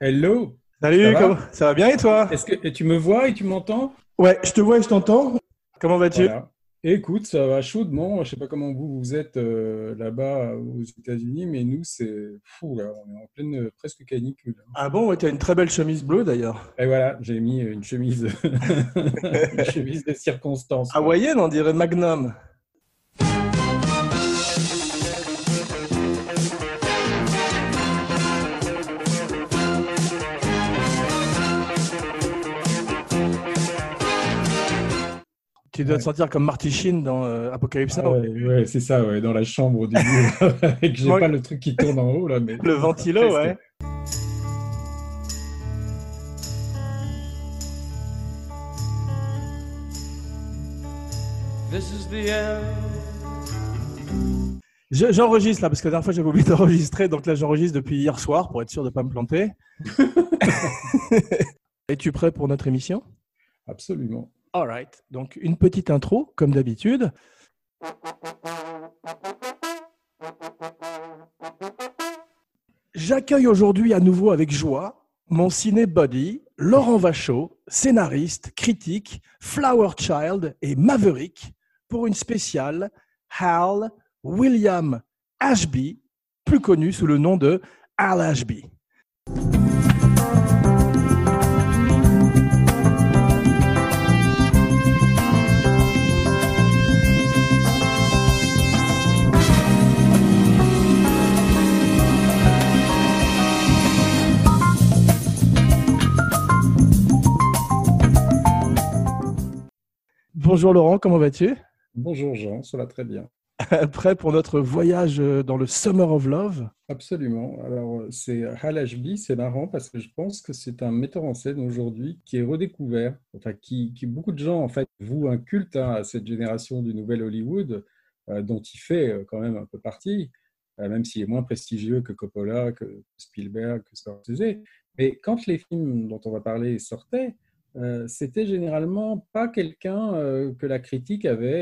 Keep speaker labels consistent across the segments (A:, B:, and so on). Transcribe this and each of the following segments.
A: Hello, ça
B: Salut,
A: va?
B: ça va bien et toi?
A: Et tu me vois et tu m'entends?
B: Ouais, je te vois et je t'entends. Comment vas-tu?
A: Voilà. Écoute, ça va chaudement. Je sais pas comment vous êtes là-bas aux États-Unis, mais nous, c'est fou là. On est en pleine presque canicule, hein.
B: Ah bon, ouais, tu as une très belle chemise bleue d'ailleurs.
A: Et voilà, j'ai mis une chemise, une chemise de circonstance, quoi.
B: Hawaïenne, on dirait Magnum. Tu dois te
A: Ouais.
B: sentir comme Marty Sheen dans Apocalypse
A: Ah
B: Now.
A: ouais, ouais, c'est ça, ouais, dans la chambre au début, avec j'ai pas
B: Ouais,
A: le truc qui tourne en haut là, mais
B: le ventilo,
A: presque.
B: ouais.
C: This is the end.
B: J'enregistre là parce que la dernière fois j'avais oublié d'enregistrer, donc là j'enregistre depuis hier soir pour être sûr de ne pas me planter. Es-tu prêt pour notre émission?
A: Absolument.
B: All right. Donc une petite intro, comme d'habitude. J'accueille aujourd'hui à nouveau avec joie mon ciné-buddy, Laurent Vachaud, scénariste, critique, Flower Child et Maverick pour une spéciale Hal William Ashby, plus connu sous le nom de Hal Ashby. Bonjour Laurent, comment vas-tu?
A: Bonjour Jean, ça va très bien.
B: Prêt pour notre voyage dans le Summer of Love?
A: Absolument. Alors, c'est Hal Ashby, c'est marrant parce que je pense que c'est un metteur en scène aujourd'hui qui est redécouvert, enfin qui beaucoup de gens en fait vouent un culte à cette génération du nouvel Hollywood dont il fait quand même un peu partie, même s'il est moins prestigieux que Coppola, que Spielberg, que Scorsese. Mais quand les films dont on va parler sortaient, c'était généralement pas quelqu'un que la critique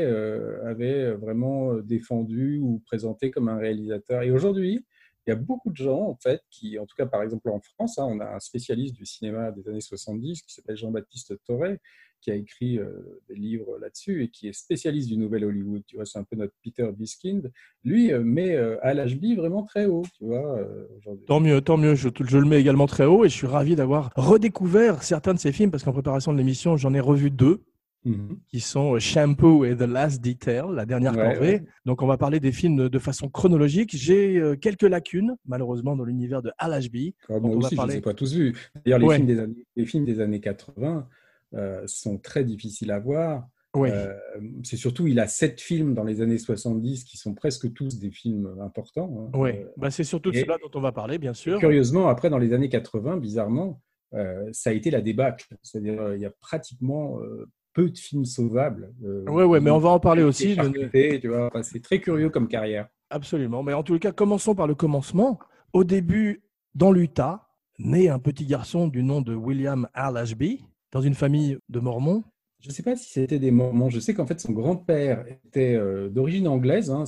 A: avait vraiment défendu ou présenté comme un réalisateur. Et aujourd'hui, il y a beaucoup de gens, en fait, qui, en tout cas, par exemple, en France, hein, on a un spécialiste du cinéma des années 70 qui s'appelle Jean-Baptiste Toré, qui a écrit des livres là-dessus et qui est spécialiste du nouvel Hollywood. Tu vois, c'est un peu notre Peter Biskind. Lui met Al Ashby vraiment très haut, tu vois, aujourd'hui.
B: Tant mieux. Je le mets également très haut et je suis ravi d'avoir redécouvert certains de ces films parce qu'en préparation de l'émission, j'en ai revu deux
A: Mhm.
B: qui sont Shampoo et The Last Detail, la dernière
A: Ouais, ouais.
B: corvée. Donc, on va parler des films de façon chronologique. J'ai quelques lacunes, malheureusement, dans l'univers de Hal Ashby.
A: Alors,
B: Donc,
A: moi
B: on va
A: aussi, je ne les ai
B: parler.
A: pas tous vus. D'ailleurs,
B: Ouais,
A: les films des années 80 sont très difficiles à voir.
B: ouais,
A: Euh, c'est surtout, il a 7 films dans les années 70 qui sont presque tous des films importants, hein.
B: ouais. Bah, c'est surtout de cela
A: Et,
B: dont on va parler, bien
A: et
B: sûr.
A: curieusement, après, dans les années 80, bizarrement, ça a été la débâcle. C'est-à-dire, il y a pratiquement peu de films sauvables.
B: Ouais, mais on va en parler
A: Tout a été
B: aussi.
A: charcuté, tu vois. Enfin, c'est très curieux comme carrière.
B: Absolument. Mais en tout cas, commençons par le commencement. Au début, dans l'Utah, naît un petit garçon du nom de William Hal Ashby, dans une famille de Mormons.
A: Je ne sais pas si c'était des Mormons. Je sais qu'en fait, son grand-père était d'origine anglaise, hein.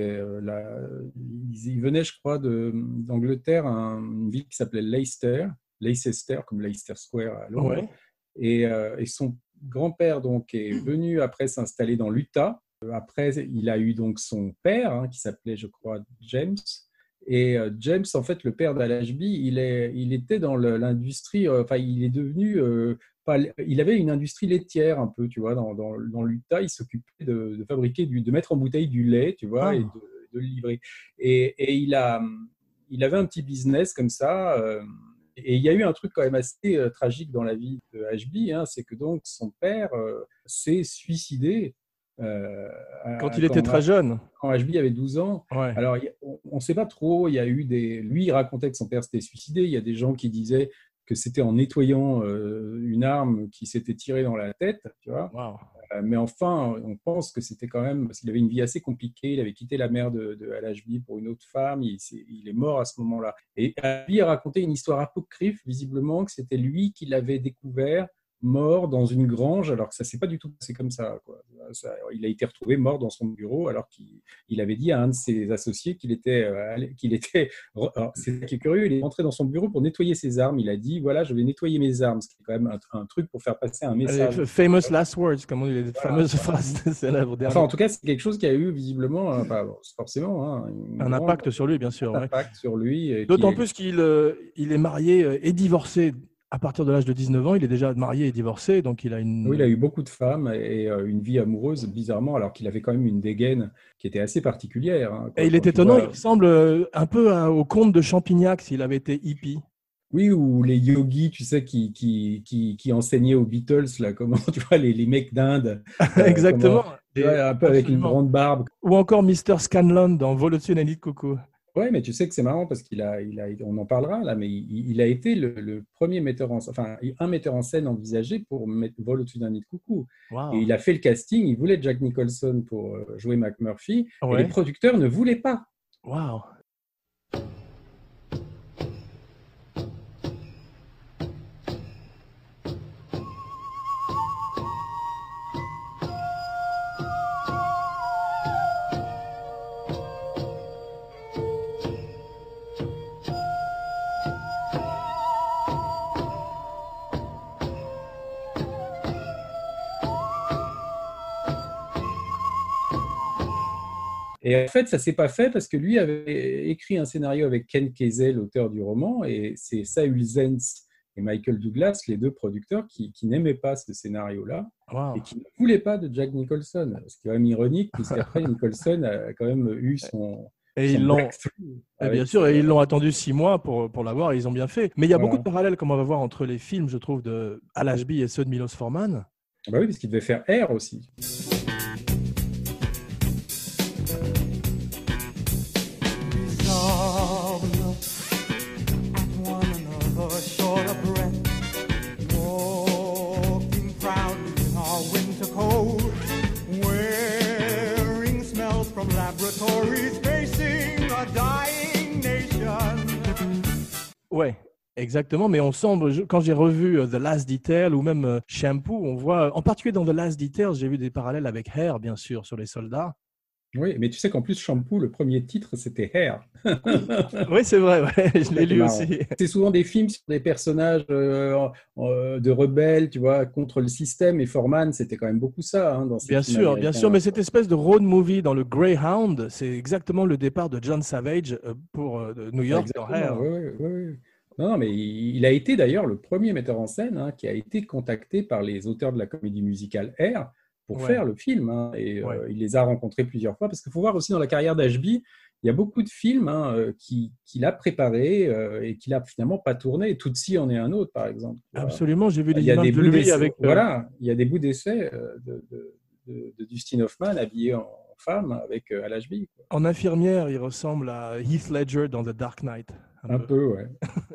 A: Il venait, je crois, d'Angleterre, une ville qui s'appelait Leicester, comme Leicester Square à Londres.
B: Ouais.
A: Et son grand-père donc est venu après s'installer dans l'Utah. Après, il a eu donc son père, hein, qui s'appelait, je crois, James. Et James, en fait, le père d'Al Ashby, il était dans l'industrie. Enfin, il est devenu il avait une industrie laitière un peu, tu vois, dans l'Utah. Il s'occupait de fabriquer, de mettre en bouteille du lait, tu vois, et
B: Ah,
A: de le livrer. Et il avait un petit business comme ça. Et il y a eu un truc quand même assez tragique dans la vie de Ashby, hein, c'est que donc son père s'est suicidé euh,
B: quand il était très jeune.
A: quand Ashby avait 12 ans.
B: Ouais.
A: Alors, on ne sait pas trop. Il y a eu lui, il racontait que son père s'était suicidé. Il y a des gens qui disaient que c'était en nettoyant une arme qui s'était tirée dans la tête, tu vois.
B: Wow.
A: Mais enfin, on pense que c'était quand même parce qu'il avait une vie assez compliquée. Il avait quitté la mère de Al Ashby pour une autre femme. Il est mort à ce moment-là. Et Ashby a raconté une histoire apocryphe, visiblement, que c'était lui qui l'avait découvert mort dans une grange, alors que ça s'est pas du tout passé comme ça, quoi. Il a été retrouvé mort dans son bureau, alors qu'il avait dit à un de ses associés alors, c'est ça qui est curieux, il est rentré dans son bureau pour nettoyer ses armes. Il a dit, voilà, je vais nettoyer mes armes, ce qui est quand même un truc pour faire passer un
B: Les
A: message.
B: famous last words, comme on dit, les
A: Voilà,
B: fameuses
A: voilà.
B: phrases célèbres
A: Enfin,
B: dernières.
A: en tout cas, c'est quelque chose qui a eu visiblement, enfin, forcément, hein,
B: Un impact sur lui, bien sûr. Ouais.
A: impact sur lui.
B: D'autant plus qu'il est marié et divorcé à partir de l'âge de 19 ans. Il est déjà marié et divorcé, donc il a
A: Oui, il a
B: une...
A: eu beaucoup de femmes et une vie amoureuse, bizarrement, alors qu'il avait quand même une dégaine qui était assez particulière, hein,
B: Et
A: quoi.
B: il est
A: Quand tu
B: étonnant, il
A: vois,
B: ressemble un peu au comte de Champignac s'il avait été hippie.
A: oui, ou les yogis, tu sais, qui enseignaient aux Beatles, là, comment, tu vois, les mecs d'Inde, comment,
B: Exactement.
A: tu
B: Et
A: vois, un peu avec une
B: absolument.
A: grande barbe.
B: Ou encore Mr. Scanlon dans Vol au-dessus d'un nid de coucou.
A: Ouais, mais tu sais que c'est marrant parce on en parlera là, mais il a été le premier metteur en, enfin, un metteur en scène envisagé pour mettre Vol au-dessus d'un nid de coucou. Et
B: Waouh.
A: il a fait le casting, il voulait Jack Nicholson pour jouer McMurphy, et les
B: Ouais.
A: producteurs ne voulaient pas.
B: Waouh.
A: Et en fait, ça s'est pas fait parce que lui avait écrit un scénario avec Ken Kesey, l'auteur du roman, et c'est Saul Zaentz et Michael Douglas, les deux producteurs, qui n'aimaient pas ce scénario-là et
B: Waouh.
A: qui ne voulaient pas de Jack Nicholson. Ce qui est quand même ironique, puisqu'après, Nicholson a quand même eu
B: Et
A: son
B: ils l'ont,
A: breakthrough
B: et bien
A: avec...
B: sûr, et ils l'ont attendu 6 mois pour l'avoir et ils ont bien fait. Mais il y a beaucoup de
A: voilà.
B: parallèles, comme on va voir, entre les films, je trouve, de Al Ashby et ceux de Milos Forman.
A: Bah oui, parce qu'il devait faire Air aussi.
B: Ouais, exactement. Mais on semble, quand j'ai revu The Last Detail ou même Shampoo, on voit, en particulier dans The Last Detail, j'ai vu des parallèles avec Hair, bien sûr, sur les soldats.
A: Oui, mais tu sais qu'en plus, Shampoo, le premier titre, c'était Hair.
B: Oui, oui, c'est vrai, ouais, je
A: Ça
B: l'ai
A: qui est
B: lu
A: marrant.
B: aussi.
A: C'est souvent des films sur des personnages de rebelles, tu vois, contre le système. Et Foreman, c'était quand même beaucoup ça, hein, dans ces films
B: Bien sûr, mais
A: américains.
B: cette espèce de road movie dans le Greyhound, c'est exactement le départ de John Savage pour New York dans
A: Exactement,
B: Hair.
A: oui, oui, oui, oui. Non, non, mais il a été d'ailleurs le premier metteur en scène, hein, qui a été contacté par les auteurs de la comédie musicale Air pour
B: Ouais,
A: faire le film, hein. Et
B: ouais.
A: il les a rencontrés plusieurs fois, parce qu'il faut voir aussi dans la carrière d'Ashby, il y a beaucoup de films, hein, qu'il a préparés et qu'il a finalement pas tourné. Tootsie en est un autre, par exemple. Tu vois.
B: Absolument, j'ai vu
A: Il
B: des
A: y a
B: images
A: des
B: de
A: bouts
B: lui
A: d'essai,
B: avec
A: voilà, il y a des bouts d'essai de Dustin Hoffman habillé en femme avec Al Ashby, quoi.
B: en infirmière, il ressemble à Heath Ledger dans The Dark Knight, un
A: Un
B: peu.
A: peu, ouais.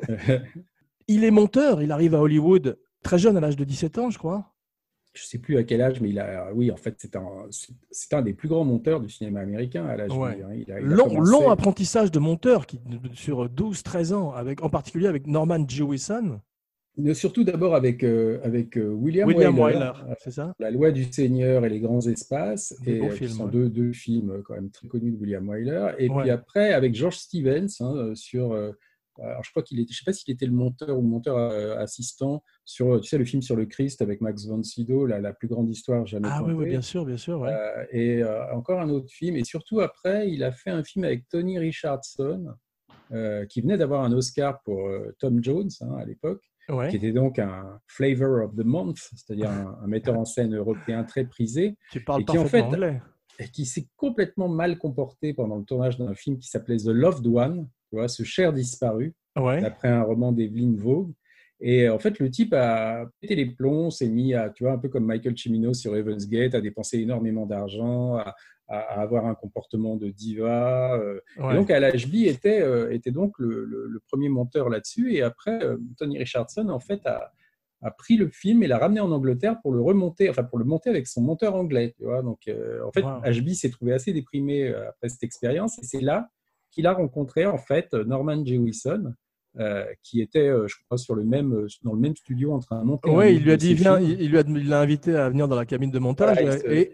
B: Il est monteur, il arrive à Hollywood très jeune, à l'âge de 17 ans, je crois.
A: Je ne sais plus à quel âge, mais oui, en fait, c'est un des plus grands monteurs du cinéma américain à l'âge
B: Ouais.
A: vie, hein. Il a
B: Long
A: commencé,
B: apprentissage de monteur sur 12-13 ans, avec, en particulier avec Norman Jewison,
A: surtout d'abord avec William
B: William
A: Wyler,
B: Wyler, c'est ça?
A: La Loi du Seigneur et les Grands Espaces,
B: Des
A: et
B: beaux
A: qui
B: films,
A: sont
B: ouais.
A: deux films quand même très connus de William Wyler. Et puis
B: Ouais.
A: après, avec George Stevens, hein, alors je crois je sais pas s'il était le monteur ou le monteur assistant sur, tu sais, le film sur le Christ avec Max von Sydow, la plus grande histoire jamais
B: Ah oui, oui,
A: contée.
B: bien sûr, ouais.
A: Et encore un autre film. Et surtout après, il a fait un film avec Tony Richardson, qui venait d'avoir un Oscar pour Tom Jones, hein, à l'époque, qui
B: Ouais.
A: était donc un Flavor of the Month, c'est-à-dire un metteur en scène européen très prisé,
B: Tu parles
A: et qui en
B: parfaitement
A: fait
B: anglais.
A: qui s'est complètement mal comporté pendant le tournage d'un film qui s'appelait The Loved One, tu vois, ce cher disparu,
B: Ouais.
A: d'après un roman d'Evelyn Waugh. Et en fait, le type a pété les plombs, s'est mis à, tu vois, un peu comme Michael Cimino sur Heaven's Gate, à dépenser énormément d'argent, à avoir un comportement de diva. Et
B: Ouais.
A: donc, Al Ashby était donc le premier monteur là-dessus. Et après, Tony Richardson, en fait, a pris le film et l'a ramené en Angleterre pour le remonter, enfin pour le monter avec son monteur anglais. Tu vois. Donc, en fait,
B: Wow.
A: Ashby s'est trouvé assez déprimé après cette expérience, et c'est là qu'il a rencontré en fait Norman Jewison, qui était, je crois, dans le même studio en train de monter un
B: Oui, il
A: autre
B: lui a
A: de
B: dit,
A: ses
B: viens,
A: films.
B: il l'a invité à venir dans la cabine de montage.
A: Voilà,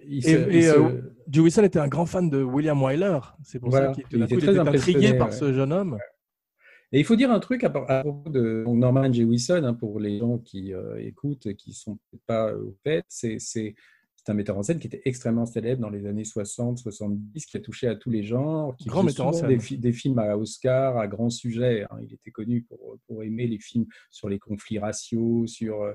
B: Jewison était un grand fan de William Wyler. C'est pour ça
A: voilà,
B: qu'il tout
A: il
B: d'un
A: était
B: coup, il
A: très
B: était intrigué
A: impressionné.
B: par
A: Ouais.
B: ce jeune homme.
A: Et il faut dire un truc à propos de Norman Jewison, hein, pour les gens qui écoutent et qui ne sont peut-être pas au fait. C'est un metteur en scène qui était extrêmement célèbre dans les années 60-70, qui a touché à tous les genres, qui
B: Grand
A: faisait
B: metteur en
A: souvent
B: scène.
A: des films à Oscar, à grands sujets. Hein. Il était connu pour aimer les films sur les conflits raciaux,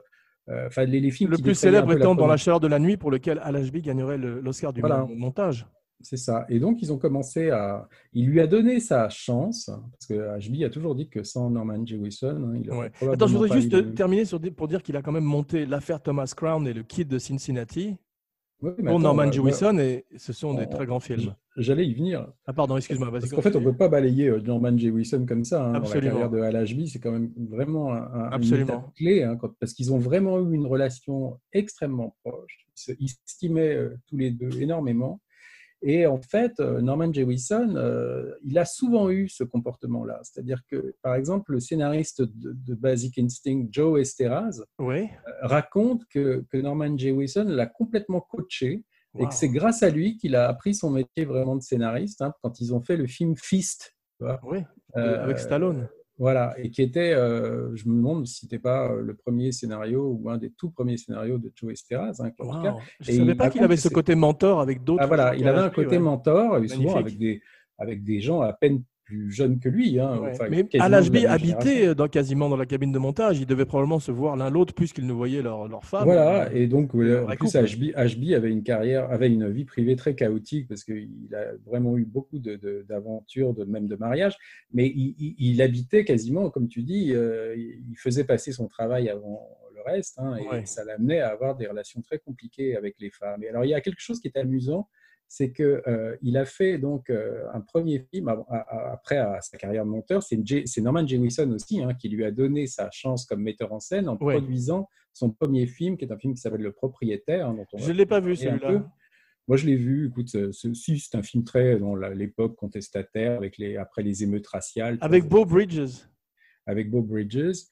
A: enfin, les films
B: Le
A: qui
B: plus
A: défrayaient un
B: célèbre
A: peu la
B: étant Dans la
A: première.
B: chaleur de la nuit, pour lequel Al Ashby gagnerait l'Oscar du
A: Voilà.
B: montage.
A: C'est ça. Et donc, ils ont commencé à. Il lui a donné sa chance, parce que Ashby a toujours dit que sans Norman Jewison, hein, il n'aurait
B: Ouais. Attends, je
A: probablement
B: voudrais
A: pas eu le
B: juste
A: même.
B: terminer pour dire qu'il a quand même monté l'affaire Thomas Crown et le Kid de Cincinnati
A: Oui, mais
B: pour
A: attends,
B: Norman Jewison, et ce sont des très grands films.
A: j'allais y venir.
B: Ah pardon, excuse-moi, vas-y,
A: Parce qu'en fait, on ne
B: continue.
A: peut pas balayer Norman Jewison comme ça, hein, dans la carrière
B: Absolument,
A: de Al Ashby. C'est quand même vraiment une étape
B: absolument.
A: clé, hein, parce qu'ils ont vraiment eu une relation extrêmement proche. Ils s'estimaient tous les deux énormément. Et en fait, Norman Jewison, il a souvent eu ce comportement-là. C'est-à-dire que, par exemple, le scénariste de Basic Instinct, Joe Esteraz,
B: Oui,
A: raconte que Norman Jewison l'a complètement coaché et que c'est
B: waouh,
A: grâce à lui qu'il a appris son métier vraiment de scénariste, hein, quand ils ont fait le film Fist. Tu vois.
B: oui, avec
A: Euh,
B: Stallone.
A: voilà, et qui était, je me demande si c'était pas le premier scénario ou un des tout premiers scénarios de Joe Esteraz, hein, en tout cas.
B: Waouh, je
A: Et
B: savais
A: il
B: pas qu'il
A: raconte
B: avait
A: que
B: ce
A: c'est
B: côté mentor avec
A: ah,
B: d'autres gens
A: voilà, il
B: qu'Al
A: avait un
B: Ashby,
A: côté
B: ouais.
A: mentor, et souvent
B: Magnifique.
A: avec des gens à peine plus jeunes que lui, hein,
B: Ouais.
A: enfin
B: Mais Al
A: quasiment de la
B: Ashby
A: même génération.
B: habitait quasiment dans la cabine de montage. Ils devaient probablement se voir l'un l'autre puisqu'ils ne voyaient leur femme.
A: Voilà, et donc
B: C'était un
A: en
B: vrai
A: plus
B: couple.
A: Ashby avait une vie privée très chaotique parce qu'il a vraiment eu beaucoup d'aventures, même de mariage, mais il habitait quasiment, comme tu dis, il faisait passer son travail avant le reste, hein, et
B: Ouais.
A: ça l'amenait à avoir des relations très compliquées avec les femmes. Et alors il y a quelque chose qui est amusant, c'est que il a fait donc un premier film après sa carrière de monteur. C'est Norman Jewison aussi, hein, qui lui a donné sa chance comme metteur en scène en
B: Ouais.
A: produisant son premier film, qui est un film qui s'appelle Le Propriétaire, hein, dont on va
B: Je ne l'ai pas vu
A: parler un peu.
B: celui-là.
A: Moi, je l'ai vu. Écoute, c'est un film très dans l'époque contestataire, après les émeutes raciales, tu vois,
B: Avec Beau Bridges.
A: avec Bob Bridges.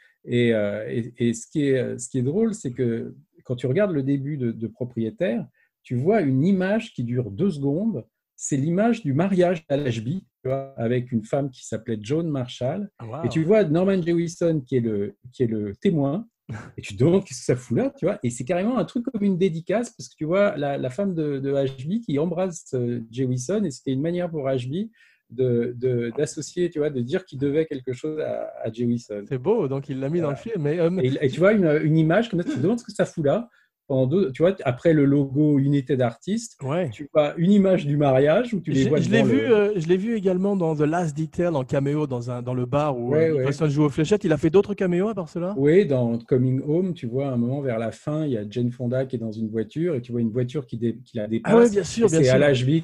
A: Et ce qui est drôle, c'est que quand tu regardes le début de Propriétaire, tu vois une image qui dure 2 secondes. C'est l'image du mariage d'Al Ashby, tu vois, avec une femme qui s'appelait Joan Marshall. Et tu
B: Waouh.
A: vois Norman Jewison qui est le témoin. Et tu te demandes qu'est-ce que ça fout là, tu vois. Et c'est carrément un truc comme une dédicace, parce que tu vois la femme de Ashby qui embrasse Jewison, et c'était une manière pour Ashby d'associer, tu vois, de dire qu'il devait quelque chose à Jewison.
B: C'est beau, donc il l'a mis dans le
A: Voilà.
B: film. Mais,
A: Et tu vois une image comme ça, tu te demandes ce que ça fout là. Tu vois, après le logo unité d'artiste,
B: ouais.
A: tu vois une image du mariage où tu les vois devant le.
B: Je l'ai vu également dans The Last Detail en caméo dans le bar où
A: Ouais, ouais.
B: Nicholson joue aux fléchettes. Il a fait d'autres caméos à part cela?
A: Oui, dans Coming Home, tu vois, à un moment vers la fin, il y a Jane Fonda qui est dans une voiture, et tu vois une voiture qui la
B: Ah ouais,
A: dépasse,
B: bien
A: et
B: sûr, bien
A: c'est Al
B: sûr.
A: Ashby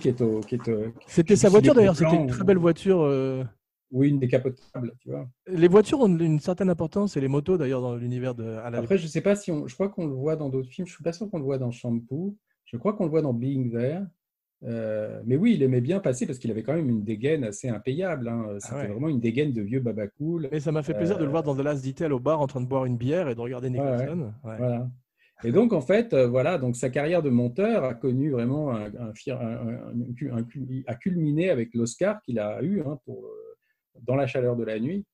A: je
B: C'était
A: sais plus
B: sa
A: s'il est
B: voiture
A: au
B: d'ailleurs. C'était une
A: plan
B: très belle voiture.
A: ou une décapotable, tu vois.
B: Les voitures ont une certaine importance et les motos d'ailleurs dans l'univers de Al
A: Après,
B: Ashby.
A: je sais pas si je crois qu'on le voit dans d'autres films. Je suis pas sûr qu'on le voit dans Shampoo. Je crois qu'on le voit dans Being There. Mais oui, il aimait bien passer parce qu'il avait quand même une dégaine assez impayable, hein.
B: Ah
A: C'était
B: ouais.
A: vraiment une dégaine de vieux baba cool.
B: Mais ça m'a fait plaisir de le
A: Euh,
B: voir dans The Last Detail au bar en train de boire une bière et de regarder
A: ouais, ouais,
B: Nicholson. Ouais.
A: voilà. Et donc, en fait, voilà, donc sa carrière de monteur a connu vraiment a culminé avec l'Oscar qu'il a eu, hein, pour Dans la chaleur de la nuit.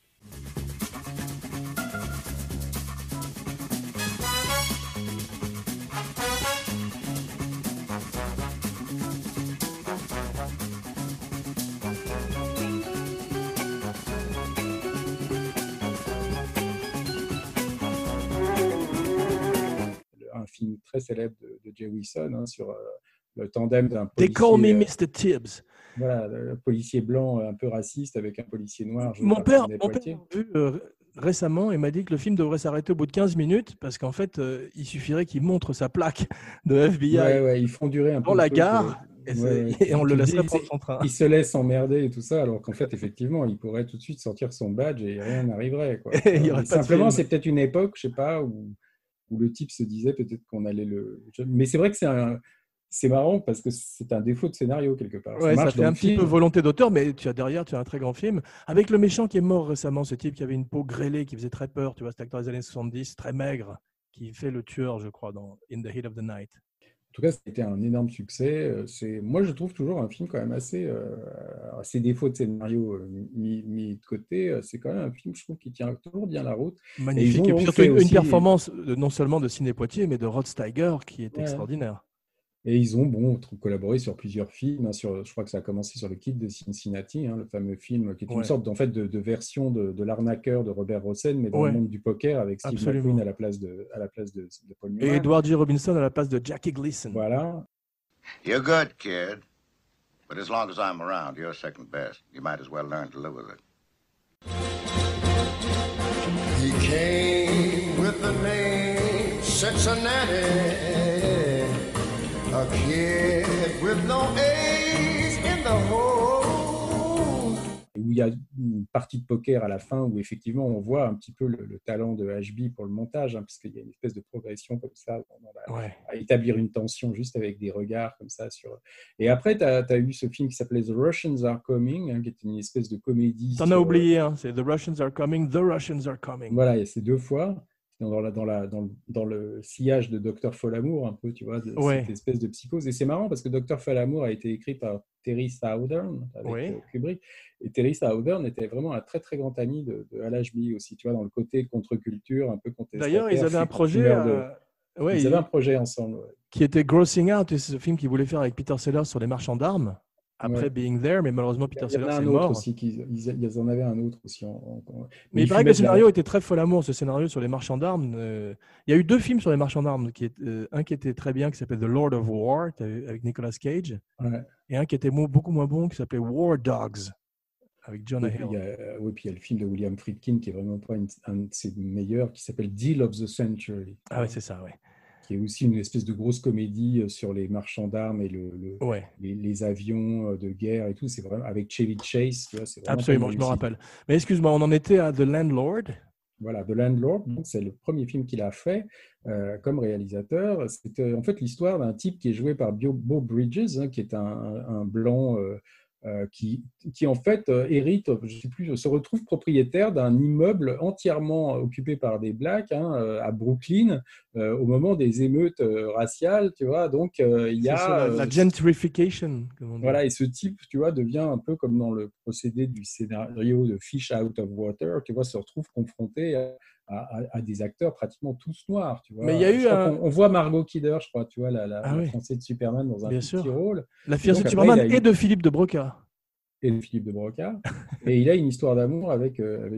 A: Un film très célèbre de Jay Wilson, hein, sur le tandem d'un
B: They call me
A: policier,
B: Mr. Tibbs.
A: voilà, le policier blanc un peu raciste avec un policier noir joué par Sidney
B: Mon père
A: Poitier.
B: l'a vu récemment et m'a dit que le film devrait s'arrêter au bout de 15 minutes parce qu'en fait, il suffirait qu'il montre sa plaque de
A: Ouais,
B: FBI
A: ouais, ils font durer un peu
B: dans
A: le
B: la
A: truc.
B: gare
A: Ouais, ouais.
B: et on le
A: Tu te
B: laisserait
A: dis,
B: prendre son train.
A: il se laisse emmerder et tout ça, alors qu'en fait, effectivement, il pourrait tout de suite sortir son badge et rien n'arriverait, quoi.
B: Et
A: Tu
B: il n'y
A: vois.
B: aurait
A: Mais
B: pas de
A: simplement,
B: film.
A: c'est peut-être une époque, je sais pas, où le type se disait peut-être qu'on allait le. Mais c'est vrai que c'est marrant parce que c'est un défaut de scénario quelque part.
B: Ouais, ça
A: Marche
B: fait
A: dans
B: un
A: le
B: petit peu
A: film.
B: volonté d'auteur, mais tu as un très grand film. Avec le méchant qui est mort récemment, ce type qui avait une peau grêlée, qui faisait très peur, tu vois, cet acteur des années 70, très maigre, qui fait le tueur, je crois, dans In the Heat of the Night.
A: En tout cas, c'était un énorme succès. Moi, je trouve toujours un film quand même assez défauts de scénario mis de côté. C'est quand même un film, je trouve, qui tient toujours bien la route. Et ils
B: Magnifique.
A: ont
B: Et puis
A: donc
B: surtout
A: fait
B: une
A: aussi,
B: performance non seulement de Sidney Poitier, mais de Rod Steiger qui est
A: ouais,
B: extraordinaire.
A: et ils ont collaboré sur plusieurs films. Je crois que ça a commencé sur Le Kid de Cincinnati, le fameux film qui est une
B: Ouais,
A: sorte de version de L'arnaqueur de Robert Rossen, mais dans le
B: ouais,
A: monde du poker avec Steve McQueen
B: absolument.
A: à la place de Paul
B: Et
A: Newman.
B: Edward G. Robinson à la place de Jackie Gleason.
A: Voilà.
C: You're good, kid. But as long as I'm around, you're second best. You might as well learn to live with it.
D: He came with the name Cincinnati, a kid with no ace in the hole.
A: Où il y a une partie de poker à la fin où effectivement on voit un petit peu le talent de HB pour le montage, parce qu'il y a une espèce de progression comme ça
B: Ouais.
A: à établir une tension juste avec des regards comme ça. Et après, tu as eu ce film qui s'appelait The Russians Are Coming, qui est une espèce de comédie.
B: T'en as oublié, hein, c'est The Russians Are Coming, The Russians Are Coming.
A: Voilà, il y a ces deux fois. Dans le sillage de Dr. Folamour, un peu, tu vois,
B: Ouais.
A: cette espèce de psychose. Et c'est marrant parce que Dr. Folamour a été écrit par Terry Southern avec
B: Oui.
A: Kubrick. Et Terry Southern était vraiment un très, très grand ami de Hal Ashby aussi, tu vois, dans le côté contre-culture, un peu contestataire.
B: D'ailleurs, ils avaient un projet,
A: ils avaient un projet ensemble. Ouais.
B: Qui était Grossing Out, et c'est ce film qu'ils voulaient faire avec Peter Sellers sur les marchands d'armes. Après
A: Ouais.
B: Being There, mais malheureusement Peter Sellers est
A: Il y en a un
B: mort.
A: autre aussi, ils en avaient un autre aussi.
B: Mais il paraît que le scénario était très folamour, ce scénario sur les marchands d'armes. Il y a eu deux films sur les marchands d'armes, un qui était très bien, qui s'appelait The Lord of War, avec Nicolas Cage,
A: ouais.
B: et un qui était beaucoup moins bon, qui s'appelait War Dogs, avec Jonah Hill.
A: Puis il y a le film de William Friedkin, qui est vraiment pas un de ses meilleurs, qui s'appelle Deal of the Century.
B: Ah ouais, c'est ça, ouais.
A: Qui est aussi une espèce de grosse comédie sur les marchands d'armes et
B: ouais.
A: les avions de guerre et tout. C'est vraiment avec Chevy Chase. Tu vois, c'est
B: absolument, je me rappelle. Mais excuse-moi, on en était à The Landlord.
A: Voilà, The Landlord, c'est le premier film qu'il a fait comme réalisateur. C'était en fait l'histoire d'un type qui est joué par Beau Bridges, qui est un blanc qui en fait hérite, je sais plus, se retrouve propriétaire d'un immeuble entièrement occupé par des blacks à Brooklyn au moment des émeutes raciales, tu vois. Donc il y a
B: la gentrification.
A: Voilà, et ce type, tu vois, devient un peu comme dans le procédé du scénario de Fish Out of Water, tu vois, se retrouve confronté à des acteurs pratiquement tous noirs, tu vois.
B: Mais il y a eu
A: on voit Margot Kidder, je crois, tu vois, la
B: oui.
A: fiancée de Superman dans un petit rôle.
B: La fiancée de Superman et de Philippe de Broca.
A: Et de Philippe de Broca. Et il a une histoire d'amour avec un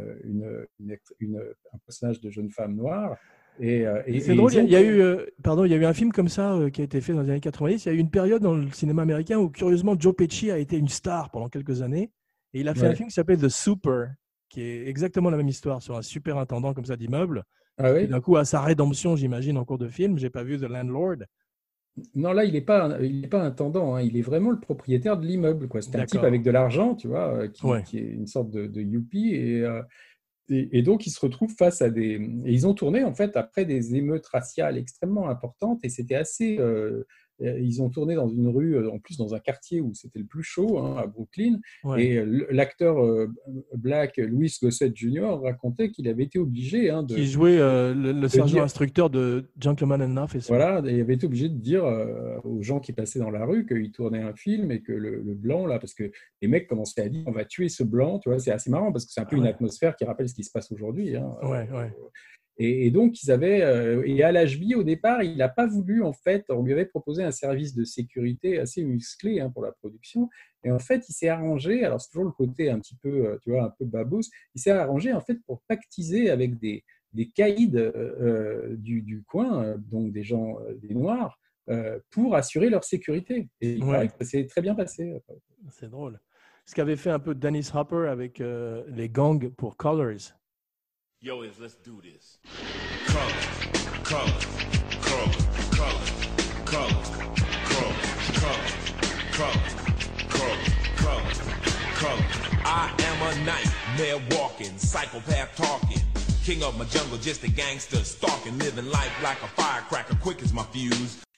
A: personnage de jeune femme noire. Et
B: c'est drôle, il y a eu un film comme ça qui a été fait dans les années 90. Il y a eu une période dans le cinéma américain où, curieusement, Joe Pesci a été une star pendant quelques années. Et il a fait un film qui s'appelle The Super, qui est exactement la même histoire sur un superintendant comme ça d'immeuble.
A: Ah oui?
B: Et d'un coup, à sa rédemption, j'imagine, en cours de film. J'ai pas vu The Landlord.
A: Non, là, il n'est pas intendant, il est vraiment le propriétaire de l'immeuble. C'est un type avec de l'argent, tu vois, qui est une sorte de youpi. Et donc, ils se retrouvent face à des... Et ils ont tourné, en fait, après des émeutes raciales extrêmement importantes. Et c'était assez... Ils ont tourné dans une rue, en plus dans un quartier où c'était le plus chaud, à Brooklyn. Ouais. Et l'acteur black Louis Gossett Jr. racontait qu'il avait été obligé
B: qui jouait le sergent instructeur de Gentleman and Officer.
A: Voilà, et il avait été obligé de dire aux gens qui passaient dans la rue qu'il tournait un film et que le blanc, là, parce que les mecs commençaient à dire on va tuer ce blanc, tu vois, c'est assez marrant parce que c'est un peu une atmosphère qui rappelle ce qui se passe aujourd'hui. Et donc, ils avaient... et Hal Ashby, au départ, il n'a pas voulu, en fait, on lui avait proposé un service de sécurité assez musclé pour la production. Et en fait, il s'est arrangé, alors c'est toujours le côté un petit peu, tu vois, un peu babos, il s'est arrangé, en fait, pour pactiser avec des caïds du coin, donc des gens, des Noirs, pour assurer leur sécurité. Et il paraît que ça s'est très bien passé.
B: C'est drôle. Ce qu'avait fait un peu Dennis Hopper avec les gangs pour Colors.
E: Yo, let's do this. Color, color, color, color, color, color, color, color, color, color. I am a nightmare walking, psychopath talking, king of my jungle, just a gangster stalking, living life like a firecracker, quick as my fuse.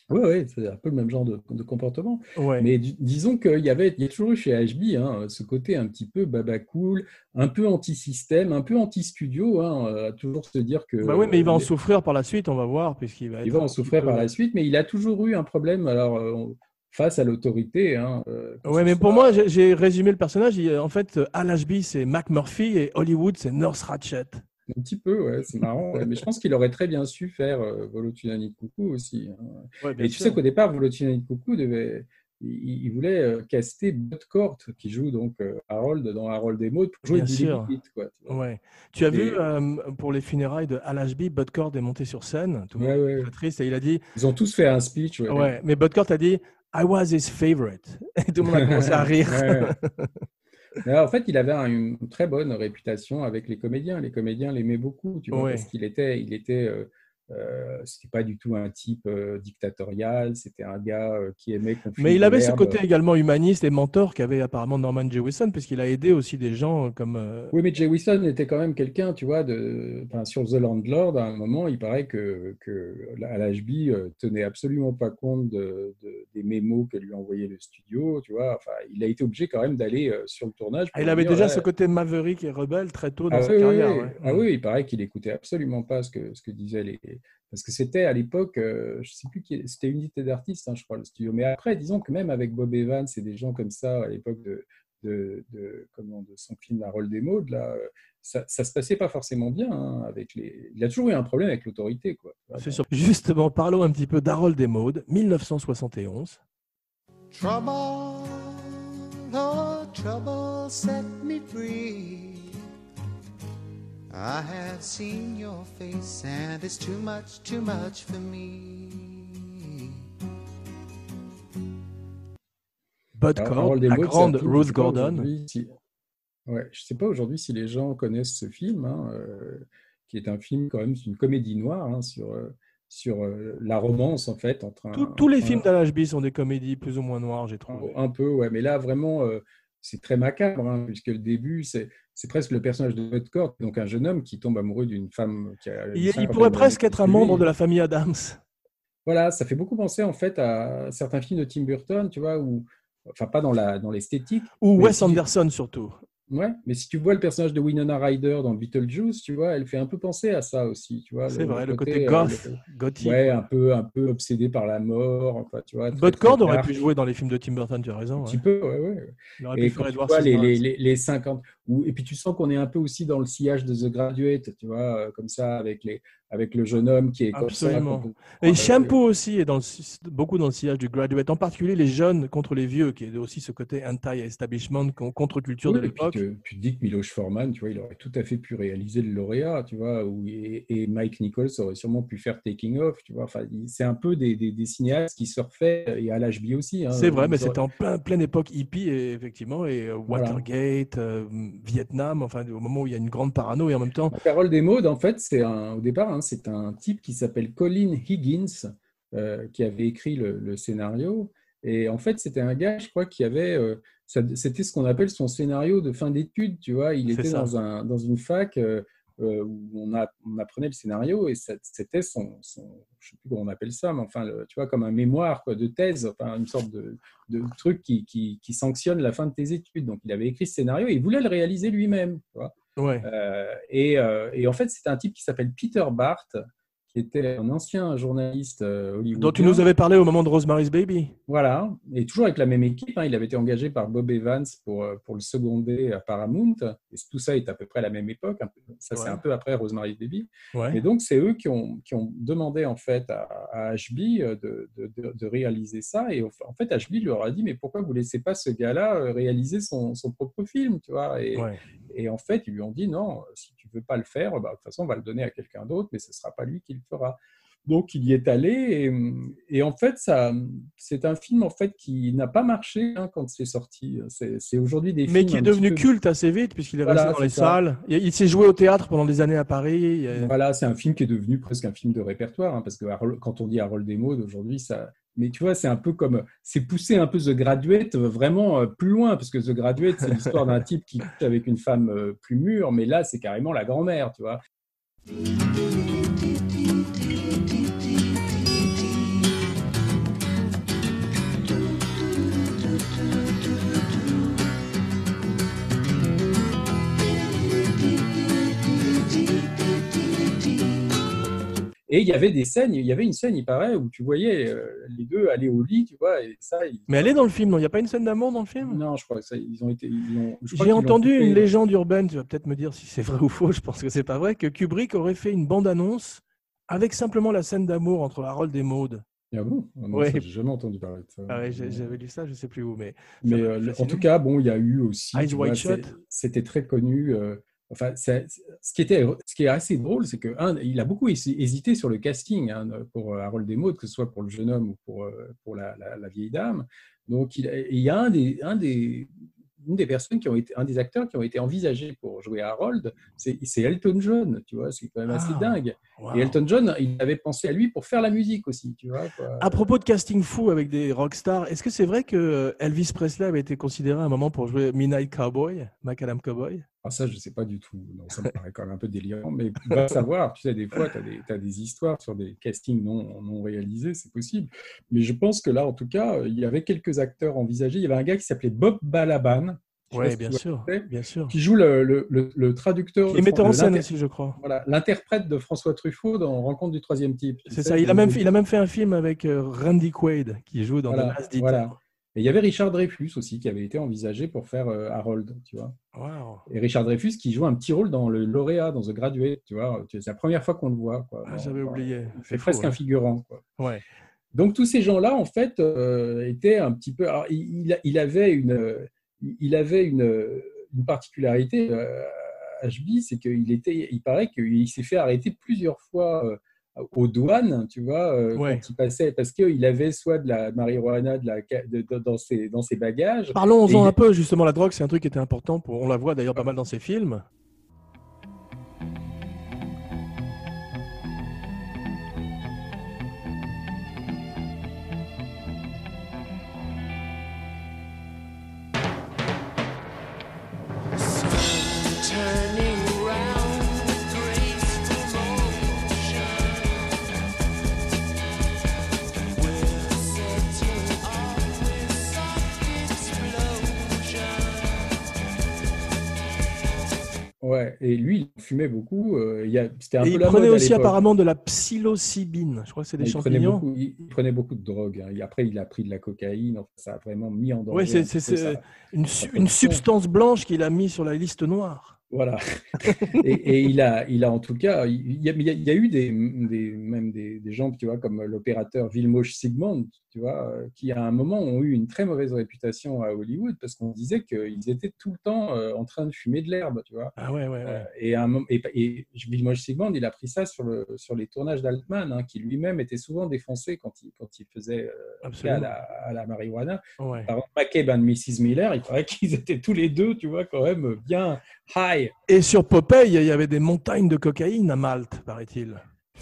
A: Ouais, c'est un peu le même genre de comportement.
B: Ouais.
A: Mais disons qu'il y a toujours eu chez HB ce côté un petit peu baba cool, un peu anti-système, un peu anti-studio, à toujours se dire que
B: Bah oui, mais il va en souffrir par la suite, on va voir, puisqu'il va
A: il
B: être
A: va
B: un
A: en
B: petit
A: souffrir par
B: peu.
A: la suite, mais il a toujours eu un problème alors, face à l'autorité, que
B: Ouais,
A: ce
B: mais pour
A: soit
B: moi, j'ai résumé le personnage. En fait, Al Ashby, c'est Mac Murphy et Hollywood, c'est Nurse Ratched.
A: un petit peu, ouais, c'est marrant, ouais. Mais je pense qu'il aurait très bien su faire Volotunani Coucou aussi.
B: Ouais, bien
A: Et tu sais
B: sûr.
A: qu'au départ, Volotunani Coucou il voulait caster Bud Cort, qui joue donc Harold dans Harold et Maude, pour jouer
B: Bien
A: Billy
B: sûr.
A: Bibbit, quoi, tu vois.
B: Ouais. Tu as vu,
A: Et,
B: pour les funérailles de Al Ashby, Bud Cort est monté sur scène. Tout le monde
A: ouais,
B: était
A: ouais.
B: très triste et il a dit,
A: Ils ont tous fait un speech, ouais.
B: ouais, mais Bud Cort a dit, I was his favorite. Et tout le monde a commencé à rire.
A: Ouais. Mais en fait, il avait une très bonne réputation avec les comédiens. Les comédiens l'aimaient beaucoup, tu vois, parce
B: Ouais.
A: c'était pas du tout un type dictatorial. C'était un gars qui aimait qu'on
B: Mais
A: file
B: il
A: de
B: avait ce
A: l'herbe.
B: côté également humaniste et mentor qu'avait apparemment Norman Jewison, puisqu'il a aidé aussi des gens comme.
A: Oui, mais Jay Wilson était quand même quelqu'un, tu vois, enfin, sur The Landlord, à un moment, il paraît que l'HB tenait absolument pas compte des mémos que lui envoyait le studio, tu vois. Enfin, il a été obligé quand même d'aller sur le tournage
B: Ah,
A: pour
B: il
A: lui
B: avait
A: dire,
B: déjà ce
A: là,
B: côté maverick et rebelle très tôt dans
A: ah
B: sa
A: oui, oui,
B: carrière.
A: oui.
B: Ouais.
A: Ah oui, il paraît qu'il écoutait absolument pas ce que disaient les. Parce que c'était à l'époque, je sais plus qui, c'était Unité d'artistes, je crois, le studio. Mais après, disons que même avec Bob Evans et des gens comme ça, à l'époque de son film Harold des Maudes, là, ça se passait pas forcément bien avec les. Il a toujours eu un problème avec l'autorité, quoi. Tu vois,
B: C'est sûr. Justement, parlons un petit peu d'Harold et Maude, 1971.
D: Trouble, oh, trouble set me free. I have seen your face and it's too much for me.
B: Bud
A: Alors,
B: Cort,
A: Harold des
B: la
A: Maudes, c'est un
B: grande
A: film, je
B: Ruth
A: sais pas
B: Gordon.
A: aujourd'hui si. Ouais, je sais pas aujourd'hui si les gens connaissent ce film, qui est un film quand même, c'est une comédie noire sur la romance en fait entre
B: Tous les films d'Al Ashby sont des comédies plus ou moins noires, j'ai trouvé.
A: un peu, ouais, mais là vraiment c'est très macabre, puisque le début c'est presque le personnage de Bud Cort, donc un jeune homme qui tombe amoureux d'une femme qui a une
B: Il pourrait
A: cinquantaine d'années
B: presque
A: plus
B: être un
A: que
B: membre
A: lui.
B: de la famille Adams.
A: Voilà, ça fait beaucoup penser en fait à certains films de Tim Burton, tu vois, enfin pas dans l'esthétique,
B: Ou
A: mais
B: Wes Anderson surtout.
A: ouais, mais si tu vois le personnage de Winona Ryder dans Beetlejuice, tu vois, elle fait un peu penser à ça aussi, tu vois,
B: C'est
A: le
B: vrai, le côté
A: côté,
B: gothique.
A: ouais,
B: Ouais.
A: un peu obsédé par la mort, enfin, tu vois, très
B: Bud
A: très
B: Cort aurait pu
A: dark,
B: jouer dans les films de Tim Burton, tu as
A: un
B: raison. Ouais.
A: petit peu, ouais, ouais.
B: Il aurait pu
A: Et quand
B: faire
A: tu
B: Edward
A: vois
B: Scissorhands.
A: les 50, et puis tu sens qu'on est un peu aussi dans le sillage de The Graduate, tu vois, comme ça, avec le jeune homme qui est comme ça,
B: Absolument.
A: complètement,
B: Et Shampoo aussi est beaucoup dans le sillage du Graduate, en particulier les jeunes contre les vieux, qui est aussi ce côté anti-establishment, contre-culture de
A: oui, et puis
B: l'époque.
A: tu te dis que Miloš Forman, tu vois, il aurait tout à fait pu réaliser le lauréat, tu vois, et Mike Nichols aurait sûrement pu faire Taking Off, tu vois. Enfin, c'est un peu des cinéastes qui surfaient, et à l'HB aussi.
B: C'est vrai, mais c'était en pleine époque hippie, et, effectivement, et
A: Voilà.
B: Watergate, Vietnam, enfin, au moment où il y a une grande parano, et en même temps,
A: Carole Desmodes, en fait, au départ, c'est un type qui s'appelle Colin Higgins, qui avait écrit le scénario. Et en fait, c'était un gars, je crois, qui avait. C'était ce qu'on appelle son scénario de fin d'études, tu vois. Il
B: c'est
A: était
B: ça.
A: dans une fac où on apprenait le scénario et c'était je sais plus comment on appelle ça, mais enfin, tu vois, comme un mémoire, quoi, de thèse, enfin, une sorte de truc qui sanctionne la fin de tes études. Donc, il avait écrit ce scénario et il voulait le réaliser lui-même, tu vois.
B: Ouais.
A: Et en fait, c'était un type qui s'appelle Peter Bart, qui était un ancien journaliste
B: Dont tu nous
A: hollywoodien.
B: avais parlé au moment de Rosemary's Baby.
A: Voilà, et toujours avec la même équipe. Il avait été engagé par Bob Evans pour le seconder à Paramount. Et tout ça est à peu près à la même époque. Ça, c'est
B: Ouais.
A: un peu après Rosemary's Baby.
B: Ouais.
A: Et donc, c'est eux qui ont demandé en fait à HB de réaliser ça. Et en fait, HB leur a dit, mais pourquoi vous ne laissez pas ce gars-là réaliser son propre film, tu vois.
B: Ouais.
A: Et en fait, ils lui ont dit, non, si tu ne veux pas le faire, bah, de toute façon, on va le donner à quelqu'un d'autre, mais ce ne sera pas lui qui le fera. Donc, il y est allé et en fait, c'est un film en fait qui n'a pas marché quand c'est sorti. C'est aujourd'hui des
B: Mais
A: films
B: qui est
A: un petit
B: devenu
A: peu.
B: culte assez vite, puisqu'il est resté
A: Voilà,
B: dans les
A: c'est ça.
B: salles. Il s'est joué au théâtre pendant des années à Paris.
A: Voilà, c'est un film qui est devenu presque un film de répertoire, parce que quand on dit Harold et Maude aujourd'hui, ça. Mais tu vois, c'est un peu comme. C'est pousser un peu The Graduate vraiment plus loin, parce que The Graduate, c'est l'histoire d'un type qui couche avec une femme plus mûre, mais là, c'est carrément la grand-mère, tu vois. Et il y avait des scènes, il y avait une scène, il paraît, où tu voyais les deux aller au lit, tu vois, et ça.
B: Mais elle est dans le film, non? Il n'y a pas une scène d'amour dans le film?
A: Non, je crois que ça, je crois
B: J'ai
A: qu'ils l'ont
B: entendu
A: coupé.
B: une légende urbaine, tu vas peut-être me dire si c'est vrai ou faux, je pense que c'est pas vrai, que Kubrick aurait fait une bande-annonce avec simplement la scène d'amour entre Harold et Maude.
A: Ah bon? Ah non,
B: Ouais.
A: ça, j'ai jamais entendu parler de ça.
B: Ah ouais, j'avais lu ça, je sais plus où, mais ça
A: Mais
B: m'avait
A: en
B: fasciné.
A: tout cas, bon, il y a eu aussi,
B: Eyes
A: tu
B: Wide
A: vois,
B: Shut.
A: c'était très connu. Enfin, ce qui est assez drôle, c'est que il a beaucoup hésité sur le casting hein, pour Harold et Maude, que ce soit pour le jeune homme ou pour la vieille dame. Donc, il y a une des personnes qui ont été, un des acteurs qui ont été envisagés pour jouer Harold, c'est Elton John, tu vois, c'est quand même assez dingue. Et
B: Wow.
A: Elton John, il avait pensé à lui pour faire la musique aussi, tu vois, quoi.
B: À propos de casting fou avec des rockstars, est-ce que c'est vrai que Elvis Presley avait été considéré à un moment pour jouer Midnight Cowboy, Macadam Cowboy?
A: Ah, ça, je ne sais pas du tout. Non, ça me paraît quand même un peu délirant, mais va savoir. Tu sais, des fois, tu as des histoires sur des castings non réalisés, c'est possible. Mais je pense que là, en tout cas, il y avait quelques acteurs envisagés. Il y avait un gars qui s'appelait Bob Balaban, je sais pas
B: Oui,
A: si tu
B: bien
A: vois
B: sûr,
A: qui c'est,
B: bien sûr.
A: qui joue le traducteur,
B: Qui est metteur en scène aussi, je crois.
A: voilà, l'interprète de François Truffaut dans Rencontre du troisième type. Tu
B: C'est
A: sais,
B: ça, il a même fait un film avec Randy Quaid, qui joue dans The Last Detail.
A: Voilà. Et il y avait Richard Dreyfuss aussi, qui avait été envisagé pour faire Harold, tu vois.
B: Wow.
A: Et Richard Dreyfuss qui joue un petit rôle dans le lauréat, dans The Graduate, tu vois. C'est la première fois qu'on le voit, quoi.
B: J'avais oublié.
A: C'est presque un figurant, quoi.
B: Ouais.
A: Donc tous ces gens-là, en fait, étaient un petit peu. Alors, il avait une particularité. HB, c'est il paraît qu'il s'est fait arrêter plusieurs fois aux douanes, tu vois, quand il passait, parce qu'il avait soit de la marijuana dans ses bagages.
B: Parlons-en un peu, justement, la drogue, c'est un truc qui était important, on la voit d'ailleurs pas mal dans ses films.
A: Ouais, et lui, il fumait beaucoup. C'était un
B: Et
A: peu
B: il
A: la
B: prenait
A: mode à
B: aussi
A: l'époque.
B: apparemment de la psilocybine. Je crois que c'est des
A: Il prenait
B: champignons.
A: il prenait beaucoup de drogue. Hein. Et après, il a pris de la cocaïne. Enfin, ça a vraiment mis en danger
B: Oui,
A: un petit peu
B: c'est une
A: production.
B: substance blanche qu'il a mis sur la liste noire.
A: Voilà. Et il a en tout cas, il y a eu même des gens, tu vois, comme l'opérateur Vilmos Zsigmond, tu vois, qui à un moment ont eu une très mauvaise réputation à Hollywood parce qu'on disait qu'ils étaient tout le temps en train de fumer de l'herbe, tu vois.
B: Ah ouais.
A: Et Vilmos Zsigmond, il a pris ça sur les tournages d'Altman, hein, qui lui-même était souvent défoncé quand il faisait à la marijuana.
B: Ouais.
A: Par exemple, McCabe et Mrs. Miller, il paraît qu'ils étaient tous les deux, tu vois, quand même bien high.
B: Et sur Popeye, il y avait des montagnes de cocaïne à Malte, paraît-il.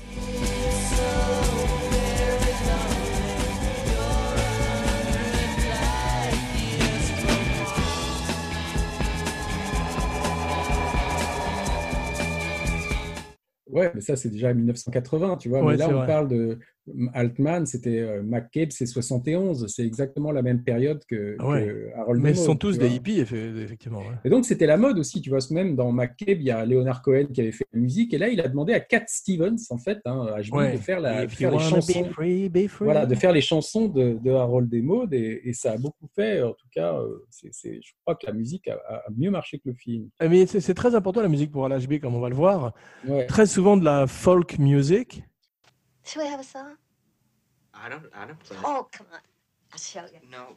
A: Ouais, mais ça, c'est déjà 1980, tu vois.
B: Ouais,
A: mais là,
B: c'est
A: on
B: vrai.
A: parle de Altman, c'était McCabe, c'est 71. C'est exactement la même période que Harold
B: Mais
A: et
B: ce sont
A: Maude,
B: tous
A: tu
B: des
A: vois.
B: hippies, effectivement. Ouais.
A: Et donc, c'était la mode aussi, tu vois. Même dans McCabe, il y a Leonard Cohen qui avait fait la musique. Et là, il a demandé à Cat Stevens, en fait, hein, HB, de faire,
B: If you
A: les
B: wanna
A: chansons.
B: be free, be free.
A: Voilà, de faire les chansons de Harold et Maude. Et ça a beaucoup fait. En tout cas, je crois que la musique a mieux marché que le film.
B: Mais c'est très important la musique pour LHB, comme on va le voir.
A: Ouais.
B: Très souvent de la folk music.
F: Should we have a song?
G: I don't play.
F: Oh, come on. I'll show you.
G: No.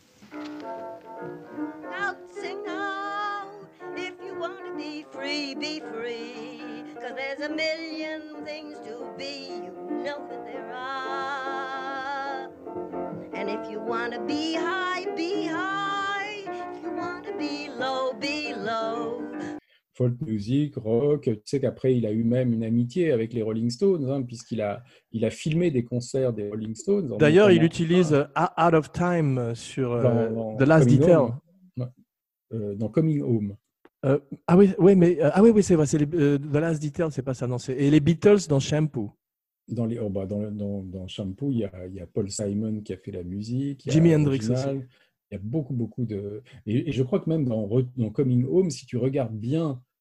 F: Out, sing out. If you want to be free, be free. 'Cause there's a million things to be. You know that there are. And if you want to be high, be high. If you want to be low, be low.
A: Folk music, rock. Tu sais qu'après, il a eu même une amitié avec les Rolling Stones, hein, puisqu'il a filmé des concerts des Rolling Stones.
B: D'ailleurs, il utilise Out of Time sur The Last Detail.
A: Dans Coming Home.
B: Oui, c'est vrai. The Last Detail, c'est pas ça. Non, et les Beatles dans Shampoo.
A: Dans Shampoo, il y a Paul Simon qui a fait la musique.
B: Jimi Hendrix aussi.
A: Il y a beaucoup de... Et je crois que même dans Coming Home, si tu regardes bien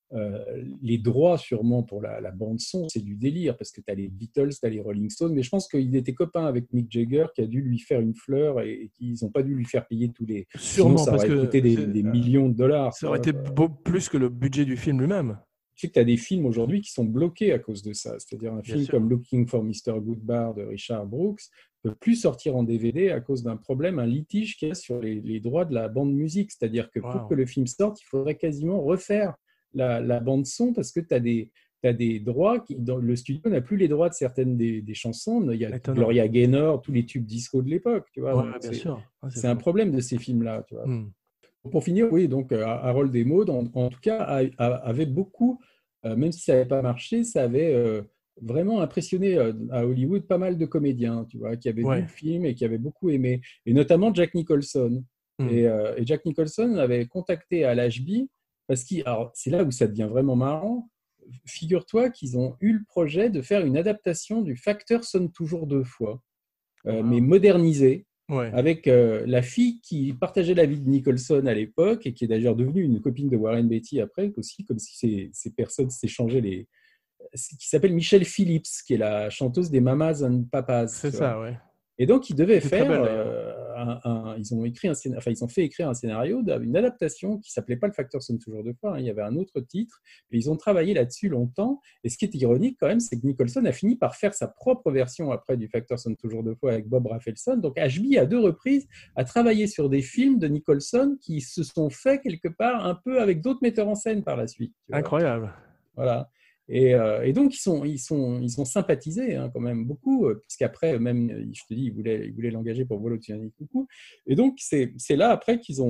A: les droits sûrement pour la bande son, c'est du délire parce que tu as les Beatles, tu as les Rolling Stones, mais je pense qu'il était copain avec Mick Jagger qui a dû lui faire une fleur et qu'ils n'ont pas dû lui faire payer tous les. Sinon,
B: Sûrement,
A: ça
B: parce
A: aurait
B: que
A: coûté des millions de dollars.
B: ça aurait été plus que le budget du film lui-même.
A: Tu sais que tu as des films aujourd'hui qui sont bloqués à cause de ça. C'est-à-dire un
B: Bien
A: film
B: sûr.
A: comme Looking for Mr. Goodbar de Richard Brooks ne peut plus sortir en DVD à cause d'un problème, un litige qu'il y a sur les droits de la bande musique. C'est-à-dire que pour
B: Wow.
A: que le film sorte, il faudrait quasiment refaire la bande son parce que tu as des droits. Le studio n'a plus les droits de certaines des chansons. Il y a
B: Étonnant.
A: Gloria Gaynor, tous les tubes disco de l'époque. Tu vois,
B: Ouais,
A: donc
B: bien sûr. Ah,
A: c'est un
B: fou.
A: problème de ces films-là. Tu vois.
B: Hmm.
A: Pour finir, oui, donc Harold et Maude, en tout cas, avait beaucoup, même si ça n'avait pas marché, ça avait vraiment impressionné à Hollywood pas mal de comédiens, tu vois, qui avaient vu
B: Ouais.
A: le film et qui avaient beaucoup aimé, et notamment Jack Nicholson.
B: Hmm.
A: Et Jack Nicholson avait contacté Al Ashby, parce que c'est là où ça devient vraiment marrant. Figure-toi qu'ils ont eu le projet de faire une adaptation du Facteur sonne toujours deux fois, mais modernisée,
B: Ouais.
A: avec la fille qui partageait la vie de Nicholson à l'époque et qui est d'ailleurs devenue une copine de Warren Beatty après, aussi, comme si ces personnes s'échangeaient qui s'appelle Michelle Phillips, qui est la chanteuse des Mamas and Papas.
B: C'est
A: tu vois.
B: ça, ouais.
A: Et donc, ils devaient
B: C'est très
A: faire,
B: belle, d'ailleurs.
A: ils ont fait écrire un scénario d'une adaptation qui s'appelait pas Le Facteur sonne toujours deux fois, hein, il y avait un autre titre, et ils ont travaillé là-dessus longtemps. Et ce qui est ironique quand même, c'est que Nicholson a fini par faire sa propre version après du Facteur sonne toujours deux fois avec Bob Rafelson. Donc, Ashby, à 2 reprises, a travaillé sur des films de Nicholson qui se sont faits quelque part un peu avec d'autres metteurs en scène par la suite. Tu vois.
B: Incroyable.
A: Voilà. Et donc, ils ont sympathisé hein, quand même beaucoup, puisqu'après, même, je te dis, ils voulaient l'engager pour Vol au-dessus d'un nid de coucou. Et donc, c'est là, après, qu'ils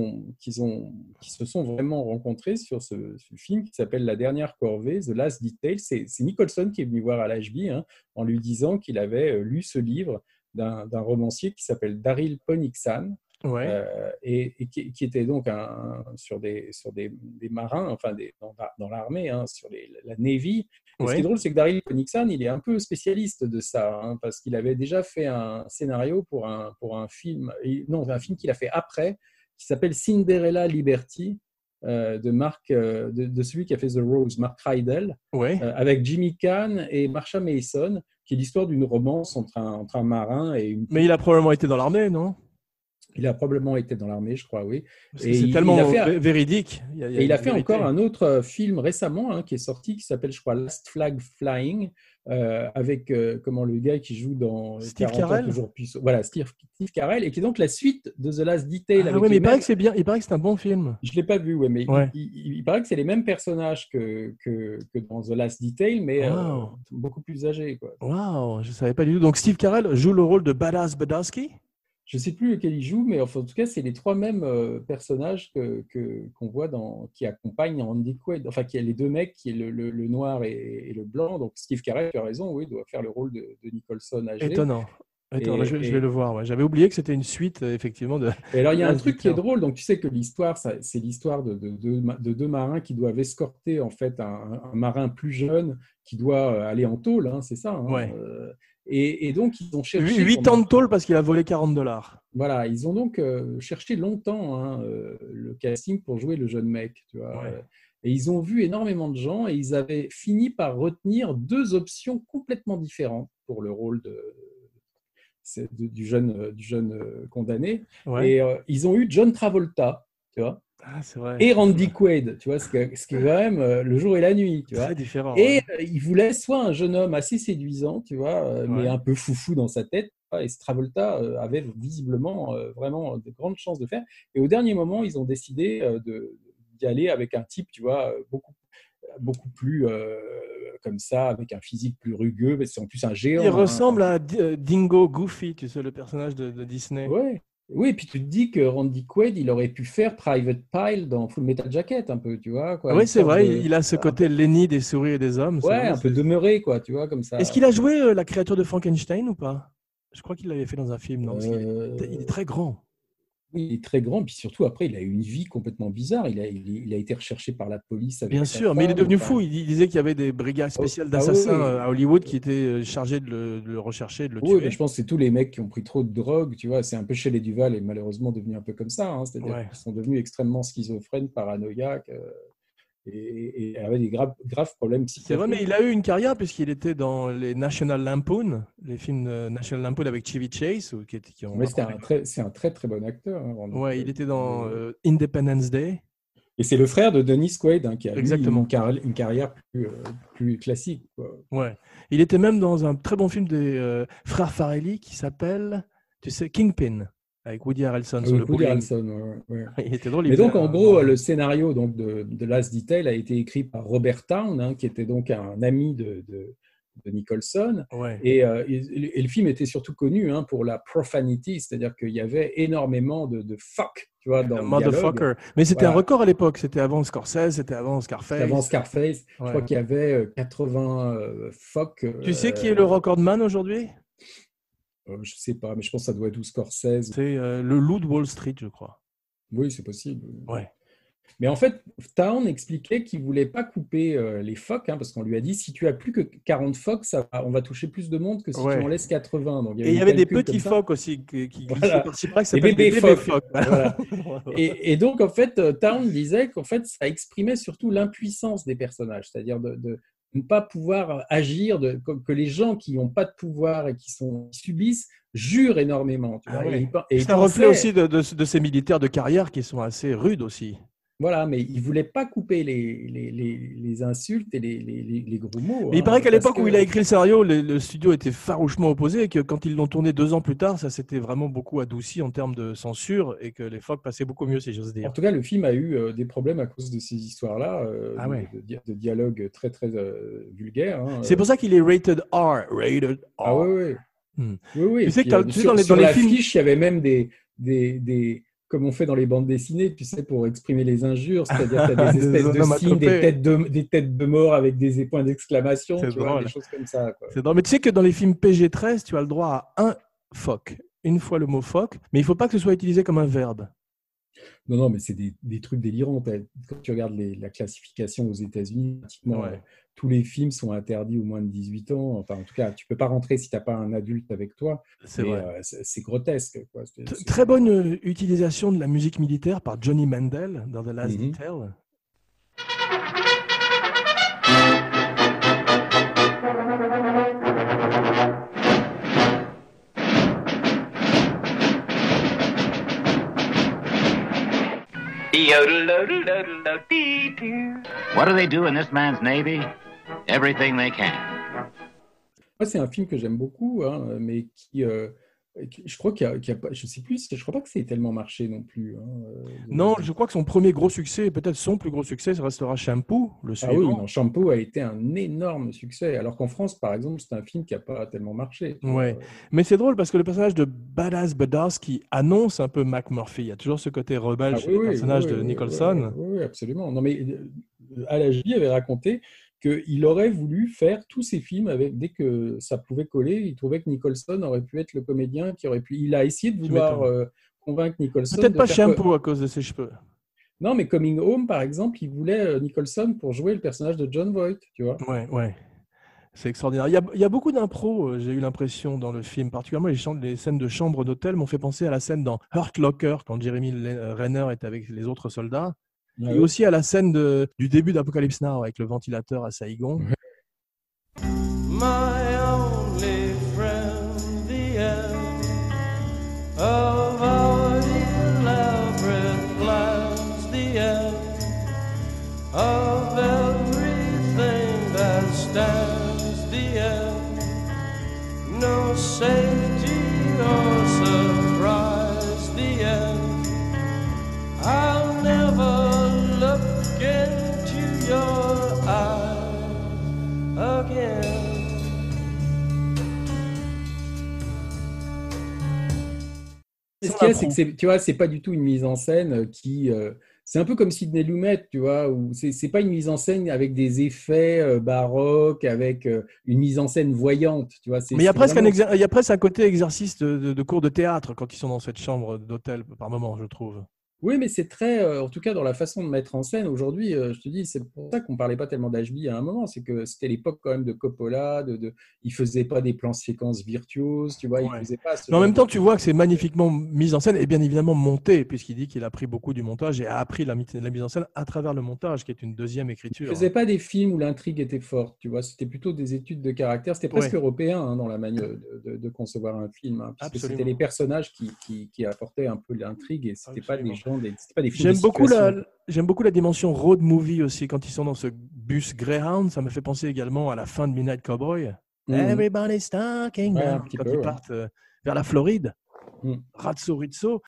A: se sont vraiment rencontrés sur ce film qui s'appelle La dernière corvée, The Last Detail. C'est Nicholson qui est venu voir Al Ashby en lui disant qu'il avait lu ce livre d'un romancier qui s'appelle Daryl Ponixan,
B: Ouais.
A: et qui était donc sur des marins, enfin dans l'armée, hein, sur la Navy. Et ce qui est
B: Ouais.
A: drôle, c'est que Daryl Connickson, il est un peu spécialiste de ça, hein, parce qu'il avait déjà fait un scénario pour un film, un film qu'il a fait après, qui s'appelle Cinderella Liberty, de celui qui a fait The Rose, Mark Rydell,
B: Ouais.
A: avec Jimmy Caan et Marsha Mason, qui est l'histoire d'une romance entre un marin et une.
B: Mais il a probablement été dans l'armée, non?
A: Il a probablement été dans l'armée, je crois, oui.
B: Parce que
A: Et
B: c'est
A: il
B: tellement
A: a fait,
B: véridique.
A: il a
B: une
A: fait
B: vérité.
A: encore un autre film récemment qui est sorti, qui s'appelle, je crois, Last Flag Flying, avec comment le gars qui joue dans
B: Steve
A: 40 ans
B: Carell.
A: toujours puissant. Voilà, Steve Carell, et qui est donc la suite de The Last Detail.
B: Ah
A: avec
B: ouais, mais
A: les
B: il paraît
A: mêmes.
B: que c'est bien. Il paraît que c'est un bon film.
A: Je ne l'ai pas vu, ouais, mais
B: Ouais.
A: il paraît que c'est les mêmes personnages que dans The Last Detail, mais
B: Wow.
A: beaucoup plus âgés, quoi.
B: Waouh, je savais pas du tout. Donc Steve Carell joue le rôle de Badass Badowski.
A: Je ne sais plus lequel il joue, mais enfin, en tout cas, c'est les 3 mêmes personnages qu'on voit qui accompagnent Randy Quaid. Enfin, qui est les 2 mecs, qui est le noir et le blanc. Donc, Steve Carell, tu as raison, oui, doit faire le rôle de Nicholson âgé.
B: Étonnant.
A: Et-
B: je
A: et-
B: vais le voir. Ouais. J'avais oublié que c'était une suite, effectivement.
A: Et alors, il y a un
B: Last
A: truc qui est
B: Detail.
A: drôle. Donc, tu sais que l'histoire, c'est l'histoire de 2 marins qui doivent escorter, en fait, un marin plus jeune qui doit aller en tôle, hein, c'est ça. Hein,
B: Ouais.
A: et donc, ils ont cherché.
B: 8 ans de tôle parce qu'il a volé $40.
A: Voilà, ils ont donc cherché longtemps hein, le casting pour jouer le jeune mec, tu vois.
B: Ouais.
A: Et ils ont vu énormément de gens et ils avaient fini par retenir 2 options complètement différentes pour le rôle du jeune condamné.
B: Ouais.
A: Et ils ont eu John Travolta, tu vois,
B: Ah, c'est vrai.
A: et Randy Quaid, tu vois, ce qui est quand même le jour et la nuit, tu vois.
B: Très différent.
A: Et
B: Ouais.
A: il voulait soit un jeune homme assez séduisant, tu vois, mais
B: Ouais.
A: un peu foufou dans sa tête. Et Travolta avait visiblement vraiment de grandes chances de faire. Et au dernier moment, ils ont décidé d'y aller avec un type, tu vois, beaucoup plus comme ça, avec un physique plus rugueux. Mais c'est en plus un géant.
B: Il ressemble à Dingo Goofy, tu sais, le personnage de Disney.
A: Ouais. Oui, et puis tu te dis que Randy Quaid, il aurait pu faire Private Pile dans Full Metal Jacket, un peu, tu vois. Quoi,
B: Oui,
A: une
B: c'est
A: sorte
B: vrai,
A: de-
B: il a ce côté Lenny des souris et des hommes. c'est
A: Ouais,
B: vrai,
A: un peu demeuré, quoi, tu vois, comme ça.
B: Est-ce qu'il a joué la créature de Frankenstein ou pas? Je crois qu'il l'avait fait dans un film, non? Parce qu'il il est très grand.
A: Oui, il est très grand, puis surtout après, il a eu une vie complètement bizarre. Il a été recherché par la police avec
B: Bien
A: sa
B: sûr, mais il est
A: femme,
B: devenu
A: enfin.
B: fou. Il disait qu'il y avait des brigades spéciales
A: Ah
B: d'assassins
A: oui, oui.
B: à Hollywood qui étaient chargés de le rechercher, de le
A: Oui,
B: tuer.
A: mais je pense que c'est tous les mecs qui ont pris trop de drogue, tu vois. C'est un peu chez les Duval et malheureusement devenu un peu comme ça. Hein. C'est-à-dire
B: Ouais.
A: qu'ils sont devenus extrêmement schizophrènes, paranoïaques. et avait des graves problèmes
B: C'est vrai, mais
A: psychiatriques.
B: il a eu une carrière puisqu'il était dans les National Lampoon, les films National Lampoon avec Chevy Chase, qui ont
A: Mais
B: raconté-
A: c'est un très très bon acteur, hein, Randall
B: Ouais, il
A: Quaid.
B: était dans Independence Day.
A: Et c'est le frère de Dennis Quaid, hein, qui a lui,
B: Exactement.
A: une carrière plus classique, quoi.
B: Ouais. Il était même dans un très bon film des frères Farrelly qui s'appelle, tu sais, Kingpin, avec Woody Harrelson sur
A: Oui,
B: le
A: Woody
B: bowling.
A: Harrelson, ouais.
B: Il était drôle. il
A: Mais donc,
B: faisait
A: en
B: un
A: gros,
B: grand-
A: le scénario donc, de Last Detail a été écrit par Robert Towne, hein, qui était donc un ami de Nicholson.
B: Ouais.
A: Et le film était surtout connu, hein, pour la profanity, c'est-à-dire qu'il y avait énormément de fuck, tu vois, dans le dialogue.
B: Motherfucker. Mais c'était
A: Voilà.
B: un record à l'époque. C'était avant Scorsese, c'était avant Scarface.
A: Avant Scarface, je
B: Ouais.
A: crois qu'il y avait 80 fuck.
B: Tu sais qui est le recordman aujourd'hui?
A: Je sais pas, mais je pense que ça doit être ou Scorsese.
B: C'est le loup de Wall Street, je crois.
A: Oui, c'est possible.
B: Ouais.
A: Mais en fait, Town expliquait qu'il ne voulait pas couper les phoques, hein, parce qu'on lui a dit, si tu as plus que 40 phoques, on va toucher plus de monde que si
B: Ouais.
A: tu en laisses 80. Donc,
B: Et il y avait des
A: calcul
B: petits
A: comme ça.
B: phoques aussi qui glissaient
A: Voilà.
B: par-ci par-là, qui
A: Des
B: s'appellent
A: bébés
B: des bébés
A: phoques.
B: phoques.
A: Voilà. Et donc, en fait, Town disait qu'en fait, ça exprimait surtout l'impuissance des personnages, c'est-à-dire de ne pas pouvoir agir, que les gens qui n'ont pas de pouvoir et qui subissent jurent énormément. Tu
B: Ah
A: vois.
B: ouais.
A: Et
B: C'est un reflet aussi de ces militaires de carrière qui sont assez rudes aussi.
A: Voilà, mais il ne voulait pas couper les insultes et les gros mots.
B: Mais il
A: hein,
B: paraît qu'à
A: parce
B: l'époque où
A: que-
B: il a écrit le scénario, le studio était farouchement opposé et que quand ils l'ont tourné 2 ans plus tard, ça s'était vraiment beaucoup adouci en termes de censure et que les phoques passaient beaucoup mieux, si j'ose dire.
A: En tout cas, le film a eu des problèmes à cause de ces histoires-là,
B: Ah ouais.
A: de dialogues très, très vulgaires. Hein.
B: C'est pour ça qu'il est rated R. Rated R.
A: Ah oui.
B: Hmm.
A: Oui.
B: Tu
A: Et
B: sais
A: puis,
B: que tu sais,
A: sur
B: dans les films-
A: l'affiche, il y avait même des comme on fait dans les bandes dessinées, tu sais, pour exprimer les injures, c'est-à-dire tu as des
B: Des
A: espèces de signes,
B: onomatopées.
A: des têtes de mort avec des points d'exclamation,
B: C'est
A: tu vois,
B: drôle.
A: des choses comme ça, quoi.
B: C'est drôle. Mais tu sais que dans les films PG-13, tu as le droit à un phoque. Une fois le mot phoque, mais il ne faut pas que ce soit utilisé comme un verbe.
A: Non, mais c'est des trucs délirants. Quand tu regardes la classification aux États-Unis, pratiquement
B: Ouais.
A: tous les films sont interdits aux moins de 18 ans. Enfin, en tout cas, tu ne peux pas rentrer si tu n'as pas un adulte avec toi.
B: C'est
A: Mais
B: vrai.
A: c'est grotesque, quoi.
B: Très bonne utilisation de la musique militaire par Johnny Mandel dans The Last
A: Mhm.
B: Detail.
C: What do they do in this man's Navy? Everything they can.
A: Moi, c'est un film que j'aime beaucoup, hein, mais je crois qu'il y a pas, je sais plus, je crois pas que ça ait tellement marché non plus. Hein,
B: Non, je crois que son premier gros succès, et peut-être son plus gros succès, ça restera Shampoo, le
A: Ah oui,
B: suivant.
A: non, Shampoo a été un énorme succès, alors qu'en France, par exemple, c'est un film qui n'a pas tellement marché. Tu vois.
B: Ouais. Mais c'est drôle parce que le personnage de Badass Badass qui annonce un peu McMurphy, il y a toujours ce côté rebelle
A: Ah
B: chez les personnages de Nicholson.
A: Oui, absolument. Non, mais Al-Ajbi avait raconté qu'il aurait voulu faire tous ses films dès que ça pouvait coller. Il trouvait que Nicholson aurait pu être le comédien qui aurait pu. Il a essayé de vouloir convaincre Nicholson.
B: Peut-être
A: de
B: pas
A: faire
B: Shampoo à cause de ses cheveux.
A: Non, mais Coming Home, par exemple, il voulait Nicholson pour jouer le personnage de John Voight, tu vois.
B: Ouais. C'est extraordinaire. Il y a beaucoup d'impro, j'ai eu l'impression, dans le film. Particulièrement, les scènes de chambre d'hôtel m'ont fait penser à la scène dans Hurt Locker, quand Jeremy Renner est avec les autres soldats.
A: Ah
B: Et
A: oui.
B: aussi à la scène du début d'Apocalypse Now, avec le ventilateur à Saïgon.
D: My only friend, the end of our elaborate plans, the end of everything that stands, the end. No safety or surprise, the end. I'll never look into your eyes again.
A: Ce qu'il y a, c'est que tu vois, c'est pas du tout une mise en scène c'est un peu comme Sidney Lumet, tu vois, où c'est pas une mise en scène avec des effets baroques, avec une mise en scène voyante, tu vois.
B: Mais il y a presque
A: vraiment...
B: il y a presque un côté exercice de cours de théâtre quand ils sont dans cette chambre d'hôtel par moment, je trouve.
A: Oui, mais c'est très, en tout cas dans la façon de mettre en scène aujourd'hui, je te dis, c'est pour ça qu'on parlait pas tellement d'HB à un moment, c'est que c'était l'époque quand même de Coppola, il faisait pas des plans séquences virtuoses, tu vois, il
B: Ouais.
A: faisait pas ce
B: Mais en
A: genre
B: même
A: de
B: temps, tu vois que c'est magnifiquement mis en scène et bien évidemment monté, puisqu'il dit qu'il a appris beaucoup du montage et a appris la mise en scène à travers le montage, qui est une deuxième
A: Il
B: écriture.
A: faisait pas des films où l'intrigue était forte, tu vois, c'était plutôt des études de caractère, c'était presque
B: Ouais,
A: européen dans la manière de concevoir un film, puisque c'était les
B: absolument.
A: personnages qui apportaient un peu l'intrigue et c'était pas
B: Absolument.
A: c'était pas des films de
B: J'aime beaucoup
A: situation.
B: j'aime beaucoup la dimension road movie aussi, quand ils sont dans ce bus Greyhound. Ça me fait penser également à la fin de Midnight Cowboy.
A: Mhm.
B: Everybody's talking
A: Ouais, un
B: now.
A: petit
B: Quand
A: peu,
B: ils
A: ouais.
B: partent vers la Floride.
A: Mhm.
B: Razzo Rizzo.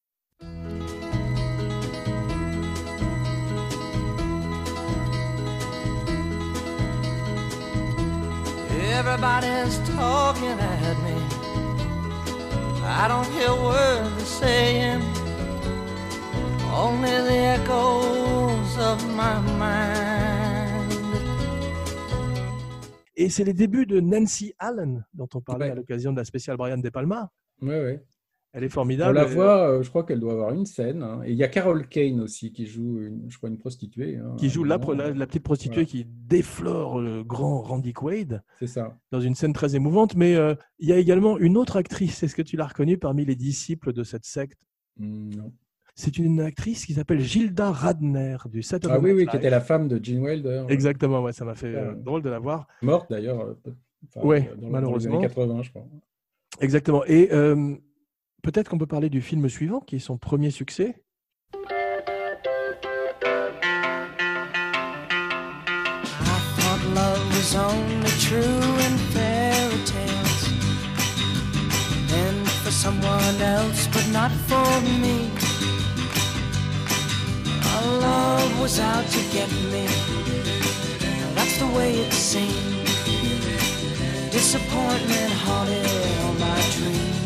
D: Everybody's talking at me. I don't hear words they're saying, only the echoes of my mind.
B: Et c'est les débuts de Nancy Allen, dont on parlait
A: Ouais.
B: à l'occasion de la spéciale Brian De Palma.
A: Ouais, ouais.
B: Elle est
A: On
B: formidable.
A: la voit, je crois qu'elle doit avoir une scène, hein. Et il y a Carol Kane aussi qui joue, je crois, une prostituée, hein,
B: Qui
A: à un
B: joue
A: moment.
B: la petite prostituée
A: Voilà.
B: qui déflore le grand Randy Quaid
A: C'est ça.
B: dans une scène très émouvante. Mais il y a également une autre actrice. Est-ce que tu l'as reconnue parmi les disciples de cette secte?
A: Non.
B: C'est une actrice qui s'appelle Gilda Radner du Saturday
A: Ah oui,
B: Night
A: oui,
B: Live.
A: qui était la femme de Gene Wilder.
B: Exactement, ouais, ça m'a fait
A: Ah,
B: drôle de la voir.
A: morte d'ailleurs,
B: Ouais,
A: dans les années
B: malheureusement.
A: 80, je crois.
B: Exactement. Et peut-être qu'on peut parler du film suivant, qui est son premier succès.
D: I thought love was only true in fairy tales, and for someone else, but not for me. Our love was out to get me, and that's the way it seemed. Disappointment haunted all my dreams.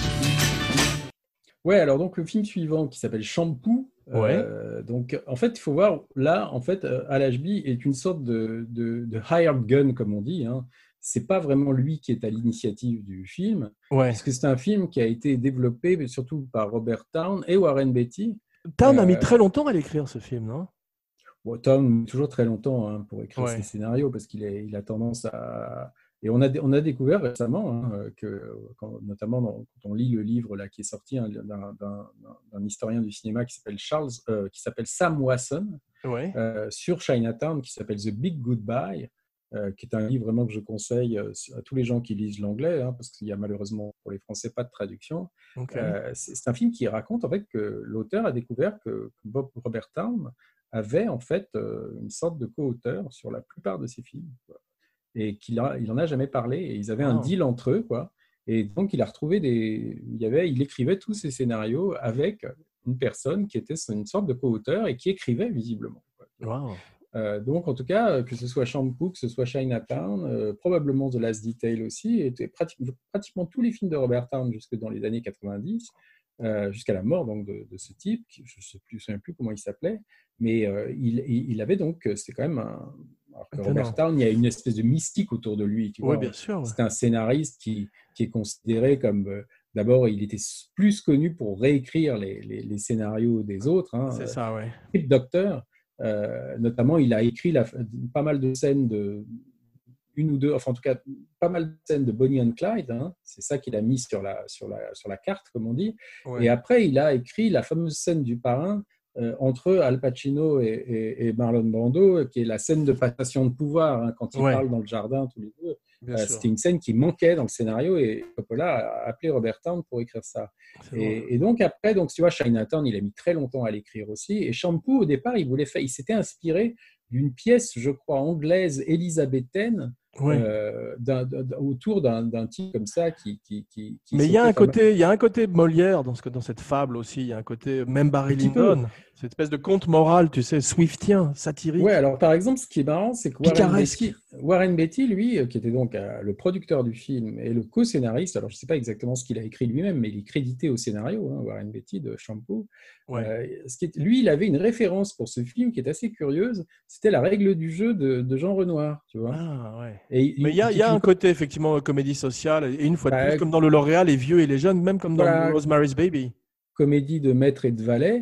A: Ouais, alors donc le film suivant qui s'appelle Shampoo.
B: Ouais.
A: Donc en fait, il faut voir là, en fait, Al Ashby est une sorte de hired gun, comme on dit, hein. C'est pas vraiment lui qui est à l'initiative du film,
B: Ouais.
A: puisque c'est un film qui a été développé mais surtout par Robert Towne et Warren Beatty.
B: Town a mis très longtemps à l'écrire ce film, non?
A: Bon, Towne met toujours très longtemps, hein, pour écrire
B: Ouais.
A: ses scénarios parce il a tendance à... Et on a découvert récemment, hein, notamment quand on lit le livre là, qui est sorti, hein, d'un historien du cinéma qui s'appelle Sam Wasson,
B: Ouais.
A: sur Chinatown, qui s'appelle The Big Goodbye, qui est un livre vraiment que je conseille à tous les gens qui lisent l'anglais, hein, parce qu'il y a malheureusement pour les Français pas de traduction.
B: Ok.
A: C'est un film qui raconte en fait que l'auteur a découvert que Robert Towne avait en fait une sorte de co-auteur sur la plupart de ses films, quoi. Et il en a jamais parlé, et ils avaient un
B: Wow.
A: deal entre eux, quoi. Et donc il a retrouvé il écrivait tous ses scénarios avec une personne qui était une sorte de co-auteur et qui écrivait visiblement, quoi.
B: Wow.
A: Donc en tout cas, que ce soit Shampoo, que ce soit Chinatown, probablement The Last Detail aussi, étaient pratiquement tous les films de Robert Towne jusque dans les années 90, jusqu'à la mort donc de ce type, je ne me souviens plus comment il s'appelait, mais il avait donc, c'est quand même alors que
B: Étonnant.
A: Robert Towne, il y a une espèce de mystique autour de lui, tu
B: Oui,
A: vois.
B: bien sûr. Ouais.
A: C'est un scénariste qui est considéré comme, d'abord, il était plus connu pour réécrire les scénarios des autres, hein.
B: C'est ça, ouais.
A: Script Doctor, notamment, il a écrit pas mal de scènes une ou deux, enfin en tout cas pas mal de scènes de Bonnie and Clyde, hein. C'est ça qu'il a mis sur la carte, comme on dit.
B: Ouais.
A: Et après, il a écrit la fameuse scène du parrain entre Al Pacino et Marlon Brando, qui est la scène de passation de pouvoir, hein, quand ils
B: Ouais.
A: parlent dans le jardin tous les deux.
B: Bien sûr.
A: C'était une scène qui manquait dans le scénario et Coppola a appelé Robert Towne pour écrire ça.
B: C'est bon.
A: Et donc après, donc, tu vois, Chinatown, il a mis très longtemps à l'écrire aussi. Et Shampoo, au départ, il s'était inspiré d'une pièce, je crois, anglaise élisabéthaine,
B: Ouais.
A: autour d'un type comme ça qui
B: Mais il y a
A: sautait
B: un côté Molière dans cette fable aussi. Il y a un côté même Barry
A: Un petit peu.
B: Lyndon. Cette espèce de conte moral, tu sais, swiftien, satirique.
A: Ouais, alors par exemple, ce qui est marrant, c'est que
B: Picaresque.
A: Warren Beatty, lui, qui était donc le producteur du film et le co-scénariste, alors je ne sais pas exactement ce qu'il a écrit lui-même, mais il est crédité au scénario, hein, Warren Beatty de Shampoo.
B: Ouais.
A: Lui, il avait une référence pour ce film qui est assez curieuse, c'était la règle du jeu de Jean Renoir, tu vois.
B: Ah, ouais.
A: Et
B: Mais il y a un côté, effectivement, comédie sociale. Et une fois de
A: Bah,
B: plus, comme dans Le Lauréat, les vieux et les jeunes, même comme dans
A: voilà.
B: Rosemary's Baby.
A: comédie de maître et de valet.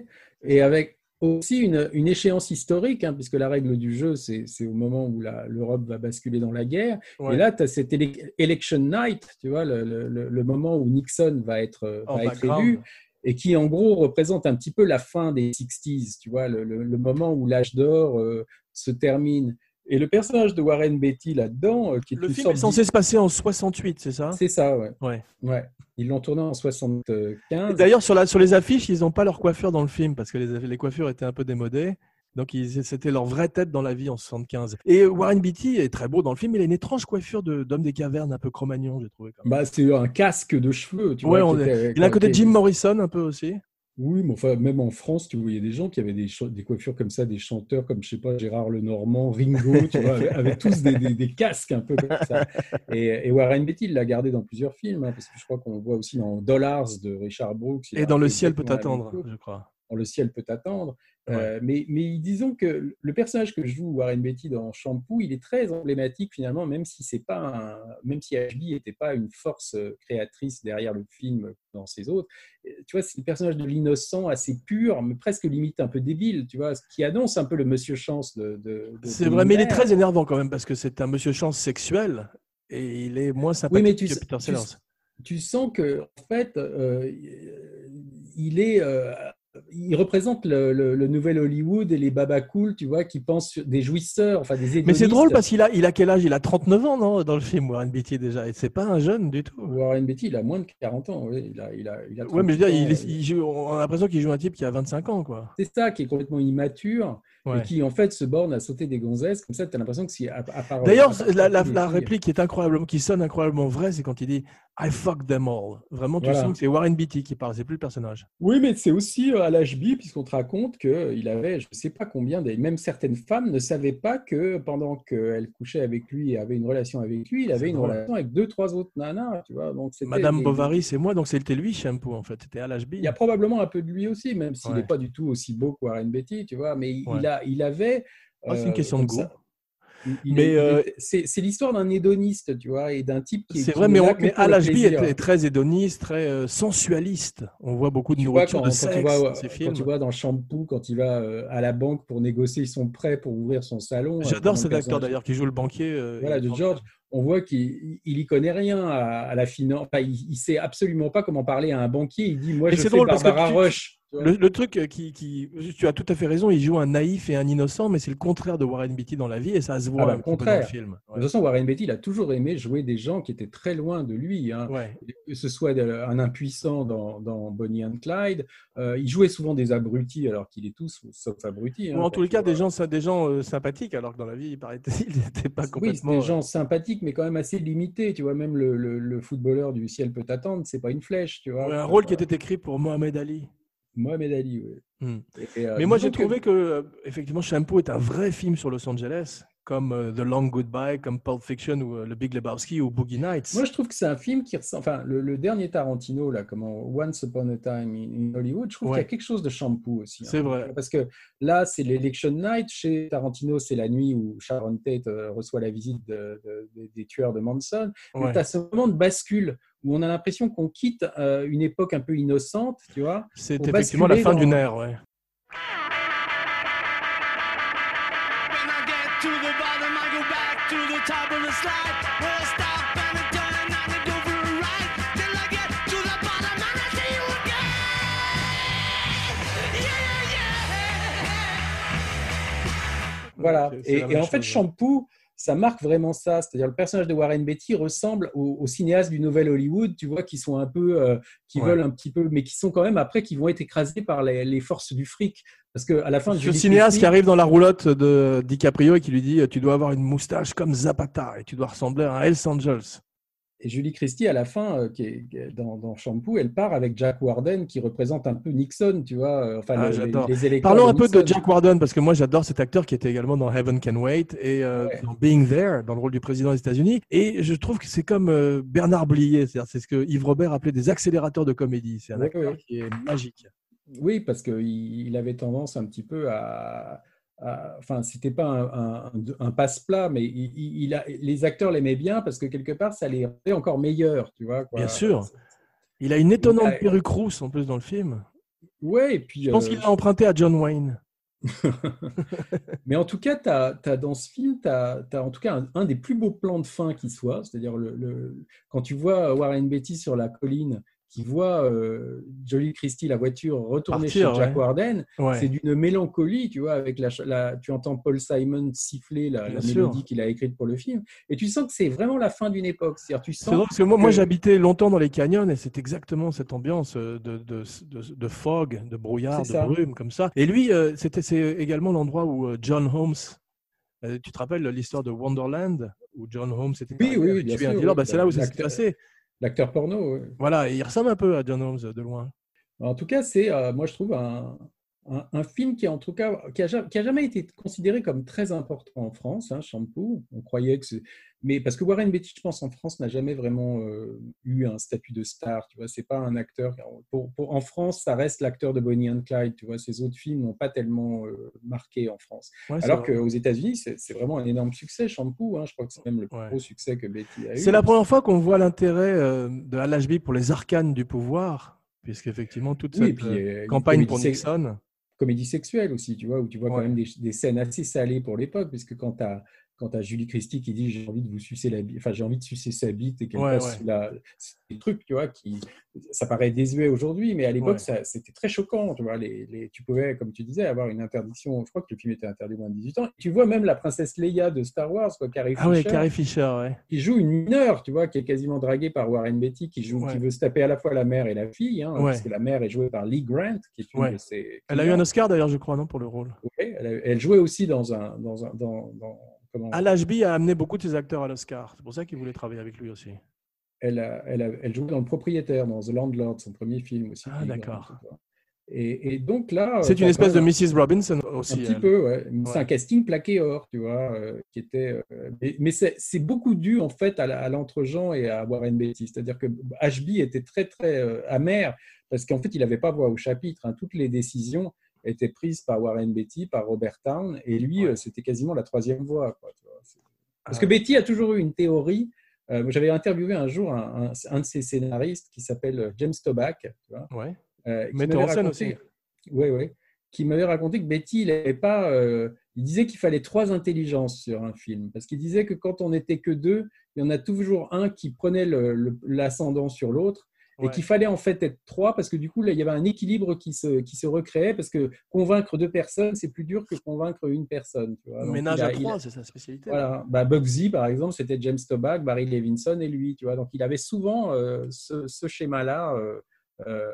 A: Et avec aussi une échéance historique, hein, puisque la règle du jeu, c'est au moment où l'Europe va basculer dans la guerre.
B: Ouais.
A: Et là, tu as cette election night, tu vois, le moment où Nixon va être élu, et qui, en gros, représente un petit peu la fin des 60s, tu vois, le moment où l'âge d'or se termine. Et le personnage de Warren Beatty là-dedans, qui est
B: Le
A: une
B: film
A: sorte
B: est censé se passer en 68, c'est ça?
A: C'est ça, ouais.
B: Ouais.
A: Ouais. Ils l'ont tourné en 75.
B: Et d'ailleurs, sur les affiches, ils n'ont pas leur coiffure dans le film parce que les coiffures étaient un peu démodées. Donc, c'était leur vraie tête dans la vie en 75. Et Warren Beatty est très beau dans le film. Il a une étrange coiffure d'homme des cavernes, un peu Cro-Magnon, j'ai trouvé.
A: Bah, c'est un casque de cheveux, tu
B: Ouais,
A: vois.
B: il a un côté Jim Morrison un peu aussi.
A: Oui, mais enfin, même en France, tu voyais des gens qui avaient des coiffures comme ça, des chanteurs comme, je sais pas, Gérard Lenormand, Ringo, tu vois, avaient tous des casques un peu comme ça. Et Warren Beatty, il l'a gardé dans plusieurs films, hein, parce que je crois qu'on le voit aussi dans Dollars de Richard Brooks.
B: Et dans Le ciel peut attendre, je crois.
A: Dans Le ciel peut attendre.
B: Ouais.
A: Mais disons que le personnage que joue Warren Beatty dans Shampoo, il est très emblématique finalement, même si Ashby n'était pas une force créatrice derrière le film dans ses autres. Tu vois, c'est le personnage de l'innocent assez pur, mais presque limite un peu débile, tu vois, ce qui annonce un peu le Monsieur Chance
B: C'est vrai, mais il est très énervant quand même parce que c'est un Monsieur Chance sexuel et il est moins sympathique que Peter Sellers.
A: Tu sens que en fait, il représente le nouvel Hollywood et les baba cool, tu vois, qui pensent des jouisseurs, enfin des hédonistes.
B: Mais c'est drôle parce qu'il a quel âge? Il a 39 ans, non, dans le film, Warren Beatty déjà. Et c'est pas un jeune du tout.
A: Warren Beatty, il a moins de 40 ans. Oui. Il a
B: ouais, mais je veux dire, on a l'impression qu'il joue un type qui a 25 ans, quoi.
A: C'est ça, qui est complètement immature et qui, en fait, se borne à sauter des gonzesses. Comme ça, tu as l'impression que c'est à part.
B: D'ailleurs, la réplique qui sonne incroyablement vraie, c'est quand il dit I fuck them all. Vraiment, tu sens que c'est Warren Beatty qui parle, c'est plus le personnage.
A: Oui, mais c'est aussi à l'HB, puisqu'on te raconte qu'il avait, je ne sais pas combien, même certaines femmes ne savaient pas que pendant qu'elles couchaient avec lui et avaient une relation avec lui, il avait une relation avec 2-3 autres nanas. Tu vois, donc
B: Madame Bovary, c'est moi, donc c'était lui, Shampoo, en fait. C'était à l'HB.
A: Il y a probablement un peu de lui aussi, même s'il n'est pas du tout aussi beau que Warren Beatty, tu vois, mais il avait.
B: C'est une question de goût.
A: C'est l'histoire d'un hédoniste, tu vois, et d'un type qui.
B: C'est vrai, mais Al-Ashby est très hédoniste, très sensualiste. On voit beaucoup de nourriture, de sexe dans ses films.
A: Quand tu vois dans Shampoo, quand il va à la banque pour négocier son prêt pour ouvrir son salon.
B: J'adore cet acteur d'ailleurs qui joue le banquier.
A: Voilà, de George. On voit qu'il y connaît rien à la finance. Enfin, il sait absolument pas comment parler à un banquier. Il dit, moi, je fais Barbara Rush.
B: Le truc tu as tout à fait raison, il joue un naïf et un innocent, mais c'est le contraire de Warren Beatty dans la vie et ça se voit un peu dans le film.
A: De toute façon, Warren Beatty, il a toujours aimé jouer des gens qui étaient très loin de lui. Hein. Que ce soit un impuissant dans Bonnie and Clyde. Il jouait souvent des abrutis alors qu'il est tous sauf abrutis.
B: Ou en tous les cas, des gens sympathiques, alors que dans la vie, il n'était pas complètement.
A: Oui, des gens sympathiques, mais quand même assez limités. Tu vois, même le footballeur du ciel peut attendre, c'est pas une flèche. Tu vois,
B: un rôle qui était écrit pour Mohamed Ali.
A: Mohamed Ali, oui.
B: Mais moi, j'ai trouvé que effectivement, Shampoo est un vrai film sur Los Angeles, comme The Long Goodbye, comme Pulp Fiction ou Le Big Lebowski ou Boogie Nights.
A: Moi, je trouve que c'est un film qui ressemble. Enfin, le dernier Tarantino, là, comme Once Upon a Time in Hollywood, je trouve qu'il y a quelque chose de Shampoo aussi.
B: C'est vrai.
A: Parce que là, c'est l'Election Night. Chez Tarantino, c'est la nuit où Sharon Tate reçoit la visite des tueurs de Manson. Ouais. Tu as ce moment de bascule où on a l'impression qu'on quitte une époque un peu innocente, tu vois.
B: C'est effectivement la fin d'une ère, ouais.
A: Voilà. Et en fait, Shampoo, ça marque vraiment ça. C'est-à-dire, le personnage de Warren Beatty ressemble aux cinéastes du Nouvel Hollywood, tu vois, qui sont un peu, qui veulent un petit peu, mais qui sont quand même après, qui vont être écrasés par les forces du fric. Parce qu'à la fin de
B: ce cinéaste qui arrive dans la roulotte de DiCaprio et qui lui dit tu dois avoir une moustache comme Zapata et tu dois ressembler à Hells Angels.
A: Et Julie Christie, à la fin, qui est dans Shampoo, elle part avec Jack Warden, qui représente un peu Nixon, tu vois. Enfin, les électeurs.
B: Parlons un peu de Jack Warden, parce que moi, j'adore cet acteur qui était également dans Heaven Can Wait et dans Being There, dans le rôle du président des États-Unis. Et je trouve que c'est comme Bernard Blier, c'est ce que Yves Robert appelait des accélérateurs de comédie. C'est un acteur qui est magique.
A: Oui, parce qu'il avait tendance un petit peu enfin, c'était pas un passe-plat, mais les acteurs l'aimaient bien parce que quelque part, ça les rendait encore meilleurs, tu vois. Quoi.
B: Bien sûr. Il a une étonnante perruque rousse en plus dans le film.
A: Ouais, et puis,
B: Je pense qu'il l'a emprunté à John Wayne.
A: mais en tout cas, dans ce film, tu as en tout cas un des plus beaux plans de fin qui soit, c'est-à-dire quand tu vois Warren Beatty sur la colline, qui voit Jolie Christie, la voiture, retourner
B: Partir,
A: chez Jack
B: ouais.
A: Warden,
B: Ouais.
A: c'est d'une mélancolie, tu vois, avec tu entends Paul Simon siffler la
B: Bien sûr.
A: mélodie qu'il a écrite pour le film, et tu sens que c'est vraiment la fin d'une époque. C'est-à-dire, tu
B: C'est
A: sens
B: drôle parce que moi,
A: que-
B: j'habitais longtemps dans les canyons et c'est exactement cette ambiance de fog, de brouillard,
A: C'est
B: de
A: ça.
B: brume comme ça. Et lui, c'est également l'endroit où John Holmes, tu te rappelles l'histoire de Wonderland, où John Holmes était
A: Oui,
B: arrivé
A: oui,
B: avec
A: bien
B: tuer un
A: sûr.
B: dealer,
A: Oui.
B: c'est là où ça s'est passé.
A: L'acteur porno, ouais.
B: Voilà, et il ressemble un peu à John Holmes de loin.
A: En tout cas, c'est, moi, je trouve un film qui, en tout cas, qui a jamais été considéré comme très important en France, hein, Shampoo. On croyait que c'est... Mais parce que Warren Beatty, je pense, en France, n'a jamais vraiment eu un statut de star. Tu vois, c'est pas un acteur. En France, ça reste l'acteur de Bonnie and Clyde. Tu vois, ces autres films n'ont pas tellement marqué en France.
B: Ouais, c'est
A: Alors
B: vrai.
A: qu'aux États-Unis, c'est vraiment un énorme succès, Shampoo. Hein. Je crois que c'est même le plus
B: Ouais.
A: gros succès que Beatty a eu.
B: C'est la première fois qu'on voit l'intérêt de Al Ashby pour les arcanes du pouvoir, puisqu'effectivement, toute
A: Oui, et
B: cette
A: puis
B: campagne pour Nixon.
A: comédie sexuelle aussi, tu vois, où tu vois quand
B: Ouais.
A: même des scènes assez salées pour l'époque, puisque quand tu as Julie Christie qui dit j'ai envie de vous sucer la bite, enfin j'ai envie de sucer sa bite et qu'elle
B: Ouais,
A: passe
B: ouais.
A: sous c'est des trucs, tu vois, ça paraît désuet aujourd'hui, mais à l'époque
B: Ouais.
A: c'était très choquant, tu vois, tu pouvais, comme tu disais, avoir une interdiction, je crois que le film était interdit moins de 18 ans. Tu vois même la princesse Leia de Star Wars, quoi, Carrie
B: Ah ouais,
A: Fisher,
B: Carrie Fisher, ouais.
A: qui joue une mineure, tu vois, qui est quasiment draguée par Warren Beatty, qui
B: Ouais.
A: veut se taper à la fois la mère et la fille, hein,
B: Ouais.
A: puisque la mère est jouée par Lee Grant, qui est une
B: Ouais.
A: de ses
B: Elle a eu un
A: clientes.
B: Oscar d'ailleurs, je crois, non, pour le rôle.
A: Oui, elle jouait aussi comment,
B: Al Ashby a amené beaucoup de ses acteurs à l'Oscar. C'est pour ça qu'il voulait travailler avec lui aussi.
A: elle jouait dans Le Propriétaire, dans The Landlord, son premier film aussi.
B: Ah,
A: Lee
B: d'accord.
A: Grant, tu vois. Et donc là,
B: C'est une
A: t'as
B: espèce
A: quand
B: de
A: même
B: Mrs. Robinson
A: un
B: aussi.
A: petit
B: elle.
A: peu, ouais. C'est
B: Ouais.
A: un casting plaqué or, tu vois, qui était. Mais c'est beaucoup dû en fait à l'entre-gens et à Warren Beatty. C'est-à-dire que Ashby était très très amer parce qu'en fait il n'avait pas voix au chapitre. Hein. Toutes les décisions étaient prises par Warren Beatty, par Robert Town, et lui
B: Ouais.
A: c'était quasiment la troisième voix, quoi, tu vois. Parce
B: Ah
A: que
B: ouais.
A: Beatty a toujours eu une théorie. J'avais interviewé un jour un de ses scénaristes qui s'appelle James Toback, tu vois,
B: Ouais.
A: qui
B: Metteur
A: m'avait
B: en scène
A: raconté,
B: aussi.
A: ouais, qui m'avait raconté que Beatty, il avait pas, il disait qu'il fallait 3 intelligences sur un film, parce qu'il disait que quand on n'était que 2, il y en a toujours un qui prenait l'ascendant sur l'autre, et
B: Ouais.
A: qu'il fallait en fait être 3, parce que du coup, là, il y avait un équilibre qui se recréait, parce que convaincre 2 personnes, c'est plus dur que convaincre une personne. Tu vois. Donc,
B: Ménage à 3, c'est sa spécialité.
A: voilà. Bugsy, par exemple, c'était James Toback, Barry Levinson et lui. Tu vois. Donc, il avait souvent ce schéma-là. Euh,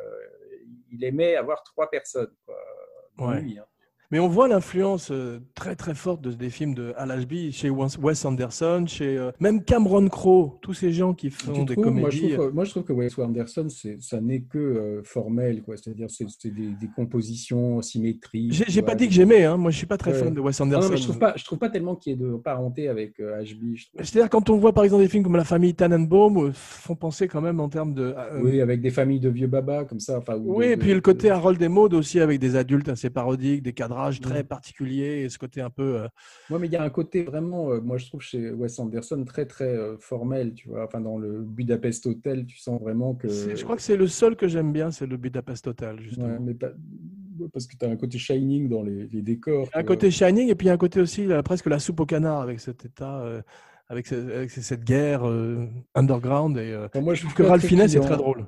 A: il aimait avoir 3 personnes quoi, dans
B: Ouais.
A: lui. Hein.
B: Mais on voit l'influence très très forte des films de Al Ashby chez Wes Anderson, chez même Cameron Crowe, tous ces gens qui font
A: Tu
B: des
A: trouves,
B: comédies.
A: moi, je trouve que Wes Anderson, ça n'est que formel. Quoi. C'est-à-dire c'est des compositions symétriques.
B: J'ai pas dit que j'aimais, hein. Moi je suis pas très
A: Ouais.
B: fan de Wes
A: Ah
B: Anderson.
A: non, mais je trouve pas tellement qu'il y ait de parenté avec Ashby. Je trouve.
B: C'est-à-dire quand on voit par exemple des films comme La famille Tannenbaum, font penser quand même en termes de.
A: Oui, avec des familles de vieux babas comme ça. Enfin,
B: Oui, et puis le côté Harold et Maude aussi avec des adultes assez parodiques, des cadrages très particuliers, et ce côté un peu.
A: Moi, mais il y a un côté vraiment, moi je trouve chez Wes Anderson très très formel, tu vois. Enfin, dans le Budapest Hotel, tu sens vraiment que.
B: Je crois que c'est le seul que j'aime bien, c'est le Budapest Hotel, justement.
A: Ouais, mais parce que tu as un côté shining dans les décors.
B: Un côté Shining, et puis un côté aussi presque la soupe au canard avec cet état, avec cette guerre underground. Et
A: Enfin, moi,
B: je trouve que Ralph Fiennes est très drôle.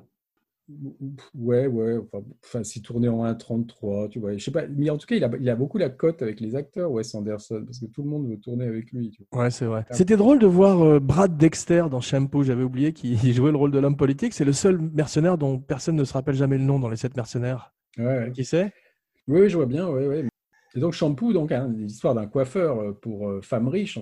A: Ouais. Enfin, c'est tourné en 1,33, tu vois. Je sais pas, mais en tout cas, il a beaucoup la cote avec les acteurs, Wes Anderson, parce que tout le monde veut tourner avec lui. Tu vois.
B: Ouais, c'est vrai. C'était drôle de voir Brad Dexter dans Shampoo, j'avais oublié qu'il jouait le rôle de l'homme politique. C'est le seul mercenaire dont personne ne se rappelle jamais le nom dans les 7 mercenaires.
A: Ouais.
B: Qui c'est?
A: Oui, je vois bien, ouais. Et donc, Shampoo, donc, l'histoire d'un coiffeur pour femmes riches.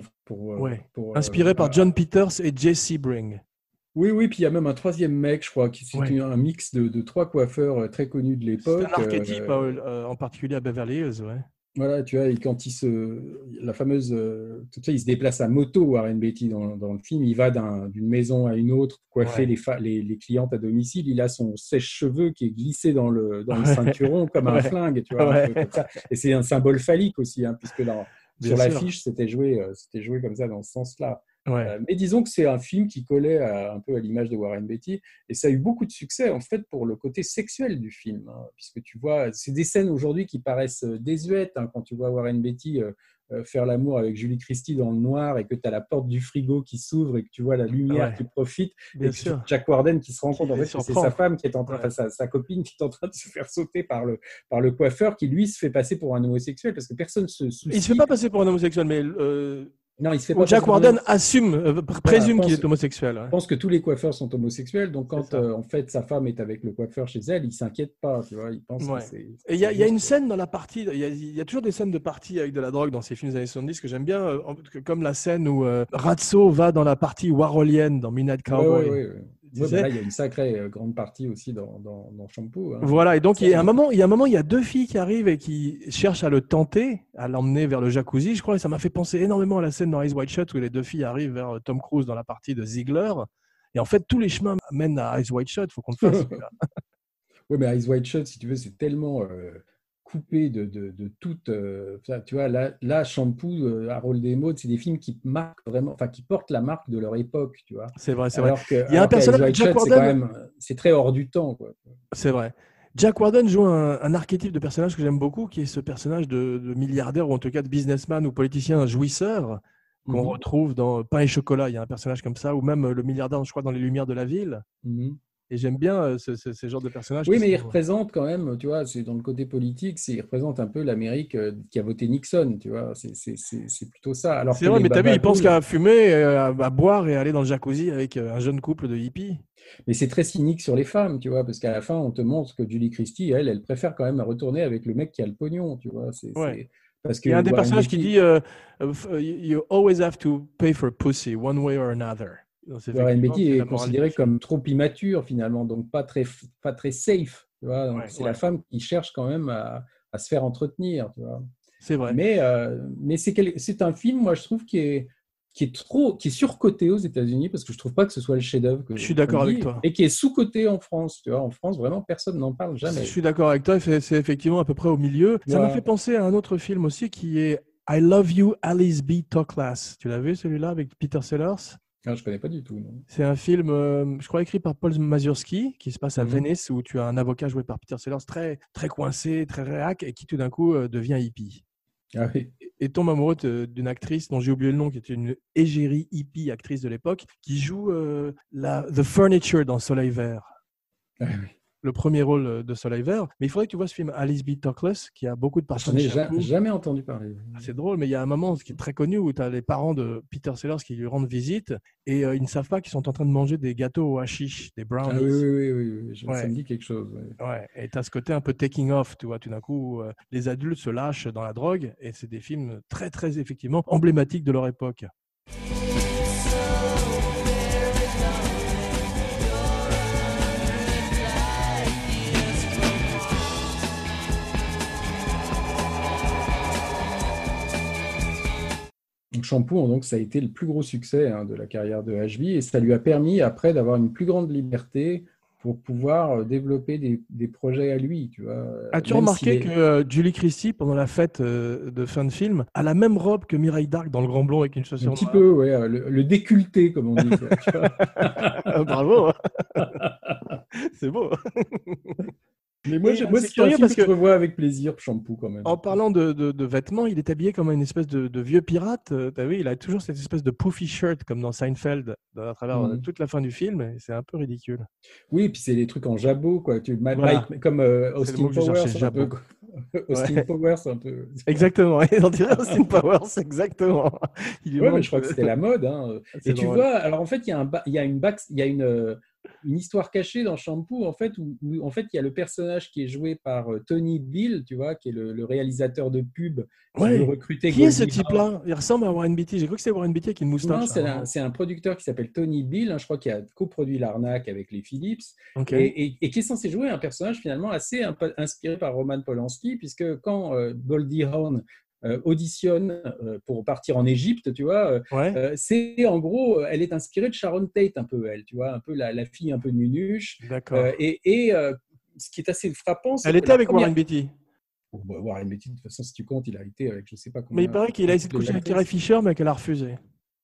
B: Inspiré par John Peters et Jay Sebring.
A: Oui, puis il y a même un troisième mec, je crois, qui c'est un mix de 3 coiffeurs très connus de l'époque.
B: C'est un archétype, en particulier à Beverly Hills, ouais.
A: Voilà, tu vois, et quand la fameuse, tu sais, il se déplace à moto, Warren Beatty, dans le film, il va d'une maison à une autre, coiffer les clientes à domicile, il a son sèche-cheveux qui est glissé dans le ceinturon comme un flingue, tu vois, un peu comme ça. Et c'est un symbole phallique aussi, hein, puisque là, sur l'affiche, c'était joué comme ça, dans ce sens-là.
B: Ouais.
A: Mais disons que c'est un film qui collait un peu à l'image de Warren Beatty, et ça a eu beaucoup de succès en fait pour le côté sexuel du film, hein, puisque tu vois, c'est des scènes aujourd'hui qui paraissent désuètes, hein, quand tu vois Warren Beatty faire l'amour avec Julie Christie dans le noir et que tu as la porte du frigo qui s'ouvre et que tu vois la lumière
B: Ouais.
A: qui profite
B: Bien
A: et que tu
B: sûr.
A: vois Jack Warden qui se rend
B: Qui
A: compte en
B: les
A: fait que c'est
B: surprend.
A: sa femme qui est en train,
B: Ouais.
A: enfin, sa copine qui est en train de se faire sauter par le coiffeur qui lui se fait passer pour un homosexuel parce que personne se soucie.
B: Il se fait pas passer pour un homosexuel, mais
A: Non, il se fait pas
B: Jack
A: passer pour un
B: Warden
A: homosexuel.
B: présume
A: pense-
B: qu'il est homosexuel. Ouais.
A: Je pense que tous les coiffeurs sont homosexuels, donc
B: C'est
A: quand
B: ça.
A: en fait sa femme est avec le coiffeur chez elle, il s'inquiète pas, tu vois, il pense
B: Ouais.
A: que c'est.
B: Et il y a une scène dans la partie, il y a toujours des scènes de partie avec de la drogue dans ces films des années 70 que j'aime bien, comme la scène où Ratso va dans la partie warholienne dans Midnight
A: Ouais,
B: Cowboy.
A: ouais, ouais.
B: Tu
A: Ouais,
B: sais.
A: bah là, il y a une sacrée grande partie aussi dans Shampoo. Hein.
B: Voilà, et donc
A: Ça,
B: il y a un moment, il y a deux filles qui arrivent et qui cherchent à le tenter, à l'emmener vers le jacuzzi, je crois, et ça m'a fait penser énormément à la scène dans Eyes Wide Shut où les deux filles arrivent vers Tom Cruise dans la partie de Ziegler. Et en fait, tous les chemins mènent à Eyes Wide Shut, il faut qu'on le fasse. Celui-là.
A: Ouais, mais Eyes Wide Shut, si tu veux, c'est tellement coupé de toute. Tu vois, là Shampoo, Harold et Maude, c'est des films qui marquent vraiment, enfin, qui portent la marque de leur époque, tu vois.
B: C'est vrai, c'est vrai.
A: Alors que,
B: Il y a un
A: alors qu'Eyes
B: personnage de
A: Wide
B: Jack
A: Shut, c'est quand
B: Warden.
A: même, c'est très hors du temps, quoi.
B: C'est vrai. Jack Warden joue un archétype de personnage que j'aime beaucoup, qui est ce personnage de milliardaire, ou en tout cas de businessman ou politicien jouisseur, qu'on
A: Mhm.
B: retrouve dans Pain et Chocolat. Il y a un personnage comme ça, ou même le milliardaire, je crois, dans Les Lumières de la Ville.
A: Mhm.
B: Et j'aime bien ce genre de personnages.
A: Oui,
B: qui
A: mais il
B: sont-
A: représente quand même, tu vois, c'est dans le côté politique, il représente un peu l'Amérique qui a voté Nixon, tu vois, c'est plutôt ça. Alors
B: C'est
A: que
B: vrai,
A: les
B: mais t'as vu, il pense
A: bababoules,
B: qu'à fumer, à boire et aller dans le jacuzzi avec un jeune couple de hippies.
A: mais c'est très cynique sur les femmes, tu vois, parce qu'à la fin, on te montre que Julie Christie, elle préfère quand même retourner avec le mec qui a le pognon, tu vois,
B: Ouais.
A: parce
B: Il y a
A: que
B: un des
A: Warren
B: personnages qui
A: Beatty,
B: dit You always have to pay for pussy, one way or another. Donc,
A: Warren
B: effectivement,
A: Beatty
B: c'est
A: est
B: la morale du
A: considéré
B: film.
A: comme trop immature finalement, donc pas très safe, tu vois, donc
B: Ouais,
A: c'est
B: ouais.
A: la femme qui cherche quand même à se faire entretenir, tu vois.
B: C'est vrai.
A: Mais c'est un film, moi, je trouve, qui est surcoté aux États-Unis parce que je trouve pas que ce soit le chef-d'œuvre
B: Je suis d'accord
A: qu'on
B: avec
A: dit,
B: toi.
A: et qui est sous-coté en France. Tu vois, en France, vraiment, personne n'en parle
B: Je
A: jamais.
B: suis d'accord avec toi, c'est effectivement à peu près au milieu. Ça m'a
A: Voilà.
B: fait penser à un autre film aussi qui est I Love You, Alice B. Toklas. Tu l'as vu celui-là avec Peter Sellers?
A: Ah, je connais pas du tout. Non.
B: C'est un film, je crois, écrit par Paul Mazursky, qui se passe à
A: Mhm.
B: Venice, où tu as un avocat joué par Peter Sellers très, très coincé, très réac, et qui tout d'un coup devient hippie.
A: Ah oui.
B: Et tombe amoureux d'une actrice dont j'ai oublié le nom, qui était une égérie hippie actrice de l'époque, qui joue The Furniture dans Soleil Vert.
A: Ah oui.
B: Le premier rôle de Soleil Vert. Mais il faudrait que tu vois ce film Alice B. Toklas, qui a beaucoup de
A: J'en
B: parfums de
A: ai
B: shampoo.
A: jamais entendu parler.
B: C'est drôle, mais il y a un moment qui est très connu où tu as les parents de Peter Sellers qui lui rendent visite et ils ne savent pas qu'ils sont en train de manger des gâteaux au hashish, des
A: Ah
B: brownies.
A: oui. Ça
B: Ouais.
A: me dit quelque chose. Ouais.
B: Ouais, et tu as ce côté un peu taking off, tu vois, tout d'un coup, les adultes se lâchent dans la drogue et c'est des films très, très effectivement emblématiques de leur époque.
A: Donc, Shampoo, donc, ça a été le plus gros succès de la carrière de HB et ça lui a permis après d'avoir une plus grande liberté pour pouvoir développer des projets à lui. Tu vois,
B: As-tu
A: même
B: remarqué
A: s'il est-
B: que Julie Christie, pendant la fête de fin de film, a la même robe que Mireille Darc dans Le Grand Blond avec une
A: Un
B: chaussure
A: petit
B: noire?
A: peu, ouais, le déculté, comme on dit. Quoi, tu vois.
B: Bravo. C'est beau.
A: Mais moi,
B: Et,
A: c'est
B: c'est
A: un
B: curieux
A: film
B: parce
A: que je
B: que
A: revois avec plaisir, Shampoo, quand même.
B: en parlant de vêtements, il est habillé comme une espèce de vieux pirate. T'as vu, il a toujours cette espèce de poofy shirt comme dans Seinfeld à travers
A: Mhm.
B: toute la fin du film. Et c'est un peu ridicule.
A: Oui, puis c'est des trucs en jabot, quoi.
B: Voilà.
A: Comme
B: C'est le
A: Austin
B: mot que je
A: Powers,
B: cherchais,
A: un peu.
B: jabot.
A: Austin
B: Ouais.
A: Powers, un peu.
B: Exactement. Et on dirait Austin Powers, exactement. Il lui
A: Ouais, mais
B: manque.
A: je crois que c'était la mode. Hein.
B: C'est
A: Et tu
B: drôle.
A: vois, alors en fait, il y a une histoire cachée dans Shampoo, en fait, où en fait, il y a le personnage qui est joué par Tony Bill, tu vois, qui est le réalisateur de pub qui veut
B: Ouais.
A: recruter
B: Qui est ce
A: Goldie Hawn.
B: type-là? Il ressemble à Warren Beatty. J'ai cru que c'était Warren Beatty avec une
A: Non,
B: moustache.
A: c'est un producteur qui s'appelle Tony Bill, hein, je crois qu'il a coproduit L'Arnaque avec les Phillips,
B: Ok.
A: et qui est censé jouer un personnage finalement assez inspiré par Roman Polanski, puisque quand Goldie Hawn auditionne pour partir en Égypte, tu vois,
B: Ouais.
A: c'est en gros, elle est inspirée de Sharon Tate un peu, elle, tu vois, un peu la fille un peu nunuche,
B: D'accord.
A: ce qui est assez frappant, c'est
B: Elle
A: que
B: était
A: la
B: avec
A: première...
B: Warren Beatty.
A: Bon, bah, Warren Beatty, de toute façon, si tu comptes, il a été avec je sais pas combien.
B: Mais il paraît qu'il a essayé de coucher avec Carrie Fisher, mais qu'elle a refusé.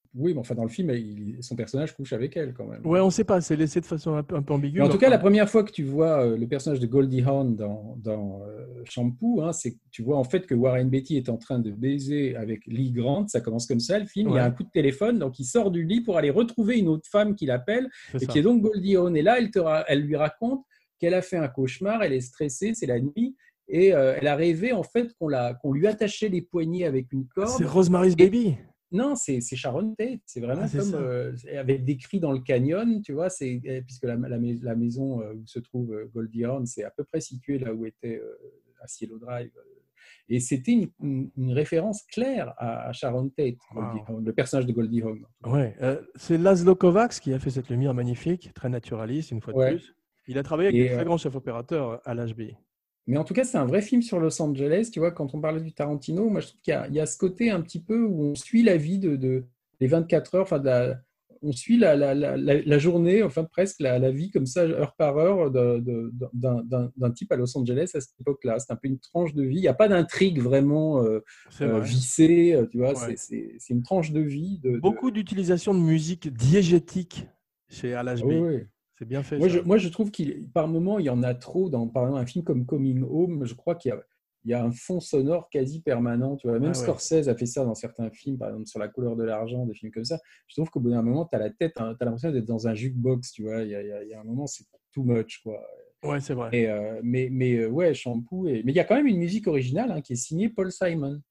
A: Oui, mais enfin, dans le film, son personnage couche avec elle quand même.
B: Ouais, on ne sait pas, c'est laissé de façon un peu ambiguë.
A: Mais en tout cas, la première fois que tu vois le personnage de Goldie Hawn dans Shampoo, hein, c'est que tu vois en fait que Warren Beatty est en train de baiser avec Lee Grant. Ça commence comme ça, le film. Il y a un coup de téléphone, donc il sort du lit pour aller retrouver une autre femme qui l'appelle, et qui est donc Goldie Hawn. Et là, elle lui raconte qu'elle a fait un cauchemar, elle est stressée, c'est la nuit, et elle a rêvé en fait qu'on lui attachait les poignets avec une corde.
B: C'est Rosemary's Baby.
A: Non, c'est Sharon Tate. C'est vraiment comme avec des cris dans le canyon, tu vois. Puisque la maison où se trouve Goldie Hawn, c'est à peu près situé là où était à Cielo Drive. Et c'était une référence claire à Sharon Tate, le personnage de Goldie Hawn.
B: Ouais, c'est Laszlo Kovacs qui a fait cette lumière magnifique, très naturaliste, une fois de plus. Il a travaillé avec des très grands chefs opérateurs à l'HB.
A: Mais en tout cas, c'est un vrai film sur Los Angeles. Tu vois, quand on parlait du Tarantino, moi, je trouve qu'il y a ce côté un petit peu où on suit la vie des 24 heures, enfin, on suit la journée, enfin, presque la vie comme ça, heure par heure, d'un type à Los Angeles à cette époque-là. C'est un peu une tranche de vie. Il n'y a pas d'intrigue vraiment vissée, tu vois. Ouais. C'est une tranche de vie.
B: Beaucoup d'utilisation de musique diégétique chez Al Ashby.
A: Oui.
B: C'est bien fait.
A: Moi, je trouve par moment, il y en a trop. Par exemple, un film comme Coming Home, je crois qu'il y a un fond sonore quasi permanent. Tu vois. Même Scorsese a fait ça dans certains films, par exemple sur La couleur de l'argent, des films comme ça. Je trouve qu'au bout d'un moment, tu as la tête, tu as l'impression d'être dans un jukebox. Tu vois. Il y a un moment, c'est too much, quoi.
B: Ouais, c'est vrai.
A: Mais ouais, Shampoo. Mais il y a quand même une musique originale qui est signée Paul Simon.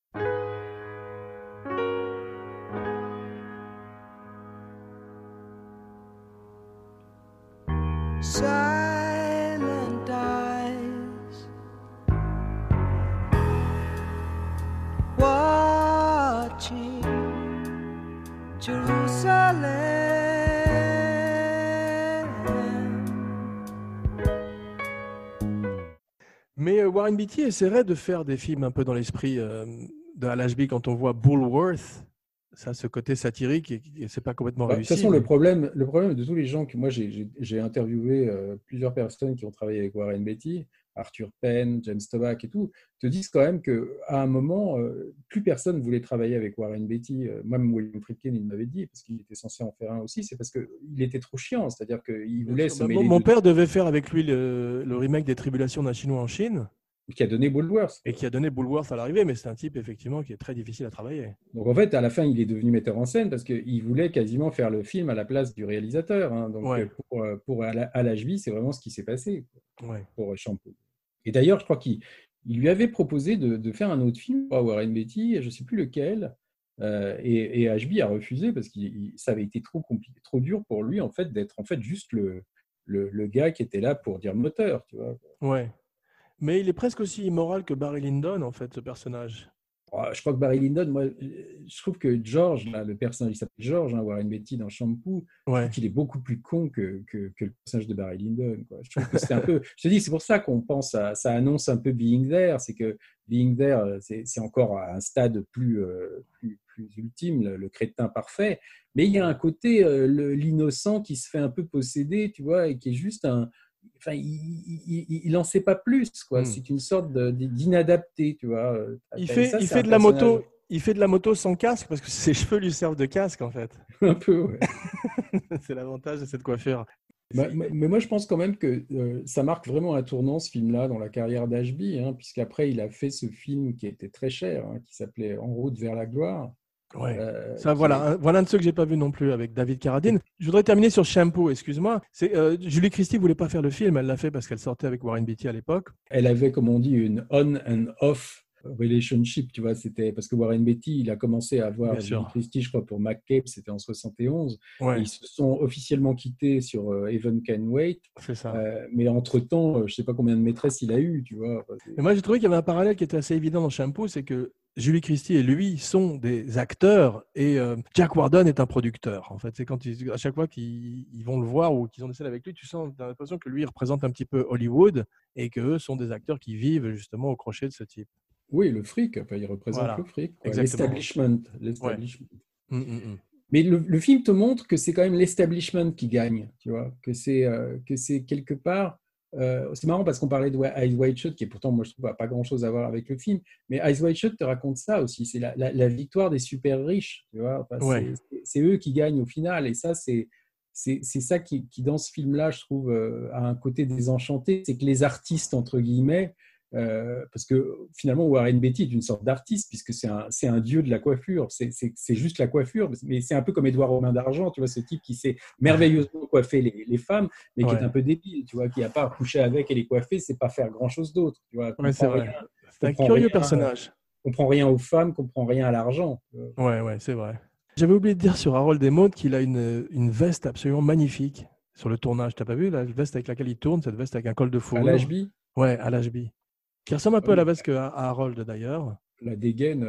D: Silent eyes watching Jerusalem.
B: Mais Warren Beatty essaierait de faire des films un peu dans l'esprit de Al Ashby quand on voit Bullworth. Ça, ce côté satirique, et c'est pas complètement réussi.
A: De toute façon, le problème de tous les gens que moi j'ai interviewé plusieurs personnes qui ont travaillé avec Warren Beatty, Arthur Penn, James Toback et tout, te disent quand même qu'à un moment, plus personne voulait travailler avec Warren Beatty. Même William Friedkin, il m'avait dit, parce qu'il était censé en faire un aussi, c'est parce qu'il était trop chiant, c'est-à-dire qu'il voulait se mêler.
B: Mon père devait faire avec lui le remake des Tribulations d'un Chinois en Chine.
A: Qui a donné Bullworth.
B: Et qui a donné Bullworth à l'arrivée, mais c'est un type effectivement qui est très difficile à travailler.
A: Donc en fait, à la fin, il est devenu metteur en scène parce qu'il voulait quasiment faire le film à la place du réalisateur. Hein. Donc pour Al Ashby, c'est vraiment ce qui s'est passé pour Shampoo. Et d'ailleurs, je crois qu'il lui avait proposé de faire un autre film à Warren Beatty, je ne sais plus lequel, et Ashby a refusé parce que ça avait été trop compliqué, trop dur pour lui en fait d'être en fait juste le gars qui était là pour dire moteur, tu vois.
B: Ouais. Mais il est presque aussi immoral que Barry Lyndon, en fait, ce personnage.
A: Je crois que Barry Lyndon, moi, je trouve que George, là, le personnage, il s'appelle George, Warren Beatty dans Shampoo, je trouve qu'il est beaucoup plus con que le personnage de Barry Lyndon. Quoi. Je trouve que c'est un peu. Je te dis, c'est pour ça qu'on pense ça annonce un peu Being There, c'est que Being There, c'est encore à un stade plus ultime, le crétin parfait. Mais il y a un côté, l'innocent qui se fait un peu posséder, tu vois, et qui est juste un. Enfin, il n'en sait pas plus, quoi. C'est une sorte d'inadapté, tu vois.
B: Il fait de la moto sans casque parce que ses cheveux lui servent de casque, en fait.
A: Un peu, ouais.
B: C'est l'avantage de cette coiffure.
A: Mais moi, je pense quand même que ça marque vraiment un tournant, ce film-là, dans la carrière d'Ashby, hein, puisqu'après, il a fait ce film qui était très cher, hein, qui s'appelait En route vers la gloire.
B: Ouais. Voilà un de ceux que j'ai pas vu non plus avec David Carradine. Je voudrais terminer sur Shampoo, excuse-moi. Julie Christie voulait pas faire le film, elle l'a fait parce qu'elle sortait avec Warren Beatty à l'époque.
A: Elle avait, comme on dit, une on and off relationship, tu vois, c'était parce que Warren Beatty, il a commencé à voir Julie Christie, je crois, pour McCabe, c'était en 71. Ouais. Ils se sont officiellement quittés sur Heaven Can Wait.
B: C'est ça.
A: Mais entre-temps, je sais pas combien de maîtresses il a eu, tu vois.
B: Et moi, j'ai trouvé qu'il y avait un parallèle qui était assez évident dans Shampoo, c'est que Julie Christie et lui sont des acteurs et Jack Warden est un producteur. En fait, c'est à chaque fois qu'ils vont le voir ou qu'ils ont des scènes avec lui, tu sens l'impression que lui représente un petit peu Hollywood et qu'eux sont des acteurs qui vivent justement au crochet de ce type.
A: Oui, le fric, enfin, il représente le fric, l'establishment.
B: Ouais.
A: Mais le film te montre que c'est quand même l'establishment qui gagne, tu vois, que c'est quelque part C'est marrant parce qu'on parlait de Eyes Wide Shut, qui est pourtant, moi, je trouve, pas grand-chose à voir avec le film. Mais Eyes Wide Shut te raconte ça aussi. C'est la victoire des super riches. Tu vois. Enfin,
B: Ouais.
A: c'est eux qui gagnent au final. Et ça, c'est ça qui, dans ce film-là, je trouve, a un côté désenchanté. C'est que les artistes, entre guillemets, parce que finalement, Warren Beatty est une sorte d'artiste, puisque c'est un dieu de la coiffure. C'est juste la coiffure. Mais c'est un peu comme Édouard Romain d'Argent, tu vois, ce type qui sait merveilleusement coiffer les femmes, mais qui est
B: Ouais.
A: un peu débile, tu vois, qui n'a pas à coucher avec et les coiffer, c'est pas faire grand-chose d'autre. Tu vois,
B: Ouais, c'est vrai. C'est un
A: comprend
B: curieux
A: rien,
B: personnage.
A: comprend rien aux femmes, comprend rien à l'argent.
B: Ouais, c'est vrai. J'avais oublié de dire sur Harold Desmond qu'il a une veste absolument magnifique sur le tournage. T'as pas vu la veste avec laquelle il tourne, cette veste avec un col de
A: À
B: fourrure?
A: l'HB,
B: Ouais, à l'HB. Qui ressemble un peu à la veste à Harold d'ailleurs.
A: la dégaine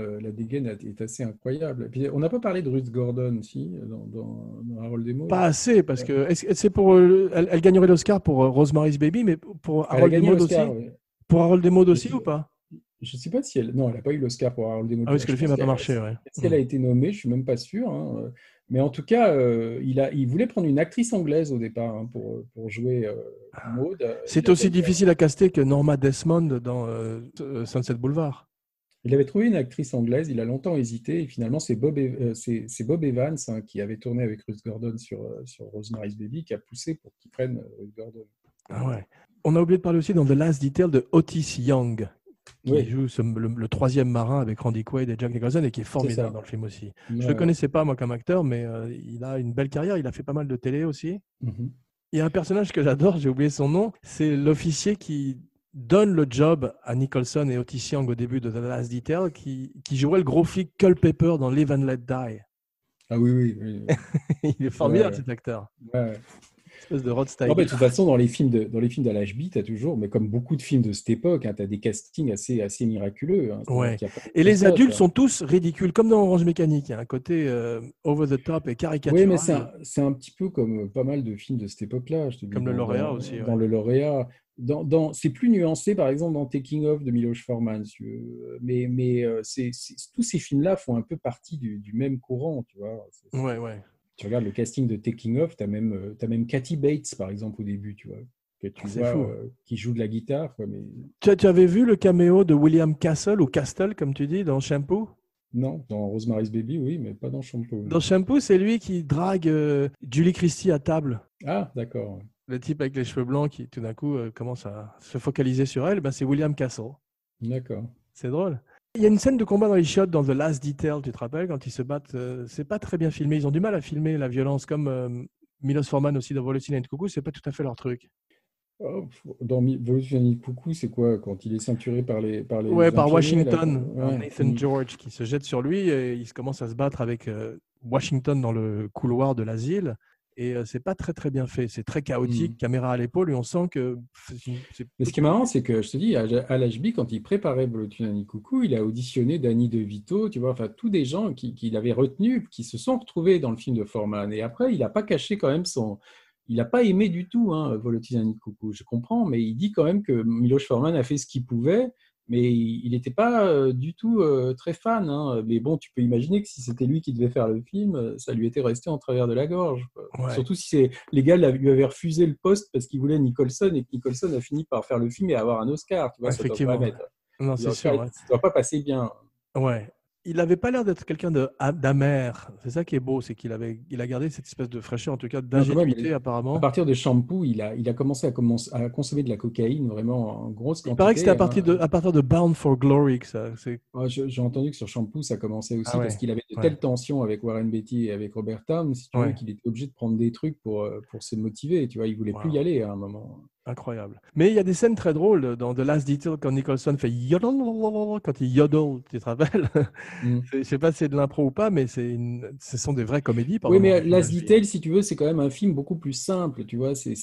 A: est assez incroyable. Et puis, on n'a pas parlé de Ruth Gordon aussi dans Harold et Maude.
B: Pas assez, parce que c'est pour elle gagnerait l'Oscar pour Rosemary's Baby, mais pour
A: Elle a
B: Harold
A: gagné
B: Desmond aussi.
A: l'Oscar. Ouais.
B: Pour Harold Desmond
A: Je
B: aussi
A: sais,
B: ou pas?
A: je sais pas si elle. Non, elle n'a pas eu l'Oscar pour Harold et Maude.
B: Ah oui, parce que
A: Je
B: le film
A: pense
B: n'a pas
A: qu'elle
B: marché, ouais.
A: est-ce qu'elle a été nommée? Je suis même pas sûr. Hein. Mais en tout cas, il voulait prendre une actrice anglaise au départ hein, pour jouer Maude.
B: C'est
A: Il
B: aussi
A: avait,
B: difficile à caster que Norma Desmond dans Sunset Boulevard.
A: il avait trouvé une actrice anglaise. Il a longtemps hésité et finalement c'est c'est Bob Evans hein, qui avait tourné avec Ruth Gordon sur Rosemary's Baby qui a poussé pour qu'il prenne Ruth Gordon.
B: Ah ouais. On a oublié de parler aussi dans The Last Detail de Otis Young, qui
A: Oui,
B: joue le troisième marin avec Randy Quaid et Jack Nicholson et qui est
A: c'est
B: formidable
A: ça.
B: dans le film aussi. Je ne le
A: Ouais.
B: connaissais pas moi comme acteur, mais il a une belle carrière. Il a fait pas mal de télé aussi.
A: Mhm.
B: Il y a un personnage que j'adore, j'ai oublié son nom, c'est l'officier qui donne le job à Nicholson et Otis Young au début de The Last Detail, qui jouait le gros flic Culpepper dans Live and Let Die.
A: Ah oui.
B: Il est formidable
A: Ouais.
B: cet acteur.
A: Ouais.
B: Espèce de Rod
A: Non,
B: Steiger.
A: mais de toute façon, dans les films d'Al Ashby, tu as toujours, mais comme beaucoup de films de cette époque, tu as des castings assez miraculeux. Hein. C'est-à-dire
B: Ouais.
A: qu'il y a pas
B: Et
A: que
B: les
A: ça,
B: adultes
A: quoi.
B: sont tous ridicules, comme dans Orange Mécanique. Il y a un côté over the top et
A: Oui, mais
B: caricatural,
A: c'est un petit peu comme pas mal de films de cette époque-là, je te dis,
B: comme le lauréat aussi.
A: dans
B: Ouais.
A: Le Lauréat. C'est plus nuancé, par exemple, dans Taking Off de Miloš Forman. Si tu veux. Mais tous ces films-là font un peu partie du même courant, tu vois.
B: Ouais.
A: Tu regardes le casting de Taking Off, tu as même Kathy Bates, par exemple, au début, tu vois, que tu
B: C'est
A: vois
B: fou.
A: qui joue de la guitare. Quoi, mais
B: Tu avais vu le caméo de William Castle, ou Castle, comme tu dis, dans Shampoo?
A: non, dans Rosemary's Baby, oui, mais pas dans Shampoo.
B: Dans Shampoo, c'est lui qui drague Julie Christie à table.
A: Ah, d'accord.
B: Le type avec les cheveux blancs qui, tout d'un coup, commence à se focaliser sur elle, ben, c'est William Castle.
A: D'accord.
B: C'est drôle. Il y a une scène de combat dans les shots dans The Last Detail, tu te rappelles, quand ils se battent. C'est pas très bien filmé. Ils ont du mal à filmer la violence, comme Milos Forman aussi dans Volotine et Coucou. C'est pas tout à fait leur truc.
A: Oh, dans Volcanic Coucou, c'est quoi quand il est ceinturé par les
B: Ouais, par
A: infirmiers, là,
B: Washington, par
A: ouais.
B: Nathan George, qui se jette sur lui et il commence à se battre avec Washington dans le couloir de l'asile. Et c'est pas très très bien fait. C'est très chaotique, caméra à l'épaule, et on sent que c'est
A: Mais ce qui est marrant, c'est que je te dis, à l'HB, quand il préparait Volotine Coucou, il a auditionné Danny DeVito, tu vois, enfin, tous des gens qu'il avait retenus, qui se sont retrouvés dans le film de Forman. Et après, il n'a pas caché quand même il n'a pas aimé du tout hein, Volotine Coucou, je comprends, mais il dit quand même que Miloš Forman a fait ce qu'il pouvait, mais il n'était pas du tout très fan. Hein. Mais bon, tu peux imaginer que si c'était lui qui devait faire le film, ça lui était resté en travers de la gorge. Quoi.
B: Ouais.
A: Surtout si les gars lui avaient refusé le poste parce qu'ils voulaient Nicholson et que Nicholson a fini par faire le film et avoir un Oscar. Tu vois, ça
B: effectivement.
A: doit pas mettre.
B: Non, c'est sûr. Ouais.
A: Ça doit pas passer bien.
B: Ouais. Il n'avait pas l'air d'être quelqu'un d'amer. C'est ça qui est beau, c'est qu'il a gardé cette espèce de fraîcheur, en tout cas d'ingénuité apparemment.
A: À partir de Shampoo, il a commencé à consommer de la cocaïne vraiment en grosse quantité.
B: Il paraît que c'était à partir de Bound for Glory que ça.
A: J'ai entendu que sur Shampoo, ça commençait aussi
B: ouais.
A: parce qu'il avait de telles tensions avec Warren Beatty et avec Robert Towne, si tu veux, qu'il était obligé de prendre des trucs pour se motiver. Tu vois, il voulait plus y aller à un moment.
B: Incroyable. Mais il y a des scènes très drôles dans The Last Detail quand Nicholson fait yodel, quand il yodel, tu te rappelles? Je ne sais pas si c'est de l'impro ou pas, mais ce sont des vraies comédies.
A: Oui, mais Last Detail, si tu veux, c'est quand même un film beaucoup plus simple. Tu vois, c'est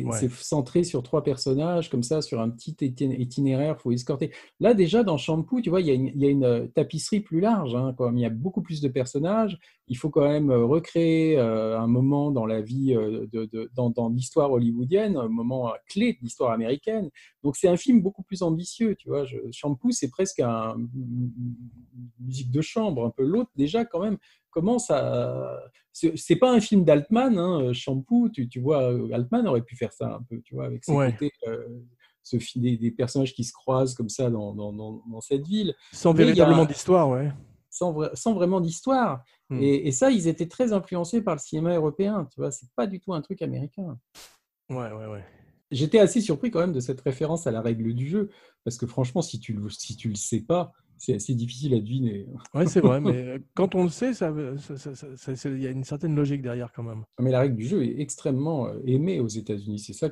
A: centré sur 3 personnages, comme ça, sur un petit itinéraire, il faut escorter. Là, déjà, dans Shampoo, tu vois, il y a une tapisserie plus large. Hein, quand même. Il y a beaucoup plus de personnages. Il faut quand même recréer un moment dans la vie, dans l'histoire hollywoodienne, un moment clé de l'histoire américaine. Donc, c'est un film beaucoup plus ambitieux, tu vois. Shampoo, c'est presque une musique de chambre, un peu. L'autre, déjà, quand même, comment ça. C'est pas un film d'Altman, hein, Shampoo. Tu vois, Altman aurait pu faire ça un peu, tu vois, avec ses
B: Ouais.
A: côtés, des personnages qui se croisent comme ça dans cette ville.
B: Sans
A: Mais il y
B: véritablement
A: a
B: d'histoire, ouais.
A: sans vraiment d'histoire.
B: Hmm.
A: Et ça, ils étaient très influencés par le cinéma européen. Tu vois, c'est pas du tout un truc américain.
B: Ouais, ouais, ouais.
A: J'étais assez surpris quand même de cette référence à la règle du jeu, parce que franchement, si tu le sais pas, c'est assez difficile à deviner.
B: Ouais, c'est vrai, mais quand on le sait, il y a une certaine logique derrière quand même.
A: Mais la règle du jeu est extrêmement aimée aux États-Unis. C'est ça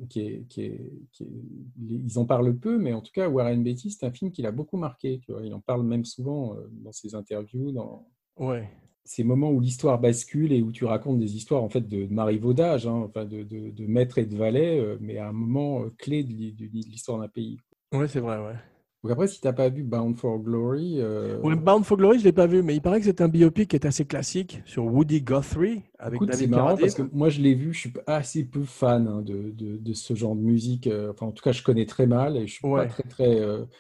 A: ils en parlent peu, mais en tout cas, Warren Beatty, c'est un film qui l'a beaucoup marqué. Tu vois. Il en parle même souvent dans ses interviews, dans
B: Ouais.
A: ces moments où l'histoire bascule et où tu racontes des histoires en fait de marivaudage, hein, enfin de maître et de valet, mais à un moment clé de l'histoire d'un pays.
B: Ouais, c'est vrai, ouais.
A: Donc après, si tu n'as pas vu Bound for Glory,
B: Ouais, Bound for Glory, je ne l'ai pas vu, mais il paraît que c'est un biopic qui est assez classique sur Woody Guthrie avec
A: écoute, c'est
B: David
A: marrant
B: Carradine.
A: parce que moi je l'ai vu, je suis assez peu fan hein, de ce genre de musique. Enfin, en tout cas, je connais très mal et je suis pas
B: Ouais.
A: très.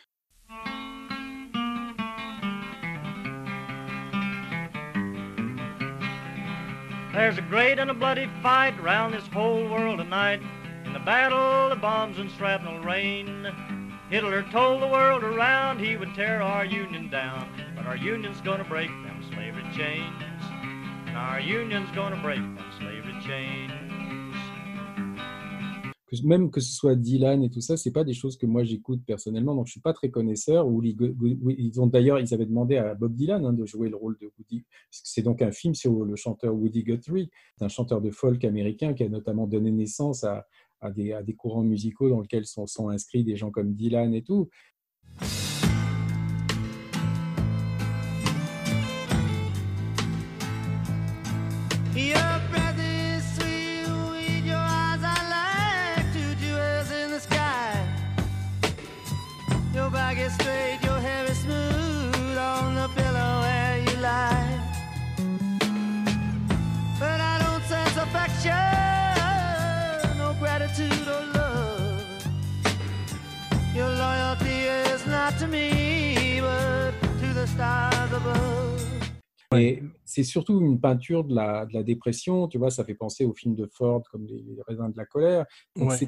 H: There's a great and a bloody fight round this whole world tonight. In the battle, the bombs and shrapnel rain. Hitler told the world around he would tear our union down. But our union's gonna break them slavery chains. And our union's gonna break them slavery chains.
A: Même que ce soit Dylan et tout ça, c'est pas des choses que moi j'écoute personnellement, donc je suis pas très connaisseur. Ils avaient demandé à Bob Dylan hein, de jouer le rôle de Woody, puisque c'est donc un film sur le chanteur Woody Guthrie, un chanteur de folk américain qui a notamment donné naissance à des courants musicaux dans lesquels sont inscrits des gens comme Dylan et tout.
D: Your breath is sweet with your eyes are like two jewels in the sky. Your back is straight, your hair is smooth on the pillow where you lie. But I don't sense affection, no gratitude or love. Your loyalty is not to me, but to the stars above.
A: Et c'est surtout une peinture de la dépression, tu vois, ça fait penser au film de Ford comme les raisins de la colère. Donc
B: Ouais.
A: c'est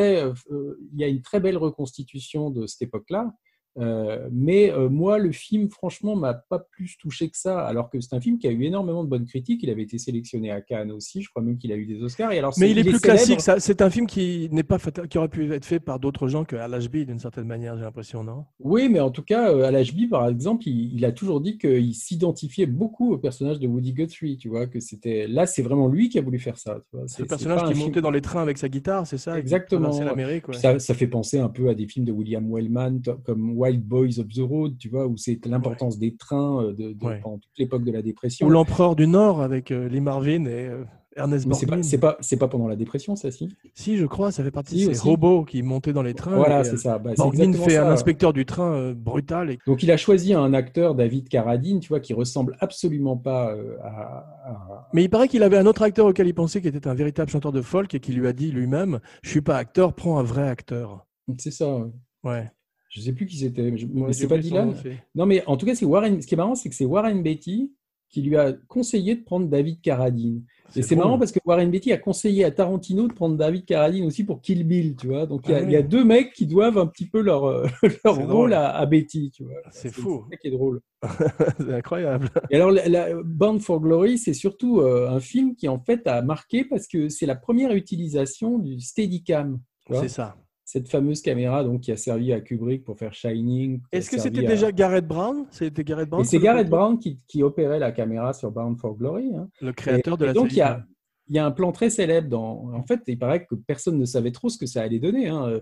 A: il y a une très belle reconstitution de cette époque-là. Mais moi, le film, franchement, m'a pas plus touché que ça, alors que c'est un film qui a eu énormément de bonnes critiques. Il avait été sélectionné à Cannes aussi, je crois même qu'il a eu des Oscars. Et alors,
B: Mais il est plus
A: célèbre.
B: classique. C'est un film qui aurait pu être fait par d'autres gens que Al Ashby d'une certaine manière, j'ai l'impression, non?
A: Oui, mais en tout cas, Al Ashby, par exemple, il a toujours dit qu'il s'identifiait beaucoup au personnage de Woody Guthrie, tu vois, que c'est vraiment lui qui a voulu faire ça. Tu vois.
B: C'est le personnage
A: pas
B: qui
A: un film-
B: montait dans les trains avec sa guitare, c'est ça? Et qui
A: Exactement.
B: traversait l'Amérique, ouais.
A: Puis ça fait penser un peu à des films de William Wellman comme Wild Boys of the Road, tu vois, où c'est l'importance des trains
B: Ouais.
A: pendant toute l'époque de la dépression.
B: Ou l'Empereur du Nord avec Lee Marvin et Ernest
A: Mais
B: Borgnine.
A: c'est pas pendant la dépression, ça, si?
B: Si, je crois, ça fait partie
A: Si,
B: de ces
A: aussi.
B: robots qui montaient dans les trains.
A: Voilà,
B: et,
A: c'est ça. Bah, c'est
B: Borgnine
A: exactement
B: fait un
A: ça.
B: inspecteur du train brutal. Et...
A: Donc, il a choisi un acteur, David Carradine, tu vois, qui ressemble absolument pas à...
B: Mais il paraît qu'il avait un autre acteur auquel il pensait qui était un véritable chanteur de folk et qui lui a dit lui-même « Je suis pas acteur, prends un vrai acteur.
A: C'est ça. Ouais. »
B: Ouais.
A: Je sais plus qui c'était, mais
B: Ouais,
A: c'est
B: j'ai
A: pas
B: oublié son nom
A: Dylan.
B: aussi.
A: Non, mais en tout cas, ce qui est marrant, c'est que c'est Warren Beatty qui lui a conseillé de prendre David Carradine. Et c'est
B: drôle.
A: marrant parce que Warren Beatty a conseillé à Tarantino de prendre David Carradine aussi pour Kill Bill, tu vois. Donc
B: Ah
A: il y a
B: oui.
A: deux mecs qui doivent un petit peu leur rôle
B: drôle.
A: à Beatty, tu vois.
B: C'est fou.
A: C'est ça qui est drôle.
B: C'est incroyable.
A: Et alors, Bound for Glory, c'est surtout un film qui en fait a marqué parce que c'est la première utilisation du Steadicam, tu vois.
B: C'est ça.
A: Cette fameuse caméra donc, qui a servi à Kubrick pour faire Shining. qui a
B: Est-ce que
A: servi
B: c'était
A: à-
B: déjà Garrett Brown? C'était Garrett Brown
A: Et c'est
B: que le
A: Garrett
B: photo-
A: Brown qui opérait la caméra sur Bound for Glory. Hein.
B: le créateur de
A: Et
B: la
A: donc,
B: série.
A: il y a un plan très célèbre. En fait, il paraît que personne ne savait trop ce que ça allait donner. Hein.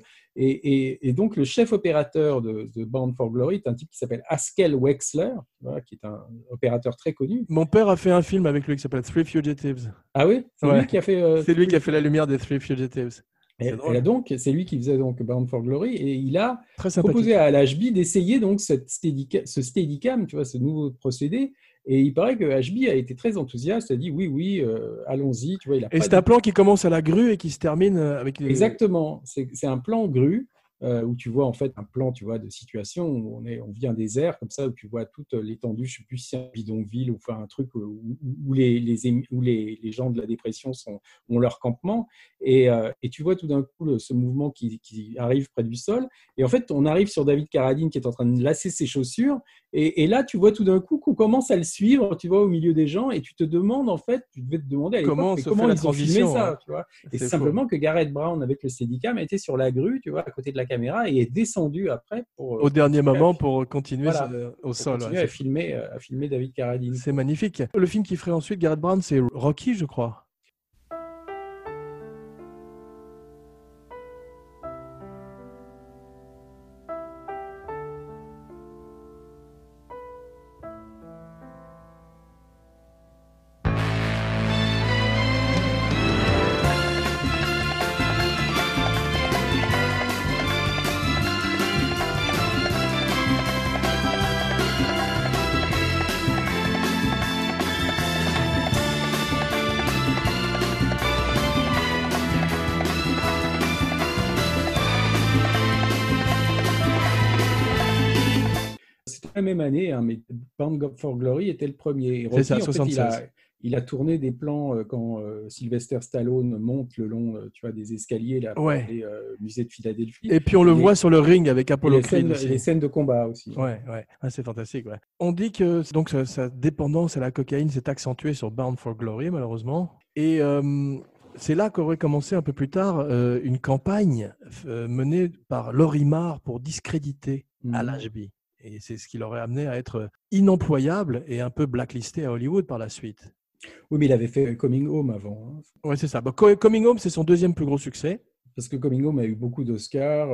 A: Et donc, le chef opérateur de Bound for Glory est un type qui s'appelle Haskell Wexler, voilà, qui est un opérateur très connu.
B: Mon père a fait un film avec lui qui s'appelle Three Fugitives.
A: Ah oui? C'est
B: Ouais.
A: lui qui a fait...
B: C'est lui qui a fait la lumière des Three Fugitives.
A: Et,
B: C'est drôle.
A: et donc, c'est lui qui faisait donc Bound for Glory. Et il a
B: Très sympathique.
A: proposé à Al-Ashby d'essayer donc ce Steadicam, tu vois, ce nouveau procédé. Et il paraît que Ashby a été très enthousiaste, a dit oui, allons-y. Tu vois, il a
B: Et
A: pas
B: c'est un plan qui commence à la grue et qui se termine avec les...
A: Exactement, c'est un plan grue. où tu vois en fait un plan, tu vois, de situation où on vit un désert comme ça, où tu vois toute l'étendue, je ne sais plus si c'est un bidonville ou enfin un truc où les gens de la dépression ont leur campement, et tu vois tout d'un coup ce mouvement qui arrive près du sol, et en fait on arrive sur David Carradine qui est en train de lasser ses chaussures, et là tu vois tout d'un coup qu'on commence à le suivre, tu vois, au milieu des gens, et tu te demandes en fait, tu devais te demander à l'époque,
B: Comment
A: mais
B: se
A: comment
B: fait la
A: ils ont filmé
B: transition,
A: ça,
B: ouais.
A: tu vois, et
B: C'est
A: c'est
B: faux.
A: simplement que Gareth Brown avec le Steadicam était sur la grue, tu vois, à côté de la caméra, et est descendu après pour
B: Au dernier
A: continuer
B: moment pour continuer
A: voilà,
B: au
A: pour
B: sol.
A: continuer
B: Ouais,
A: à filmer David Carradine.
B: c'est magnifique. Le film qui ferait ensuite Gareth Brown, c'est Rocky, je crois.
A: C'était la même année, hein, mais Bound for Glory était le premier. Et
B: C'est ça,
A: Rocky, en fait,
B: 76.
A: il a tourné des plans quand Sylvester Stallone monte le long, tu vois, des escaliers là pour
B: Ouais.
A: aller au musée de Philadelphie.
B: Et puis on le
A: Et
B: voit sur le ring avec
A: et
B: Apollo Creed
A: les
B: aussi.
A: scènes de combat aussi.
B: Ouais, ouais. Ah, c'est fantastique. Ouais. On dit que donc sa dépendance à la cocaïne s'est accentuée sur Bound for Glory, malheureusement. Et c'est là qu'aurait commencé un peu plus tard une campagne menée par Lorimar pour discréditer Al Ashby. Et c'est ce qui l'aurait amené à être inemployable et un peu blacklisté à Hollywood par la suite.
A: Oui, mais il avait fait Coming Home avant. Hein.
B: Ouais, c'est ça. Bah, Coming Home, c'est son deuxième plus gros succès.
A: Parce que Coming Home a eu beaucoup d'Oscars.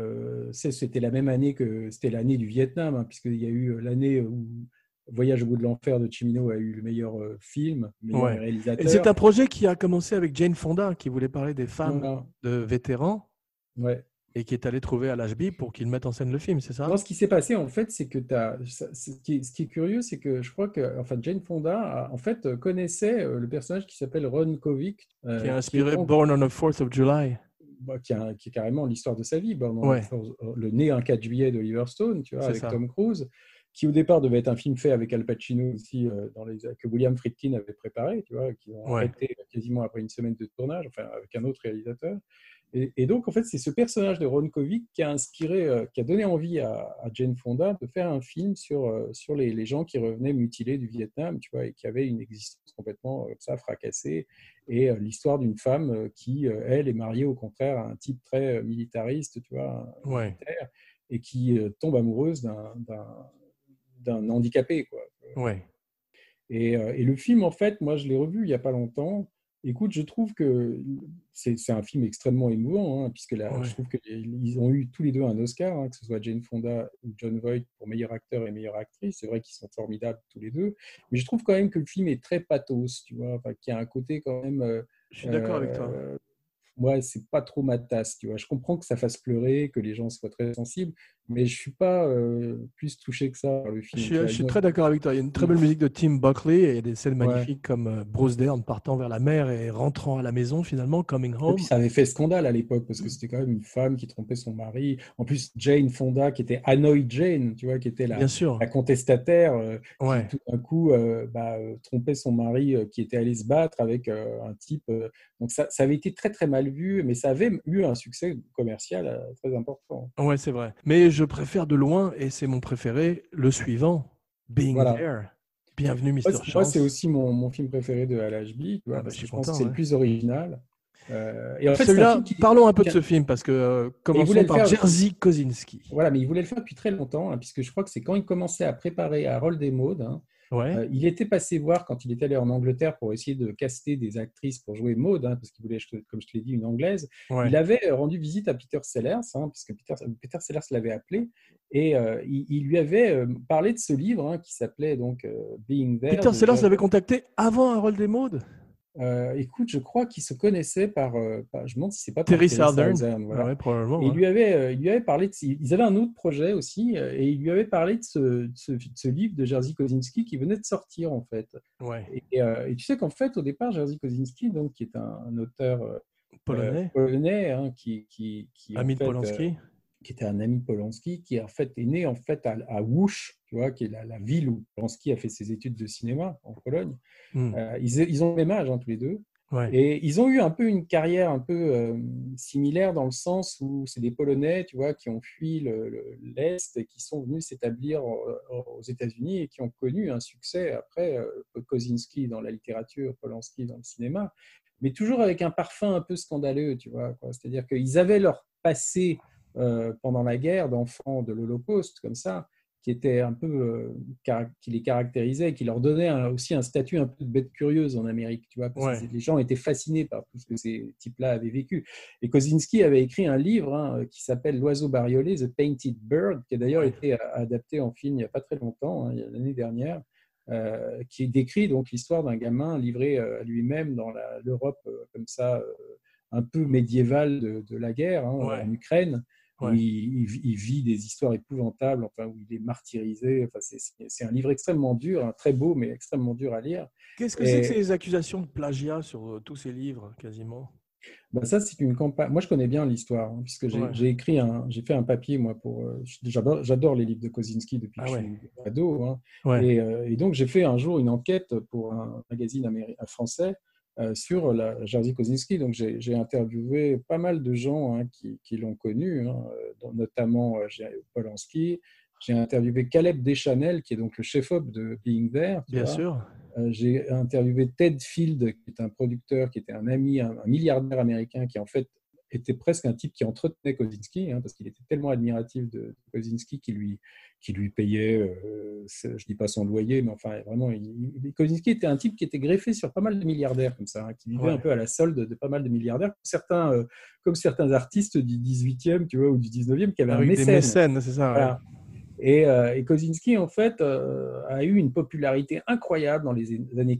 A: C'était la même année c'était l'année du Vietnam, hein, puisqu'il y a eu l'année où Voyage au bout de l'enfer de Cimino a eu le meilleur film, meilleur
B: Ouais. Et
A: réalisateur.
B: c'est un projet qui a commencé avec Jane Fonda, qui voulait parler des femmes
A: Voilà.
B: de vétérans.
A: Ouais.
B: Et qui est allé trouver Al Ashby pour qu'il mette en scène le film, c'est ça?
A: Non, ce qui s'est passé, en fait, c'est que ce qui est curieux, c'est que je crois que enfin, Jane Fonda, en fait, connaissait le personnage qui s'appelle Ron Kovic.
B: Qui a inspiré Born on the 4th of July.
A: Qui est carrément l'histoire de sa vie.
B: Ouais.
A: Le né un 4 juillet d'Oliver Stone, tu vois,
B: C'est
A: avec
B: ça.
A: Tom Cruise, qui au départ devait être un film fait avec Al Pacino aussi, que William Friedkin avait préparé, tu vois, qui ont arrêté quasiment après une semaine de tournage, enfin avec un autre réalisateur. Et donc, en fait, c'est ce personnage de Ron Kovic qui a inspiré, qui a donné envie à Jane Fonda de faire un film sur les gens qui revenaient mutilés du Vietnam, tu vois, et qui avaient une existence complètement comme ça, fracassée. Et l'histoire d'une femme qui, elle, est mariée au contraire à un type très militariste, tu vois, militaire, et qui tombe amoureuse d'un handicapé, quoi.
B: Ouais.
A: Et le film, en fait, moi, je l'ai revu il n'y a pas longtemps. Écoute, je trouve que c'est un film extrêmement émouvant, hein, puisque je trouve qu'ils ont eu tous les deux un Oscar, hein, que ce soit Jane Fonda ou Jon Voight pour meilleur acteur et meilleure actrice. C'est vrai qu'ils sont formidables tous les deux, mais je trouve quand même que le film est très pathos, tu vois, qu'il y a un côté quand même.
B: Je suis d'accord avec toi.
A: Ouais, c'est pas trop ma tasse, tu vois. Je comprends que ça fasse pleurer, que les gens soient très sensibles, mais je suis pas plus touché que ça par le film.
B: Je suis très d'accord avec toi. Il y a une très belle musique de Tim Buckley et il y a des scènes magnifiques comme Bruce Dern partant vers la mer et rentrant à la maison finalement, coming home.
A: Et puis ça avait fait scandale à l'époque parce que c'était quand même une femme qui trompait son mari. En plus, Jane Fonda, qui était Hanoi Jane, tu vois, qui était la contestataire, qui tout d'un coup trompait son mari qui était allé se battre avec un type. Donc ça avait été très très mal vu, mais ça avait eu un succès commercial très important.
B: Ouais, c'est vrai. Mais je préfère de loin, et c'est mon préféré, le suivant, Being There. Bienvenue, Mr. Chance.
A: Moi, c'est aussi mon film préféré de Al Ashby, tu vois, parce que je pense que c'est le plus original.
B: Et en fait, celui-là, parlons un peu de ce film, parce que commençons par Jerzy Kosinski.
A: Voilà, mais il voulait le faire depuis très longtemps, hein, puisque je crois que c'est quand il commençait à préparer Harold et Maude. Hein, il était passé voir quand il est allé en Angleterre pour essayer de caster des actrices pour jouer Maude, hein, parce qu'il voulait, comme je te l'ai dit, une anglaise. Il avait rendu visite à Peter Sellers, hein, puisque Peter Sellers l'avait appelé, et il lui avait parlé de ce livre hein, qui s'appelait donc Being There.
B: Peter Sellers l'avait contacté avant Harold et Maude.
A: Écoute, je crois qu'ils se connaissaient je me demande si c'est pas
B: Terry Southern.
A: Voilà.
B: Probablement.
A: Et il lui avait parlé ils avaient un autre projet aussi, et il lui avait parlé de ce livre de Jerzy Kosinski qui venait de sortir en fait. Et tu sais qu'en fait, au départ, Jerzy Kosinski, donc qui est un auteur polonais, hein, qui
B: ami de Polanski,
A: qui était un ami de Polanski, qui en fait est né en fait à Łódź, tu vois, qui est la ville où Polanski a fait ses études de cinéma en Pologne. Ils ont le même âge, hein, tous les deux.
B: Ouais.
A: Et ils ont eu un peu une carrière un peu similaire dans le sens où c'est des Polonais, tu vois, qui ont fui l'Est et qui sont venus s'établir aux États-Unis et qui ont connu un succès après Kosinski dans la littérature, Polanski dans le cinéma, mais toujours avec un parfum un peu scandaleux, tu vois, quoi. C'est-à-dire qu'ils avaient leur passé pendant la guerre d'enfants de l'Holocauste, comme ça, qui était un peu qui les caractérisait, qui leur donnait aussi un statut un peu de bête curieuse en Amérique, tu vois, parce que les gens étaient fascinés par tout ce que ces types-là avaient vécu. Et Kosinski avait écrit un livre qui s'appelle L'oiseau bariolé, The Painted Bird, qui a d'ailleurs été adapté en film il n'y a pas très longtemps, l'année dernière, qui décrit donc l'histoire d'un gamin livré à lui-même dans l'Europe comme ça, un peu médiévale de la guerre en Ukraine. Où il vit des histoires épouvantables, enfin, où il est martyrisé. Enfin, c'est un livre extrêmement dur, très beau, mais extrêmement dur à lire.
B: Qu'est-ce que c'est que ces accusations de plagiat sur tous ces livres, quasiment?
A: Ça, c'est une campagne. Moi, je connais bien l'histoire, puisque j'ai fait un papier, moi, j'adore les livres de Kosinski depuis que je suis ado. Et donc, j'ai fait un jour une enquête pour un magazine français sur la Jerzy Kosinski. Donc, j'ai interviewé pas mal de gens qui l'ont connu, notamment Polanski. J'ai interviewé Caleb Deschanel, qui est donc le chef-op de Being There.
B: Bien sûr.
A: J'ai interviewé Ted Field, qui est un producteur, qui était un ami, un milliardaire américain, qui en fait était presque un type qui entretenait Kosinski, parce qu'il était tellement admiratif de Kosinski qu'il lui payait, je ne dis pas son loyer, mais enfin vraiment, Kosinski était un type qui était greffé sur pas mal de milliardaires comme ça, qui vivait un peu à la solde de pas mal de milliardaires, comme certains artistes du 18e, tu vois, ou du 19e, qui avaient un mécène.
B: Des mécènes, c'est ça.
A: Voilà. Et Kosinski, en fait, a eu une popularité incroyable dans les années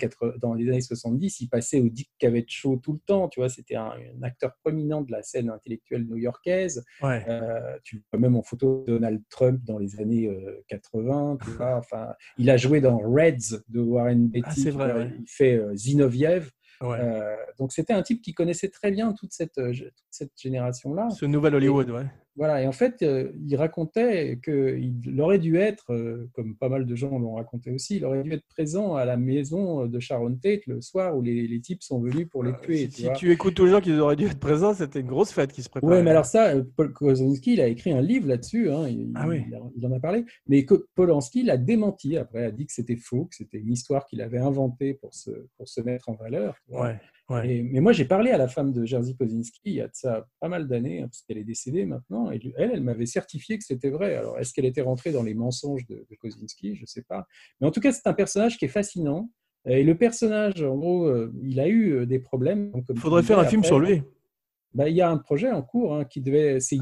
A: 70. Il passait au Dick Cavett Show tout le temps. Tu vois, c'était un acteur prominent de la scène intellectuelle new-yorkaise. Tu le vois même en photo de Donald Trump dans les années 80. Tu vois, enfin, il a joué dans Reds de Warren Beatty.
B: C'est vrai,
A: Il fait Zinoviev. Donc, c'était un type qui connaissait très bien toute cette génération-là.
B: Ce nouvel Hollywood,
A: Voilà, et en fait, il racontait qu'il aurait dû être, comme pas mal de gens l'ont raconté aussi, il aurait dû être présent à la maison de Sharon Tate le soir où les types sont venus pour les tuer.
B: Si tu écoutes tous les gens qui auraient dû être présents, c'était une grosse fête qui se préparait.
A: Oui, mais alors ça, Paul Kosinski, il a écrit un livre là-dessus, il en a parlé, mais Polanski l'a démenti après, a dit que c'était faux, que c'était une histoire qu'il avait inventée pour se mettre en valeur. Mais moi, j'ai parlé à la femme de Jerzy Kosinski il y a de ça pas mal d'années, parce qu'elle est décédée maintenant, et elle m'avait certifié que c'était vrai. Alors, est-ce qu'elle était rentrée dans les mensonges de Kosinski? Je ne sais pas. Mais en tout cas, c'est un personnage qui est fascinant. Et le personnage, en gros, il a eu des problèmes.
B: Il faudrait faire un film sur lui.
A: Il y a un projet en cours c'est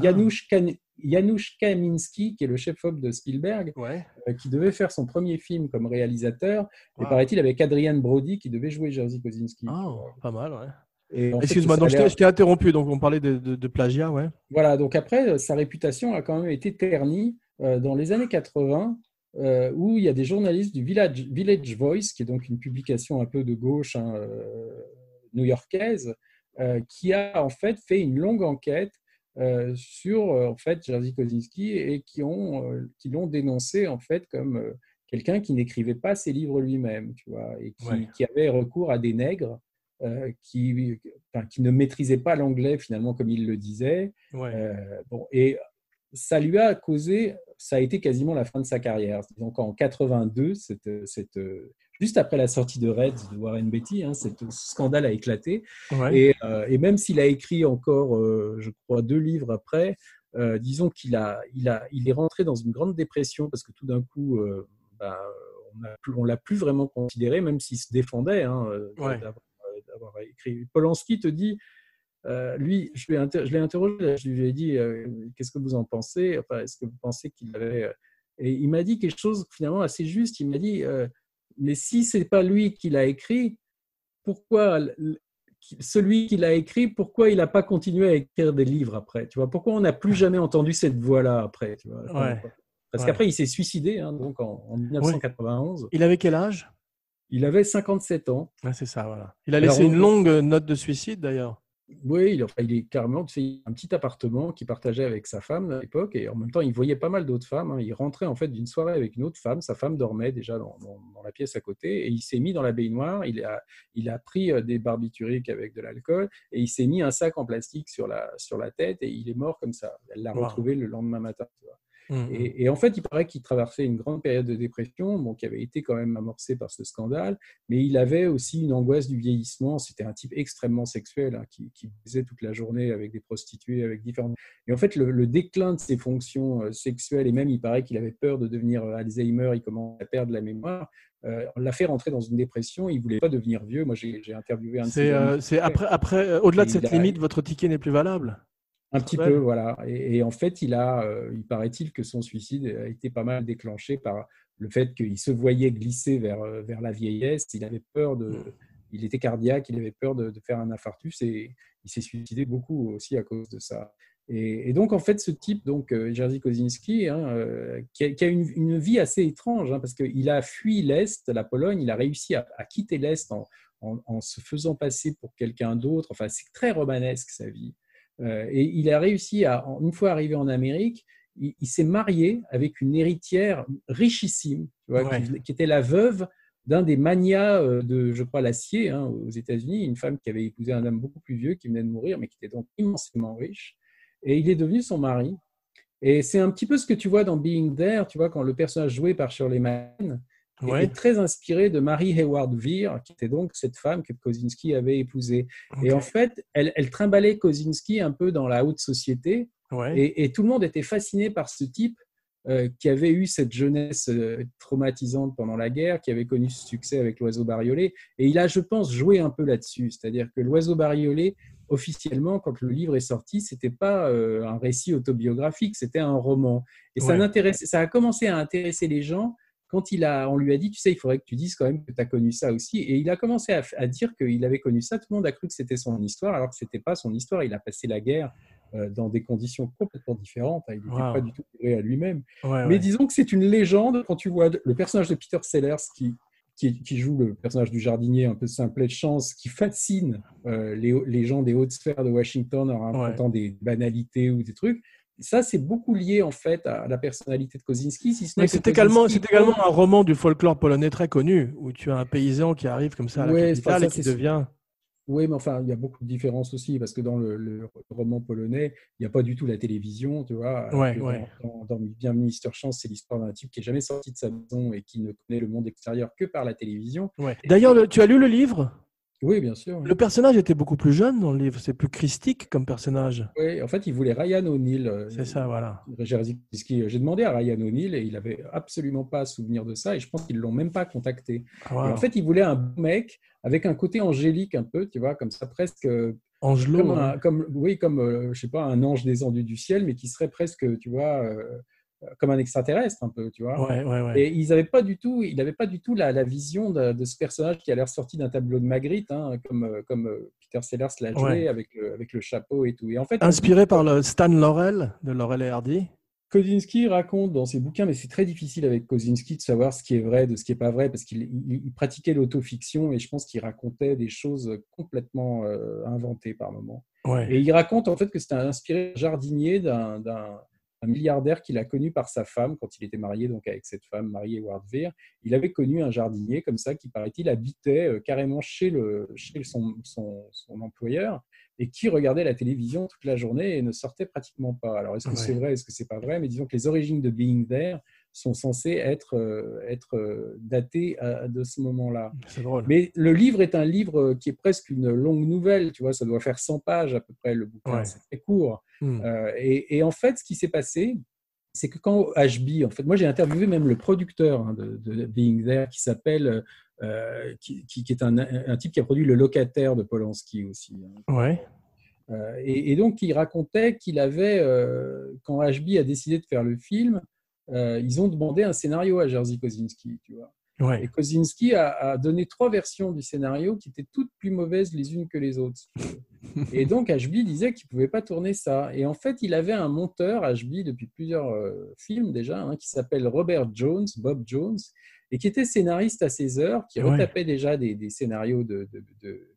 A: Janusz Kaminski, qui est le chef-op de Spielberg, qui devait faire son premier film comme réalisateur. Et paraît-il, avec Adrian Brody, qui devait jouer Jerzy Kosinski.
B: Pas mal,
A: Excuse-moi,
B: donc je t'ai interrompu, donc on parlait de plagiat,
A: Voilà, donc après, sa réputation a quand même été ternie dans les années 80, où il y a des journalistes du Village Voice, qui est donc une publication un peu de gauche new-yorkaise, qui a en fait une longue enquête sur en fait Jerzy Kosinski et qui l'ont dénoncé en fait comme quelqu'un qui n'écrivait pas ses livres lui-même, tu vois, et qui avait recours à des nègres qui ne maîtrisaient pas l'anglais finalement comme il le disait. Et ça lui a causé, ça a été quasiment la fin de sa carrière. Donc en 82, juste après la sortie de Reds de Warren Beatty, ce scandale a éclaté. Et même s'il a écrit encore, je crois, 2 livres après, disons qu'il est rentré dans une grande dépression parce que tout d'un coup, on l'a plus vraiment considéré, même s'il se défendait d'avoir écrit. Polanski te dit, lui, je l'ai interrogé, je lui ai dit qu'est-ce que vous en pensez, enfin, est-ce que vous pensez qu'il avait… Et il m'a dit quelque chose finalement assez juste. Il m'a dit mais si c'est pas lui qui l'a écrit, pourquoi celui qui l'a écrit, pourquoi il n'a pas continué à écrire des livres après, tu vois, pourquoi on n'a plus jamais entendu cette voix-là après, tu vois, parce qu'après il s'est suicidé donc en 1991.
B: Il avait quel âge?
A: Il avait 57 ans.
B: C'est ça, voilà. Il a laissé une longue note de suicide d'ailleurs.
A: Oui, il est carrément, tu sais, un petit appartement qu'il partageait avec sa femme à l'époque, et en même temps, il voyait pas mal d'autres femmes, hein. Il rentrait en fait d'une soirée avec une autre femme, sa femme dormait déjà dans la pièce à côté, et il s'est mis dans la baignoire, il a pris des barbituriques avec de l'alcool, et il s'est mis un sac en plastique sur la tête, et il est mort comme ça. Elle l'a
B: Wow.
A: retrouvé le lendemain matin, tu vois.
B: Mhm.
A: Et en fait, il paraît qu'il traversait une grande période de dépression, bon, qui avait été quand même amorcée par ce scandale, mais il avait aussi une angoisse du vieillissement. C'était un type extrêmement sexuel, hein, qui baisait toute la journée avec des prostituées, avec différentes. Et en fait, le déclin de ses fonctions sexuelles, et même il paraît qu'il avait peur de devenir Alzheimer, il commençait à perdre la mémoire, on l'a fait rentrer dans une dépression. Il ne voulait pas devenir vieux. Moi, j'ai interviewé un de ses amis.
B: C'est au-delà de
A: Et
B: cette limite, votre ticket n'est plus valable.
A: un
B: Très
A: petit
B: belle.
A: peu, voilà. Et en fait, il paraît-il que son suicide a été pas mal déclenché par le fait qu'il se voyait glisser vers la vieillesse. Il avait peur il était cardiaque, il avait peur de faire un infarctus, et il s'est suicidé beaucoup aussi à cause de ça. Et donc, en fait, ce type, donc Jerzy Kosinski, hein, qui a une vie assez étrange, hein, parce qu'il a fui l'Est, la Pologne, il a réussi à quitter l'Est en se faisant passer pour quelqu'un d'autre. Enfin, c'est très romanesque sa vie. Et il a réussi une fois arrivé en Amérique, il s'est marié avec une héritière richissime, tu vois,
B: Ouais.
A: qui était la veuve d'un des magnats de, je crois, l'acier, hein, aux États-Unis, une femme qui avait épousé un homme beaucoup plus vieux, qui venait de mourir, mais qui était donc immensément riche. Et il est devenu son mari. Et c'est un petit peu ce que tu vois dans Being There, tu vois, quand le personnage joué par Shirley MacLaine
B: Ouais.
A: est très inspiré de Mary Hayward Weir, qui était donc cette femme que Kosinski avait épousée. Et
B: Ok.
A: en fait, elle trimballait Kosinski un peu dans la haute société,
B: Ouais.
A: et tout le monde était fasciné par ce type qui avait eu cette jeunesse traumatisante pendant la guerre, qui avait connu ce succès avec l'Oiseau bariolé. Et il a, je pense, joué un peu là-dessus. C'est-à-dire que l'Oiseau bariolé, officiellement, quand le livre est sorti, c'était pas un récit autobiographique, c'était un roman. Et
B: Ouais.
A: ça a commencé à intéresser les gens quand on lui a dit, tu sais, il faudrait que tu dises quand même que tu as connu ça aussi. Et il a commencé à dire qu'il avait connu ça. Tout le monde a cru que c'était son histoire, alors que ce n'était pas son histoire. Il a passé la guerre dans des conditions complètement différentes. Il n'était pas
B: Wow.
A: du tout livré à lui-même.
B: Ouais,
A: Mais
B: ouais.
A: disons que c'est une légende quand tu vois le personnage de Peter Sellers qui joue le personnage du jardinier un peu simplet de chance, qui fascine les gens des hautes sphères de Washington en racontant des banalités ou des trucs. Ça, c'est beaucoup lié en fait à la personnalité de Kosinski, si ce
B: Mais
A: n'est que
B: c'est également
A: Kosinski,
B: un roman du folklore polonais très connu, où tu as un paysan qui arrive comme ça à la
A: ouais, enfin,
B: capitale et
A: ça
B: qui
A: c'est
B: devient.
A: oui, mais enfin, il y a beaucoup de différences aussi, parce que dans le roman polonais, il n'y a pas du tout la télévision, tu vois, alors
B: Ouais,
A: que
B: ouais.
A: dans Bienvenue Mr. Chance, c'est l'histoire d'un type qui n'est jamais sorti de sa maison et qui ne connaît le monde extérieur que par la télévision.
B: Ouais. D'ailleurs, tu as lu le livre?
A: Oui, bien sûr. Oui.
B: Le personnage était beaucoup plus jeune dans le livre, c'est plus christique comme personnage.
A: Oui, en fait, il voulait Ryan O'Neill.
B: C'est ça, voilà.
A: J'ai demandé à Ryan O'Neill et il n'avait absolument pas souvenir de ça, et je pense qu'ils ne l'ont même pas contacté.
B: Wow.
A: Et en fait, il voulait un mec avec un côté angélique un peu, tu vois, comme ça, presque
B: Angelo,
A: comme je sais pas, un ange descendu du ciel, mais qui serait presque, tu vois, comme un extraterrestre un peu, tu vois.
B: ouais, ouais, ouais.
A: Et il n'avait pas du tout la vision de ce personnage qui a l'air sorti d'un tableau de Magritte, hein, comme Peter Sellers l'a joué
B: Ouais.
A: avec le chapeau et tout. Et en fait,
B: Inspiré par le Stan Laurel de Laurel et Hardy.
A: Kosinski raconte dans ses bouquins, mais c'est très difficile avec Kosinski de savoir ce qui est vrai de ce qui n'est pas vrai, parce qu'il pratiquait l'autofiction, et je pense qu'il racontait des choses complètement inventées par moments.
B: Ouais.
A: Et il raconte en fait que c'était inspiré jardinier d'un milliardaire qu'il a connu par sa femme quand il était marié donc avec cette femme, Mary Hayward Weir. Il avait connu un jardinier comme ça qui, paraît-il, habitait carrément chez son employeur, et qui regardait la télévision toute la journée et ne sortait pratiquement pas. Alors, est-ce que c'est vrai, est-ce que c'est pas vrai? Mais disons que les origines de Being There sont censées être datées de ce moment-là.
B: C'est drôle.
A: Mais le livre est un livre qui est presque une longue nouvelle, tu vois, ça doit faire 100 pages à peu près, le bouquin,
B: Ouais.
A: c'est très court.
B: Mm.
A: Et en fait, ce qui s'est passé, c'est que quand HB, en fait, moi j'ai interviewé même le producteur de Being There, qui s'appelle, qui est un type qui a produit Le Locataire de Polanski aussi.
B: Ouais.
A: Et donc il racontait qu'il avait, quand HB a décidé de faire le film, ils ont demandé un scénario à Jerzy Kosinski, tu vois.
B: Ouais.
A: Et Kosinski a donné 3 versions du scénario qui étaient toutes plus mauvaises les unes que les autres. Et donc HB disait qu'il ne pouvait pas tourner ça. Et en fait, il avait un monteur, HB, depuis plusieurs films déjà, hein, qui s'appelle Robert Jones, Bob Jones, et qui était scénariste à ses heures, qui retapait déjà des scénarios de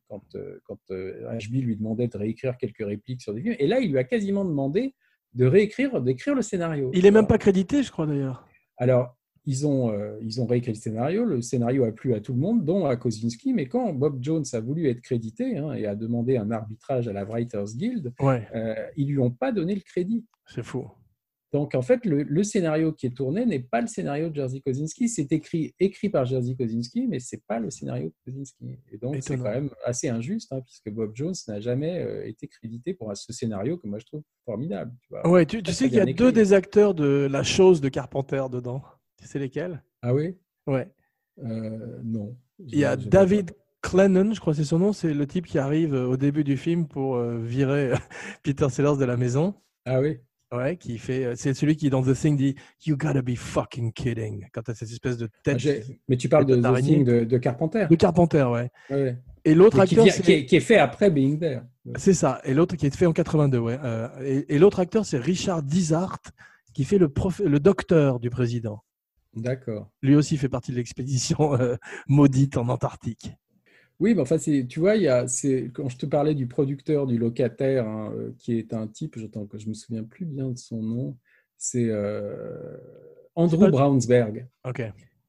A: quand Ashby lui demandait de réécrire quelques répliques sur des films. Et là, il lui a quasiment demandé d'écrire le scénario.
B: Il n'est même pas crédité, je crois d'ailleurs.
A: Alors, ils ont réécrit le scénario a plu à tout le monde, dont à Kosinski, mais quand Bob Jones a voulu être crédité et a demandé un arbitrage à la Writers Guild, ils ne lui ont pas donné le crédit.
B: C'est fou.
A: Donc, en fait, le scénario qui est tourné n'est pas le scénario de Jerzy Kosinski. C'est écrit par Jerzy Kosinski, mais ce n'est pas le scénario de Kosinski. Et donc, c'est quand même assez injuste, puisque Bob Jones n'a jamais été crédité pour ce scénario que moi, je trouve formidable.
B: Tu sais qu'il y a deux des acteurs de La Chose de Carpenter dedans. Tu sais lesquels?
A: Ah oui?
B: Ouais.
A: Non.
B: Il y a David Clennon, je crois que c'est son nom. C'est le type qui arrive au début du film pour virer Peter Sellers de la maison.
A: Ah oui?
B: Ouais, c'est celui qui dans The Thing dit You gotta be fucking kidding quand t'as cette espèce de tête.
A: Mais tu parles de The Thing de Carpenter.
B: De Carpenter, ouais.
A: Et
B: l'autre acteur
A: qui est fait après Being There.
B: C'est ça. Et l'autre qui est fait en 82, ouais. Et l'autre acteur c'est Richard Dizart qui fait le docteur du président.
A: D'accord.
B: Lui aussi fait partie de l'expédition maudite en Antarctique.
A: Oui, mais enfin, tu vois, quand je te parlais du producteur, du locataire, qui est un type, je me souviens plus bien de son nom, c'est Andrew Braunsberg.
B: Ok.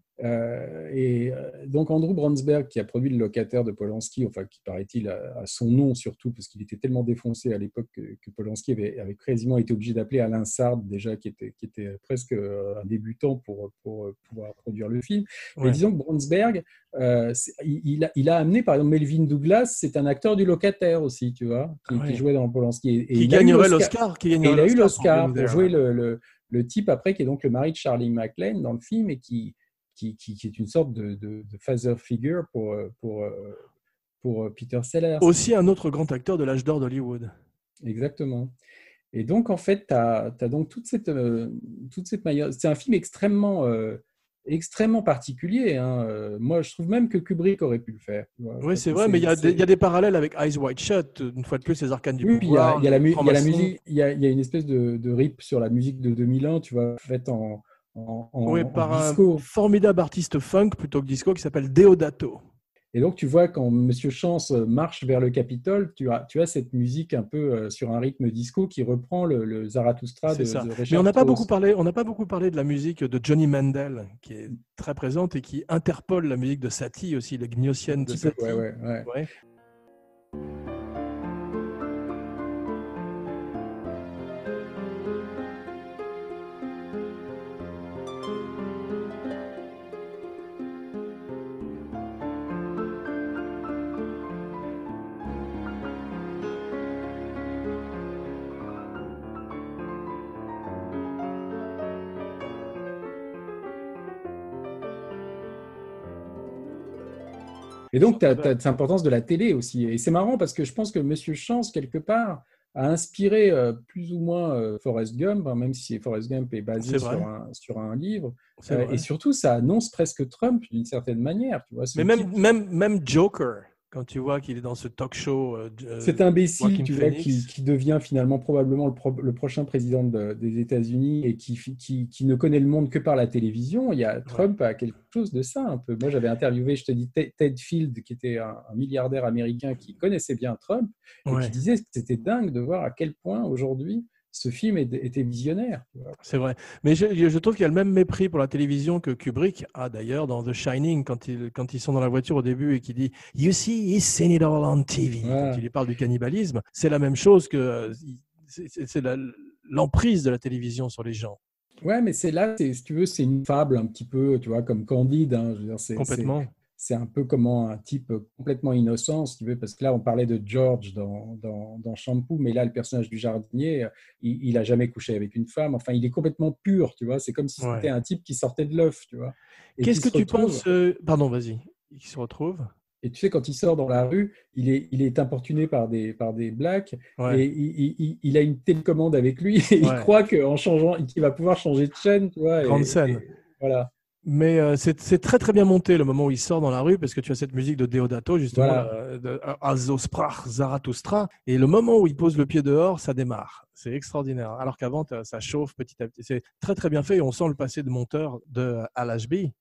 A: Donc Andrew Braunsberg, qui a produit Le Locataire de Polanski, enfin qui paraît-il a son nom surtout, parce qu'il était tellement défoncé à l'époque que Polanski avait quasiment été obligé d'appeler Alain Sard, déjà qui était presque un débutant pour pouvoir produire le film. Ouais. Mais disons que Braunsberg, il a amené par exemple Melvyn Douglas, c'est un acteur du Locataire aussi, tu vois, qui jouait dans Polanski.
B: Et il gagnerait l'Oscar.
A: Il a eu l'Oscar pour jouer le type après, qui est donc le mari de Charlie MacLaine dans le film, et qui est une sorte de father figure pour Peter Sellers.
B: Aussi un autre grand acteur de l'âge d'or d'Hollywood.
A: Exactement. Et donc, en fait, tu as donc toute cette manière. C'est un film extrêmement particulier. Moi, je trouve même que Kubrick aurait pu le faire.
B: Oui, c'est vrai, mais il y a des parallèles avec Eyes Wide Shut. Une fois de plus, les arcanes du pouvoir.
A: Il y a la musique, il y a une espèce de rip sur la musique de 2001, tu vois, faite en
B: par
A: disco.
B: Un formidable artiste funk plutôt que disco qui s'appelle Deodato.
A: Et donc, tu vois, quand Monsieur Chance marche vers le Capitole, tu as cette musique un peu sur un rythme disco qui reprend le Zarathustra de Richard Strauss.
B: Mais on n'a pas beaucoup parlé de la musique de Johnny Mandel, qui est très présente et qui interpole la musique de Satie aussi, les Gnossiennes de Satie.
A: Ouais. Et donc, tu as cette importance de la télé aussi. Et c'est marrant parce que je pense que Monsieur Chance, quelque part, a inspiré plus ou moins Forrest Gump, même si Forrest Gump est basé sur un livre. Et surtout, ça annonce presque Trump d'une certaine manière. Tu vois,
B: mais même Joker, quand tu vois qu'il est dans ce talk show.
A: Cet imbécile, tu vois, qui devient finalement probablement le prochain président des États-Unis et qui ne connaît le monde que par la télévision. Trump a quelque chose de ça un peu. Moi, j'avais interviewé, je te dis, Ted Field, qui était un milliardaire américain qui connaissait bien Trump et qui disait que c'était dingue de voir à quel point aujourd'hui ce film était visionnaire.
B: C'est vrai. Mais je trouve qu'il y a le même mépris pour la télévision que Kubrick a d'ailleurs dans The Shining, quand ils sont dans la voiture au début et qu'il dit « You see, he's seen it all on TV ». Quand il parle du cannibalisme, c'est la même chose que c'est l'emprise de la télévision sur les gens.
A: Ouais, mais si tu veux, c'est une fable un petit peu, tu vois, comme Candide. Je veux dire,
B: complètement.
A: C'est un peu comment un type complètement innocent, si tu veux, parce que là, on parlait de George dans Shampoo, mais là, le personnage du jardinier, il n'a jamais couché avec une femme. Enfin, il est complètement pur, tu vois. C'est comme si c'était un type qui sortait de l'œuf, tu vois.
B: Qu'est-ce que tu penses Pardon, vas-y. Il se retrouve.
A: Et tu sais, quand il sort dans la rue, il est importuné par des blacks et il a une télécommande avec lui et il croit qu'en changeant, qu'il va pouvoir changer de chaîne, tu vois.
B: Grande scène.
A: Voilà.
B: Mais c'est très très bien monté le moment où il sort dans la rue parce que tu as cette musique de Deodato justement de Also sprach Zarathustra et le moment où il pose le pied dehors ça démarre, c'est extraordinaire alors qu'avant ça chauffe petit à petit, c'est très très bien fait et on sent le passé de monteur de Al Ashby.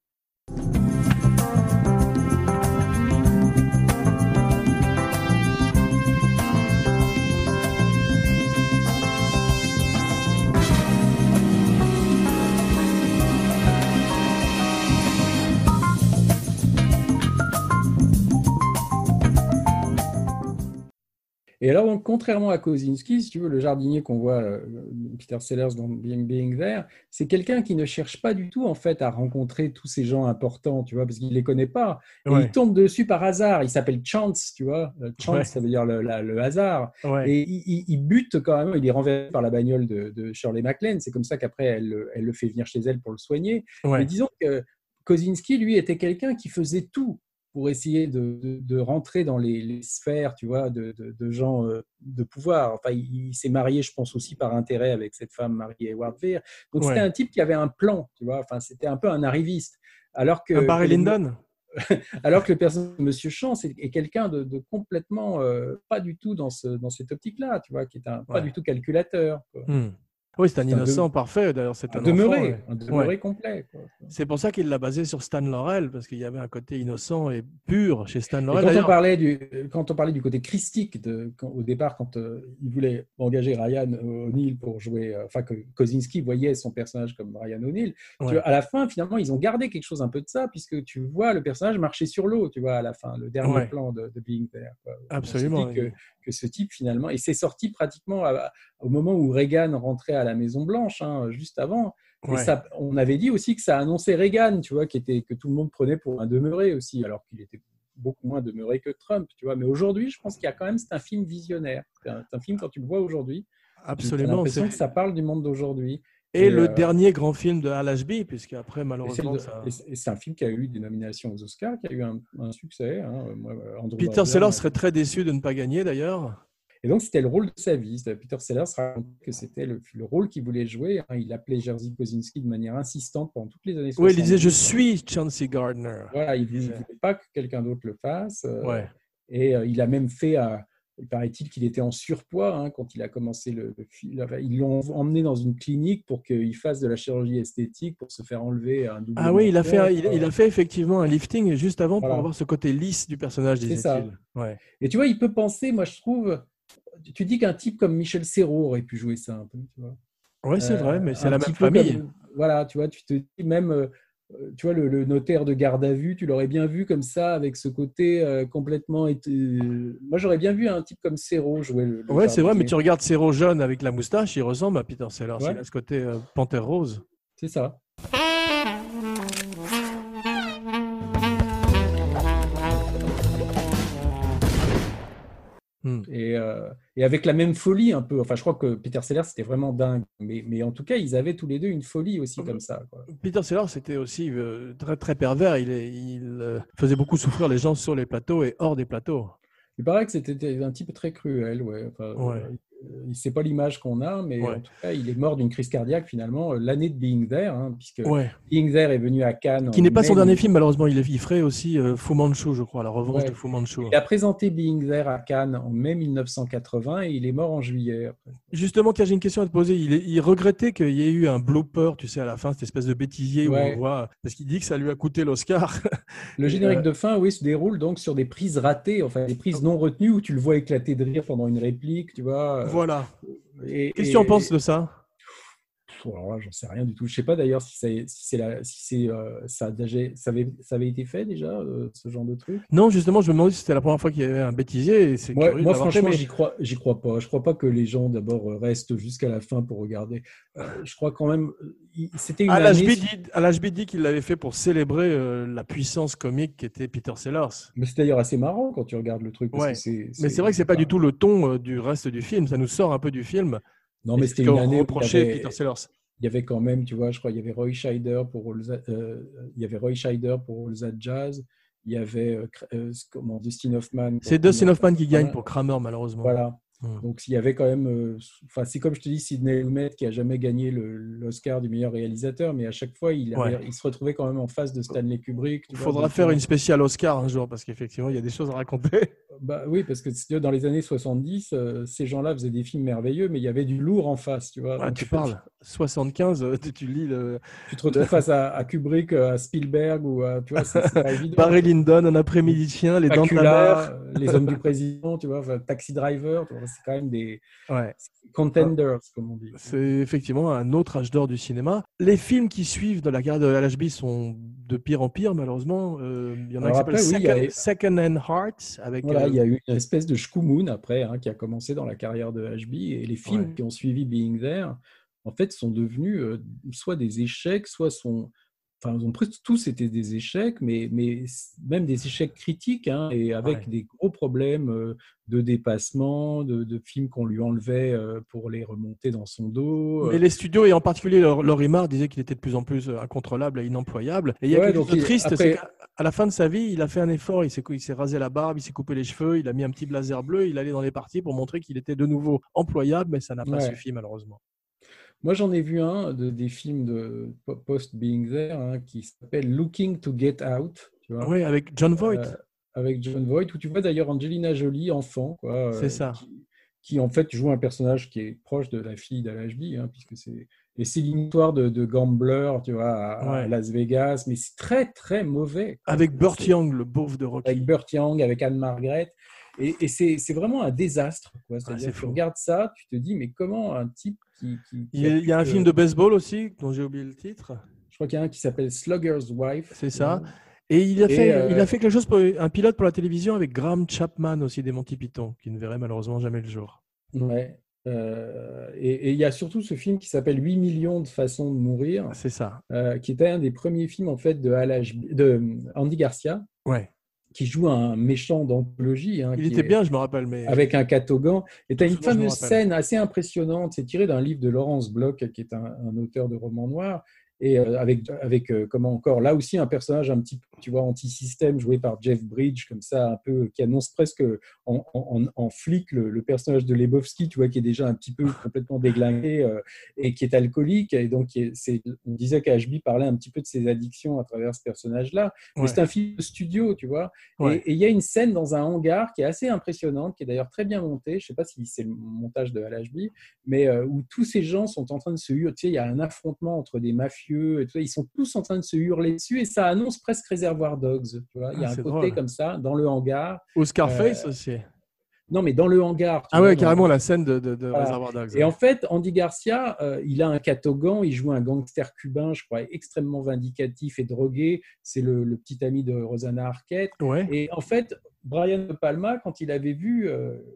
A: Et alors, donc, contrairement à Kosinski, si tu veux, le jardinier qu'on voit, Peter Sellers dans Being There, c'est quelqu'un qui ne cherche pas du tout en fait à rencontrer tous ces gens importants, tu vois, parce qu'il les connaît pas. Et
B: Ouais.
A: il tombe dessus par hasard. Il s'appelle Chance, tu vois. Chance,
B: Ouais.
A: ça veut dire le hasard.
B: Ouais.
A: Et il bute quand même. Il est renversé par la bagnole de Shirley MacLaine. C'est comme ça qu'apraprès elle le fait venir chez elle pour le soigner.
B: Ouais.
A: Mais disons que Kosinski, lui, était quelqu'un qui faisait tout pour essayer de rentrer dans les sphères, tu vois, de gens de pouvoir. Enfin, il s'est marié, je pense, aussi par intérêt avec cette femme, Mary Hayward Weir. Donc, c'était
B: Ouais.
A: un type qui avait un plan, tu vois. Enfin, c'était un peu un arriviste. Alors
B: Un Barry
A: que
B: Lyndon.
A: alors que le personnage de Monsieur Chance est quelqu'un de complètement pas du tout dans cette optique-là, tu vois, qui est pas
B: Ouais.
A: du tout calculateur, quoi.
B: Oui, c'est un
A: C'est un
B: innocent parfait. D'ailleurs, c'est
A: Un
B: un enfant.
A: demeuré
B: Ouais.
A: complet, quoi.
B: C'est pour ça qu'il l'a basé sur Stan Laurel, parce qu'il y avait un côté innocent et pur chez Stan
A: Et
B: Laurel.
A: quand on
B: D'ailleurs,
A: parlait du côté christique, au départ, quand il voulait engager Ryan O'Neal pour jouer, enfin que Kosinski voyait son personnage comme Ryan O'Neal, tu
B: Ouais.
A: vois, à la fin, finalement, ils ont gardé quelque chose un peu de ça, puisque tu vois le personnage marcher sur l'eau, tu vois, à la fin, le dernier
B: Ouais.
A: plan de Being There, quoi.
B: Absolument.
A: On se dit que ce type, finalement, et c'est sorti pratiquement au moment où Reagan rentrait à la Maison-Blanche, hein, juste avant. Et
B: Ouais.
A: ça, on avait dit aussi que ça annonçait Reagan, tu vois, que tout le monde prenait pour un demeuré aussi, alors qu'il était beaucoup moins demeuré que Trump, tu vois. Mais aujourd'hui, je pense qu'il y a quand même, c'est un film visionnaire. C'est un film, quand tu le vois aujourd'hui, tu as
B: Absolument.
A: l'impression que ça parle du monde d'aujourd'hui.
B: Et le dernier grand film de Hal Ashby, puisqu'après,
A: Et
B: malheureusement, ça...
A: c'est un film qui a eu des nominations aux Oscars, qui a eu un succès, hein. Andrew
B: Peter
A: Borders,
B: Sellers serait très déçu de ne pas gagner, d'ailleurs.
A: Et donc, c'était le rôle de sa vie. Peter Sellers racontait que c'était le rôle qu'il voulait jouer, hein. Il appelait Jerzy Kosinski de manière insistante pendant toutes les années 70.
B: Oui, il disait « Je suis Chauncey Gardner ».
A: Voilà, il ne voulait pas que quelqu'un d'autre le fasse.
B: Ouais.
A: Et il a même fait, il paraît-il qu'il était en surpoids, hein, quand il a commencé le film. Ils l'ont emmené dans une clinique pour qu'il fasse de la chirurgie esthétique pour se faire enlever un double.
B: Ah oui, il a fait effectivement un lifting juste avant
A: Voilà.
B: pour avoir ce côté lisse du personnage,
A: C'est ça.
B: disait-il. Ouais.
A: Et tu vois, il peut penser, moi je trouve, tu dis qu'un type comme Michel Serrault aurait pu jouer ça un peu, tu vois.
B: Oui, c'est vrai, mais c'est
A: Un
B: la
A: petit
B: même
A: peu
B: famille.
A: Voilà, tu vois, tu te dis même, tu vois, le notaire de garde à vue, tu l'aurais bien vu comme ça, avec ce côté complètement. Moi, j'aurais bien vu un type comme Serrault jouer le
B: Ouais, c'est vrai,
A: jardinier.
B: mais tu regardes Serrault jeune avec la moustache, il ressemble à Peter Sellers.
A: Ouais.
B: Il a ce côté panthère rose.
A: C'est ça. Et avec la même folie un peu. Enfin, je crois que Peter Sellers, c'était vraiment dingue. Mais en tout cas, ils avaient tous les deux une folie aussi comme ça, quoi.
B: Peter Sellers était aussi très, très pervers. Il faisait beaucoup souffrir les gens sur les plateaux et hors des plateaux.
A: Il paraît que c'était un type très cruel, ouais. Enfin,
B: Ouais.
A: C'est pas l'image qu'on a, mais
B: Ouais.
A: en tout cas, il est mort d'une crise cardiaque finalement l'année de Being There, hein, puisque
B: Ouais.
A: Being There est venu à Cannes.
B: Qui n'est pas son
A: mai.
B: dernier film, malheureusement. Il ferait aussi Fu Manchu, je crois, la revanche
A: Ouais.
B: de Fu Manchu.
A: Il a présenté Being There à Cannes en mai 1980 et il est mort en juillet. Après.
B: Justement, tiens, j'ai une question à te poser. Il regrettait qu'il y ait eu un blooper, tu sais, à la fin, cette espèce de bêtisier
A: Ouais.
B: où on voit, parce qu'il dit que ça lui a coûté l'Oscar.
A: Le générique de fin, oui, se déroule donc sur des prises ratées, enfin des prises non retenues où tu le vois éclater de rire pendant une réplique, tu vois.
B: Voilà.
A: Et-
B: Qu'est-ce que tu en
A: et-
B: penses de ça?
A: Alors là, j'en sais rien du tout. Je sais pas d'ailleurs si ça avait été fait déjà, ce genre de truc.
B: Non, justement, je me demandais si c'était la première fois qu'il y avait un bêtisier. Et c'est
A: Moi,
B: curieux de l'avoir fait,
A: franchement,
B: mais-
A: j'y crois pas. Je crois pas que les gens d'abord restent jusqu'à la fin pour regarder. Je crois quand même, c'était une année.
B: Al Ashby dit qu'il l'avait fait pour célébrer la puissance comique qu'était Peter Sellers.
A: Mais c'est d'ailleurs assez marrant quand tu regardes le truc. Parce
B: Ouais.
A: que
B: Mais c'est vrai que c'est pas du tout le ton du reste du film. Ça nous sort un peu du film.
A: Non, mais
B: Et
A: c'était
B: ce
A: une
B: qu'on
A: année où
B: reprochait Peter Sellers.
A: il y avait quand même, tu vois, je crois, il y avait Roy Scheider pour Olza Jazz. Il y avait Dustin Hoffman.
B: C'est Dustin Hoffman qui gagne
A: Voilà.
B: pour Kramer, malheureusement.
A: Voilà.
B: Hmm.
A: Donc, il y avait quand même. Enfin, c'est comme je te dis, Sidney Lumet qui a jamais gagné l'Oscar du meilleur réalisateur, mais à chaque fois, il se retrouvait quand même en face de Stanley Kubrick.
B: Il faudra faire une spéciale Oscar un jour, parce qu'effectivement, il y a des choses à raconter.
A: Bah, oui, parce que dans les années 70, ces gens-là faisaient des films merveilleux, mais il y avait du lourd en face, tu vois.
B: Ouais,
A: Donc,
B: tu parles. 75, tu lis
A: tu te retrouves face à Kubrick, à Spielberg, ou tu vois, c'est pas évident.
B: Barry Lyndon, Un après-midi de chien, Les Dents de la Mer.
A: Les Hommes du Président, tu vois, enfin, Taxi Driver, tu vois, c'est quand même des
B: Ouais.
A: contenders, comme on dit.
B: C'est effectivement un autre âge d'or du cinéma. Les films qui suivent de la carrière de Al Ashby sont de pire en pire, malheureusement. Il y en a un
A: Alors
B: qui s'appelle
A: après, oui,
B: Second Hand Hearts. Avec,
A: voilà, il y a eu une espèce de shkumun après, hein, qui a commencé dans la carrière de HB, et les films
B: Ouais.
A: qui ont suivi Being There, en fait, sont devenus soit des échecs, enfin, ils ont presque tous été des échecs, mais même des échecs critiques, hein, et avec
B: Ouais.
A: des gros problèmes de dépassement, de films qu'on lui enlevait pour les remonter dans son dos.
B: Mais les studios, et en particulier Laurie Marr, disaient qu'il était de plus en plus incontrôlable et inemployable. Et il y a
A: Ouais,
B: quelque chose
A: donc
B: de triste,
A: après,
B: c'est qu'à la fin de sa vie, il a fait un effort. Il s'est rasé la barbe, il s'est coupé les cheveux, il a mis un petit blazer bleu, il allait dans les parties pour montrer qu'il était de nouveau employable, mais ça n'a pas
A: ouais.
B: suffi, malheureusement.
A: Moi, j'en ai vu un des films de post-Being There, hein, qui s'appelle Looking to Get Out, tu vois,
B: Oui, avec John Voight,
A: avec Jon Voight, où tu vois d'ailleurs Angelina Jolie, enfant, quoi,
B: c'est ça.
A: qui en fait joue un personnage qui est proche de la fille d'Al Ashby, hein, puisque c'est une histoire de gambler, tu vois, à
B: Ouais.
A: Las Vegas, mais c'est très très mauvais, quoi.
B: Avec Burt Young, le beauf de Rocky.
A: Avec Burt Young, avec Anne Margaret. Et c'est vraiment un désastre, quoi. C'est-à-dire
B: c'est
A: que tu
B: fou.
A: regardes ça, tu te dis, mais comment un type qui
B: Il y a un
A: pu
B: film de baseball aussi, dont j'ai oublié le titre.
A: Je crois qu'il y a un qui s'appelle Slugger's Wife.
B: C'est ça. Et il a
A: Et,
B: fait quelque chose, un pilote pour la télévision avec Graham Chapman aussi, des Monty Python, qui ne verrait malheureusement jamais le jour.
A: Ouais. Et il y a surtout ce film qui s'appelle 8 millions de façons de mourir,
B: C'est ça.
A: qui était un des premiers films en fait de Andy Garcia,
B: Ouais.
A: qui joue un méchant d'anthologie, hein,
B: Il était bien, je me rappelle, mais
A: avec un catogan. Et tu as
B: Tout
A: une
B: ce dont je me
A: fameuse
B: rappelle.
A: scène assez impressionnante, c'est tiré d'un livre de Laurence Bloch, qui est un auteur de romans noirs, et avec comment encore, là aussi un personnage un petit peu, tu vois, anti-système, joué par Jeff Bridges, comme ça, un peu, qui annonce presque en flic le personnage de Lebowski, tu vois, qui est déjà un petit peu complètement déglingué, et qui est alcoolique. Et donc, on disait qu'Ashby parlait un petit peu de ses addictions à travers ce personnage-là. Mais
B: Ouais.
A: c'est un film de studio, tu vois.
B: Ouais.
A: Et il y a une scène dans un hangar qui est assez impressionnante, qui est d'ailleurs très bien montée. Je ne sais pas si c'est le montage de Al Ashby, mais où tous ces gens sont en train de se hurler. Tu sais, il y a un affrontement entre des mafieux, et tout ça. Ils sont tous en train de se hurler dessus, et ça annonce presque Réservoir Dogs. Tu vois, il y a un
B: c'est
A: côté
B: drôle.
A: comme ça dans le hangar.
B: Ou Scarface aussi.
A: Non, mais dans le hangar. Tu
B: Ah
A: vois,
B: ouais, carrément la scène de
A: voilà.
B: Reservoir Dogs.
A: Et en fait, Andy Garcia, il a un catogan, il joue un gangster cubain, je crois, extrêmement vindicatif et drogué. C'est le petit ami de Rosanna Arquette.
B: Ouais.
A: Et en fait, Brian De Palma, quand il avait vu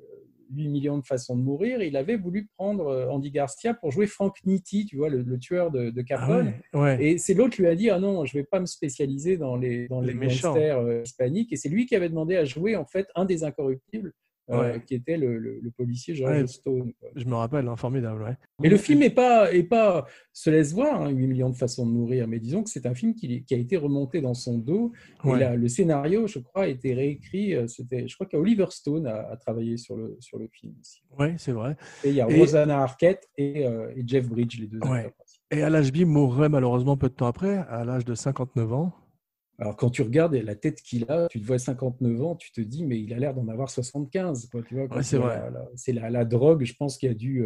A: 8 millions de façons de mourir, il avait voulu prendre Andy Garcia pour jouer Frank Nitti, tu vois, le tueur de
B: Ah
A: Capone.
B: ouais, ouais.
A: Et c'est l'autre qui lui a dit, ah non, je ne vais pas me spécialiser dans les
B: méchants.
A: gangsters hispaniques. Et c'est lui qui avait demandé à jouer, en fait, un des incorruptibles,
B: Ouais.
A: qui était le policier George
B: Ouais.
A: Stone, quoi.
B: Je me rappelle, hein, formidable. Ouais.
A: Mais le film se laisse voir, hein, 8 millions de façons de mourir, mais disons que c'est un film qui a été remonté dans son dos.
B: Ouais.
A: Et le scénario, je crois, a été réécrit. Je crois qu'Oliver Stone a travaillé sur le film aussi.
B: Ouais, c'est vrai.
A: Et il y a Rosanna Arquette et Jeff Bridges, les deux acteurs principaux.
B: Et Al Ashby mourrait malheureusement peu de temps après, à l'âge de 59 ans.
A: Alors, quand tu regardes la tête qu'il a, tu te vois 59 ans, tu te dis, mais il a l'air d'en avoir 75. Quoi, tu vois,
B: Ouais, c'est vrai.
A: C'est la drogue, je pense, qui a dû.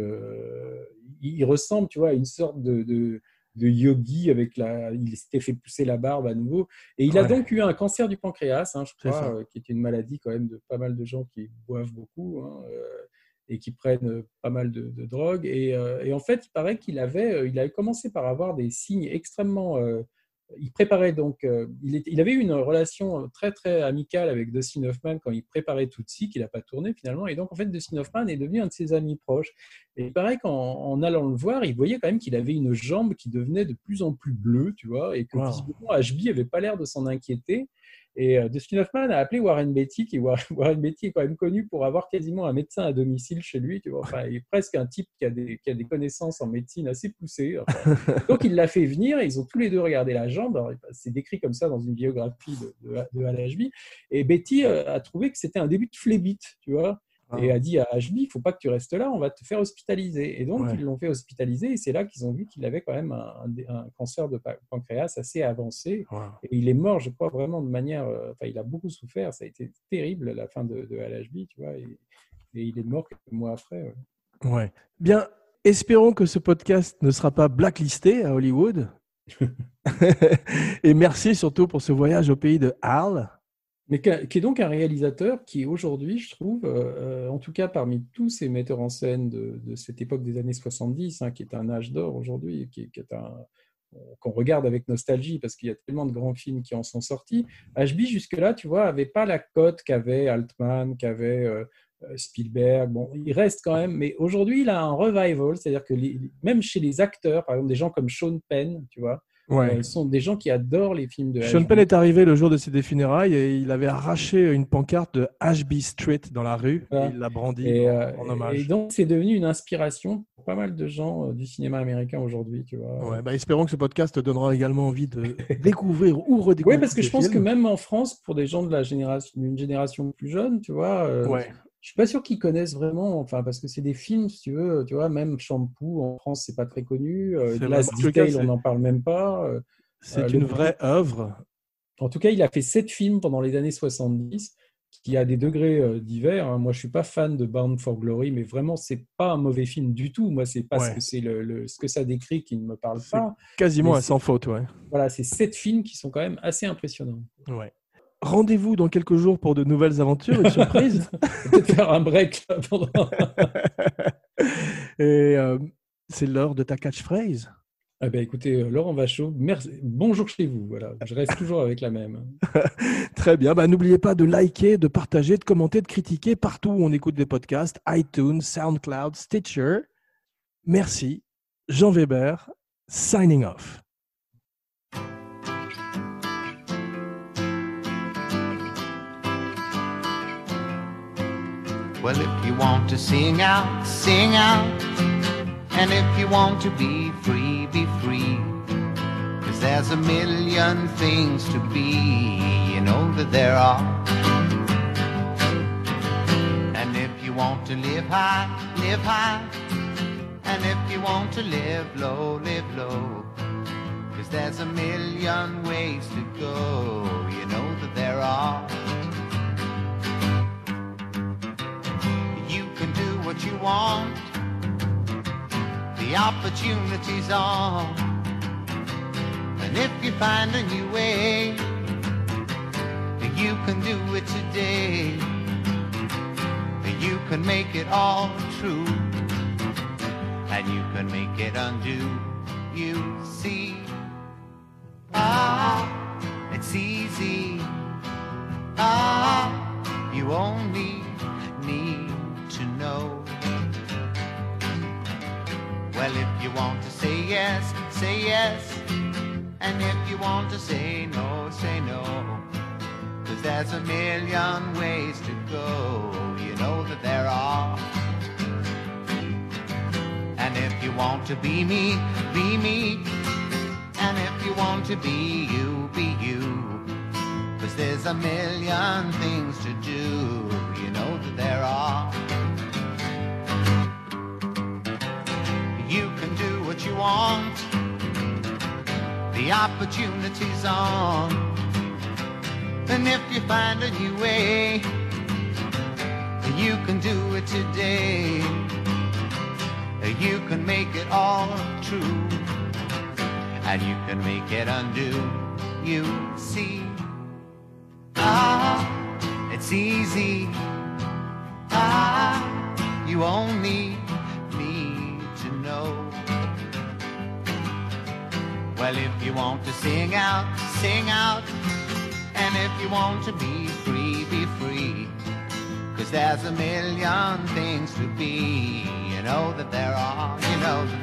A: Il ressemble, tu vois, à une sorte de yogi il s'était fait pousser la barbe à nouveau. Et il a donc eu un cancer du pancréas, hein, je crois, qui est une maladie quand même de pas mal de gens qui boivent beaucoup, hein, et qui prennent pas mal de drogue. Et en fait, il paraît qu'il avait commencé par avoir des signes extrêmement. Il préparait donc, il avait eu une relation très très amicale avec Dustin Hoffman quand il préparait Tootsie, qu'il n'a pas tourné finalement, et donc en fait Dustin Hoffman est devenu un de ses amis proches. Et il paraît qu'en allant le voir, il voyait quand même qu'il avait une jambe qui devenait de plus en plus bleue, tu vois, et que visiblement Ashby avait pas l'air de s'en inquiéter. Et Dustin Hoffman a appelé Warren Beatty, Warren Beatty est quand même connu pour avoir quasiment un médecin à domicile chez lui, tu vois. Enfin, il est presque un type qui a des connaissances en médecine assez poussées. Enfin. Donc il l'a fait venir, et ils ont tous les deux regardé la jambe. Alors, c'est décrit comme ça dans une biographie de Al Ashby. Et Beatty a trouvé que c'était un début de phlébite, tu vois. Et a dit à Ashby, il ne faut pas que tu restes là, on va te faire hospitaliser. Et donc, ils l'ont fait hospitaliser, et c'est là qu'ils ont vu qu'il avait quand même un cancer de pancréas assez avancé.
B: Wow.
A: Et il est mort, je crois, vraiment de manière... il a beaucoup souffert, ça a été terrible, la fin de Al Ashby, tu vois, et il est mort quelques mois après.
B: Ouais. Bien, espérons que ce podcast ne sera pas blacklisté à Hollywood. Et merci surtout pour ce voyage au pays de Al.
A: Mais qui est donc un réalisateur qui, aujourd'hui, je trouve, en tout cas parmi tous ces metteurs en scène de cette époque des années 70, hein, qui est un âge d'or aujourd'hui, qui est qu'on regarde avec nostalgie parce qu'il y a tellement de grands films qui en sont sortis. HB, jusque-là, tu vois, n'avait pas la cote qu'avait Altman, qu'avait Spielberg. Bon, il reste quand même, mais aujourd'hui, il a un revival, c'est-à-dire que même chez les acteurs, par exemple, des gens comme Sean Penn, tu vois, sont des gens qui adorent les films de
B: Sean
A: HB.
B: Penn est arrivé le jour de ses funérailles et il avait arraché une pancarte de HB Street dans la rue et il l'a brandi en hommage.
A: Et donc, c'est devenu une inspiration pour pas mal de gens du cinéma américain aujourd'hui, tu vois.
B: Ouais, espérons que ce podcast te donnera également envie de découvrir ou redécouvrir.
A: Oui, parce que je pense
B: films.
A: que même en France, pour des gens de d'une génération plus jeune, tu vois, je suis pas sûr qu'ils connaissent vraiment, enfin, parce que c'est des films, si tu veux, tu vois, même Shampoo en France, c'est pas très connu. Glass Detail, on n'en parle même pas.
B: C'est une vraie œuvre.
A: En tout cas, il a fait 7 films pendant les années 70, qui a des degrés divers. Hein. Moi, je suis pas fan de Bound for Glory, mais vraiment, c'est pas un mauvais film du tout. Moi, c'est parce que c'est ce que ça décrit qui ne me parle pas.
B: Quasiment à sans faute, ouais.
A: Voilà, c'est 7 films qui sont quand même assez impressionnants.
B: Ouais. Rendez-vous dans quelques jours pour de nouvelles aventures, une surprise.
A: Peut-être faire un break là, pendant...
B: Et c'est l'heure de ta catchphrase.
A: Ah ben, écoutez, Laurent Vachaud, merci. Bonjour chez vous. Voilà, je reste toujours avec la même.
B: Très bien. N'oubliez pas de liker, de partager, de commenter, de critiquer partout où on écoute des podcasts, iTunes, SoundCloud, Stitcher. Merci. Jean Weber, signing off.
I: Well, if you want to sing out, sing out. And if you want to be free, be free. 'Cause there's a million things to be, you know that there are. And if you want to live high, live high. And if you want to live low, live low. 'Cause there's a million ways to go, you know that there are. You can do what you want. The opportunity's on. And if you find a new way, you can do it today. You can make it all true. And you can make it undo. You see, it's easy. You only need to know. Well, if you want to say yes, say yes. And if you want to say no, say no. 'Cause there's a million ways to go, you know that there are. And if you want to be me, be me. And if you want to be you, be you. 'Cause there's a million things to do, you know that there are. You can do what you want. The opportunity's on. And if you find a new way, you can do it today. You can make it all true. And you can make it undo. You see, it's easy. You only need to know. Well, if you want to sing out, sing out. And if you want to be free, be free. 'Cause there's a million things to be, you know that there are, you know that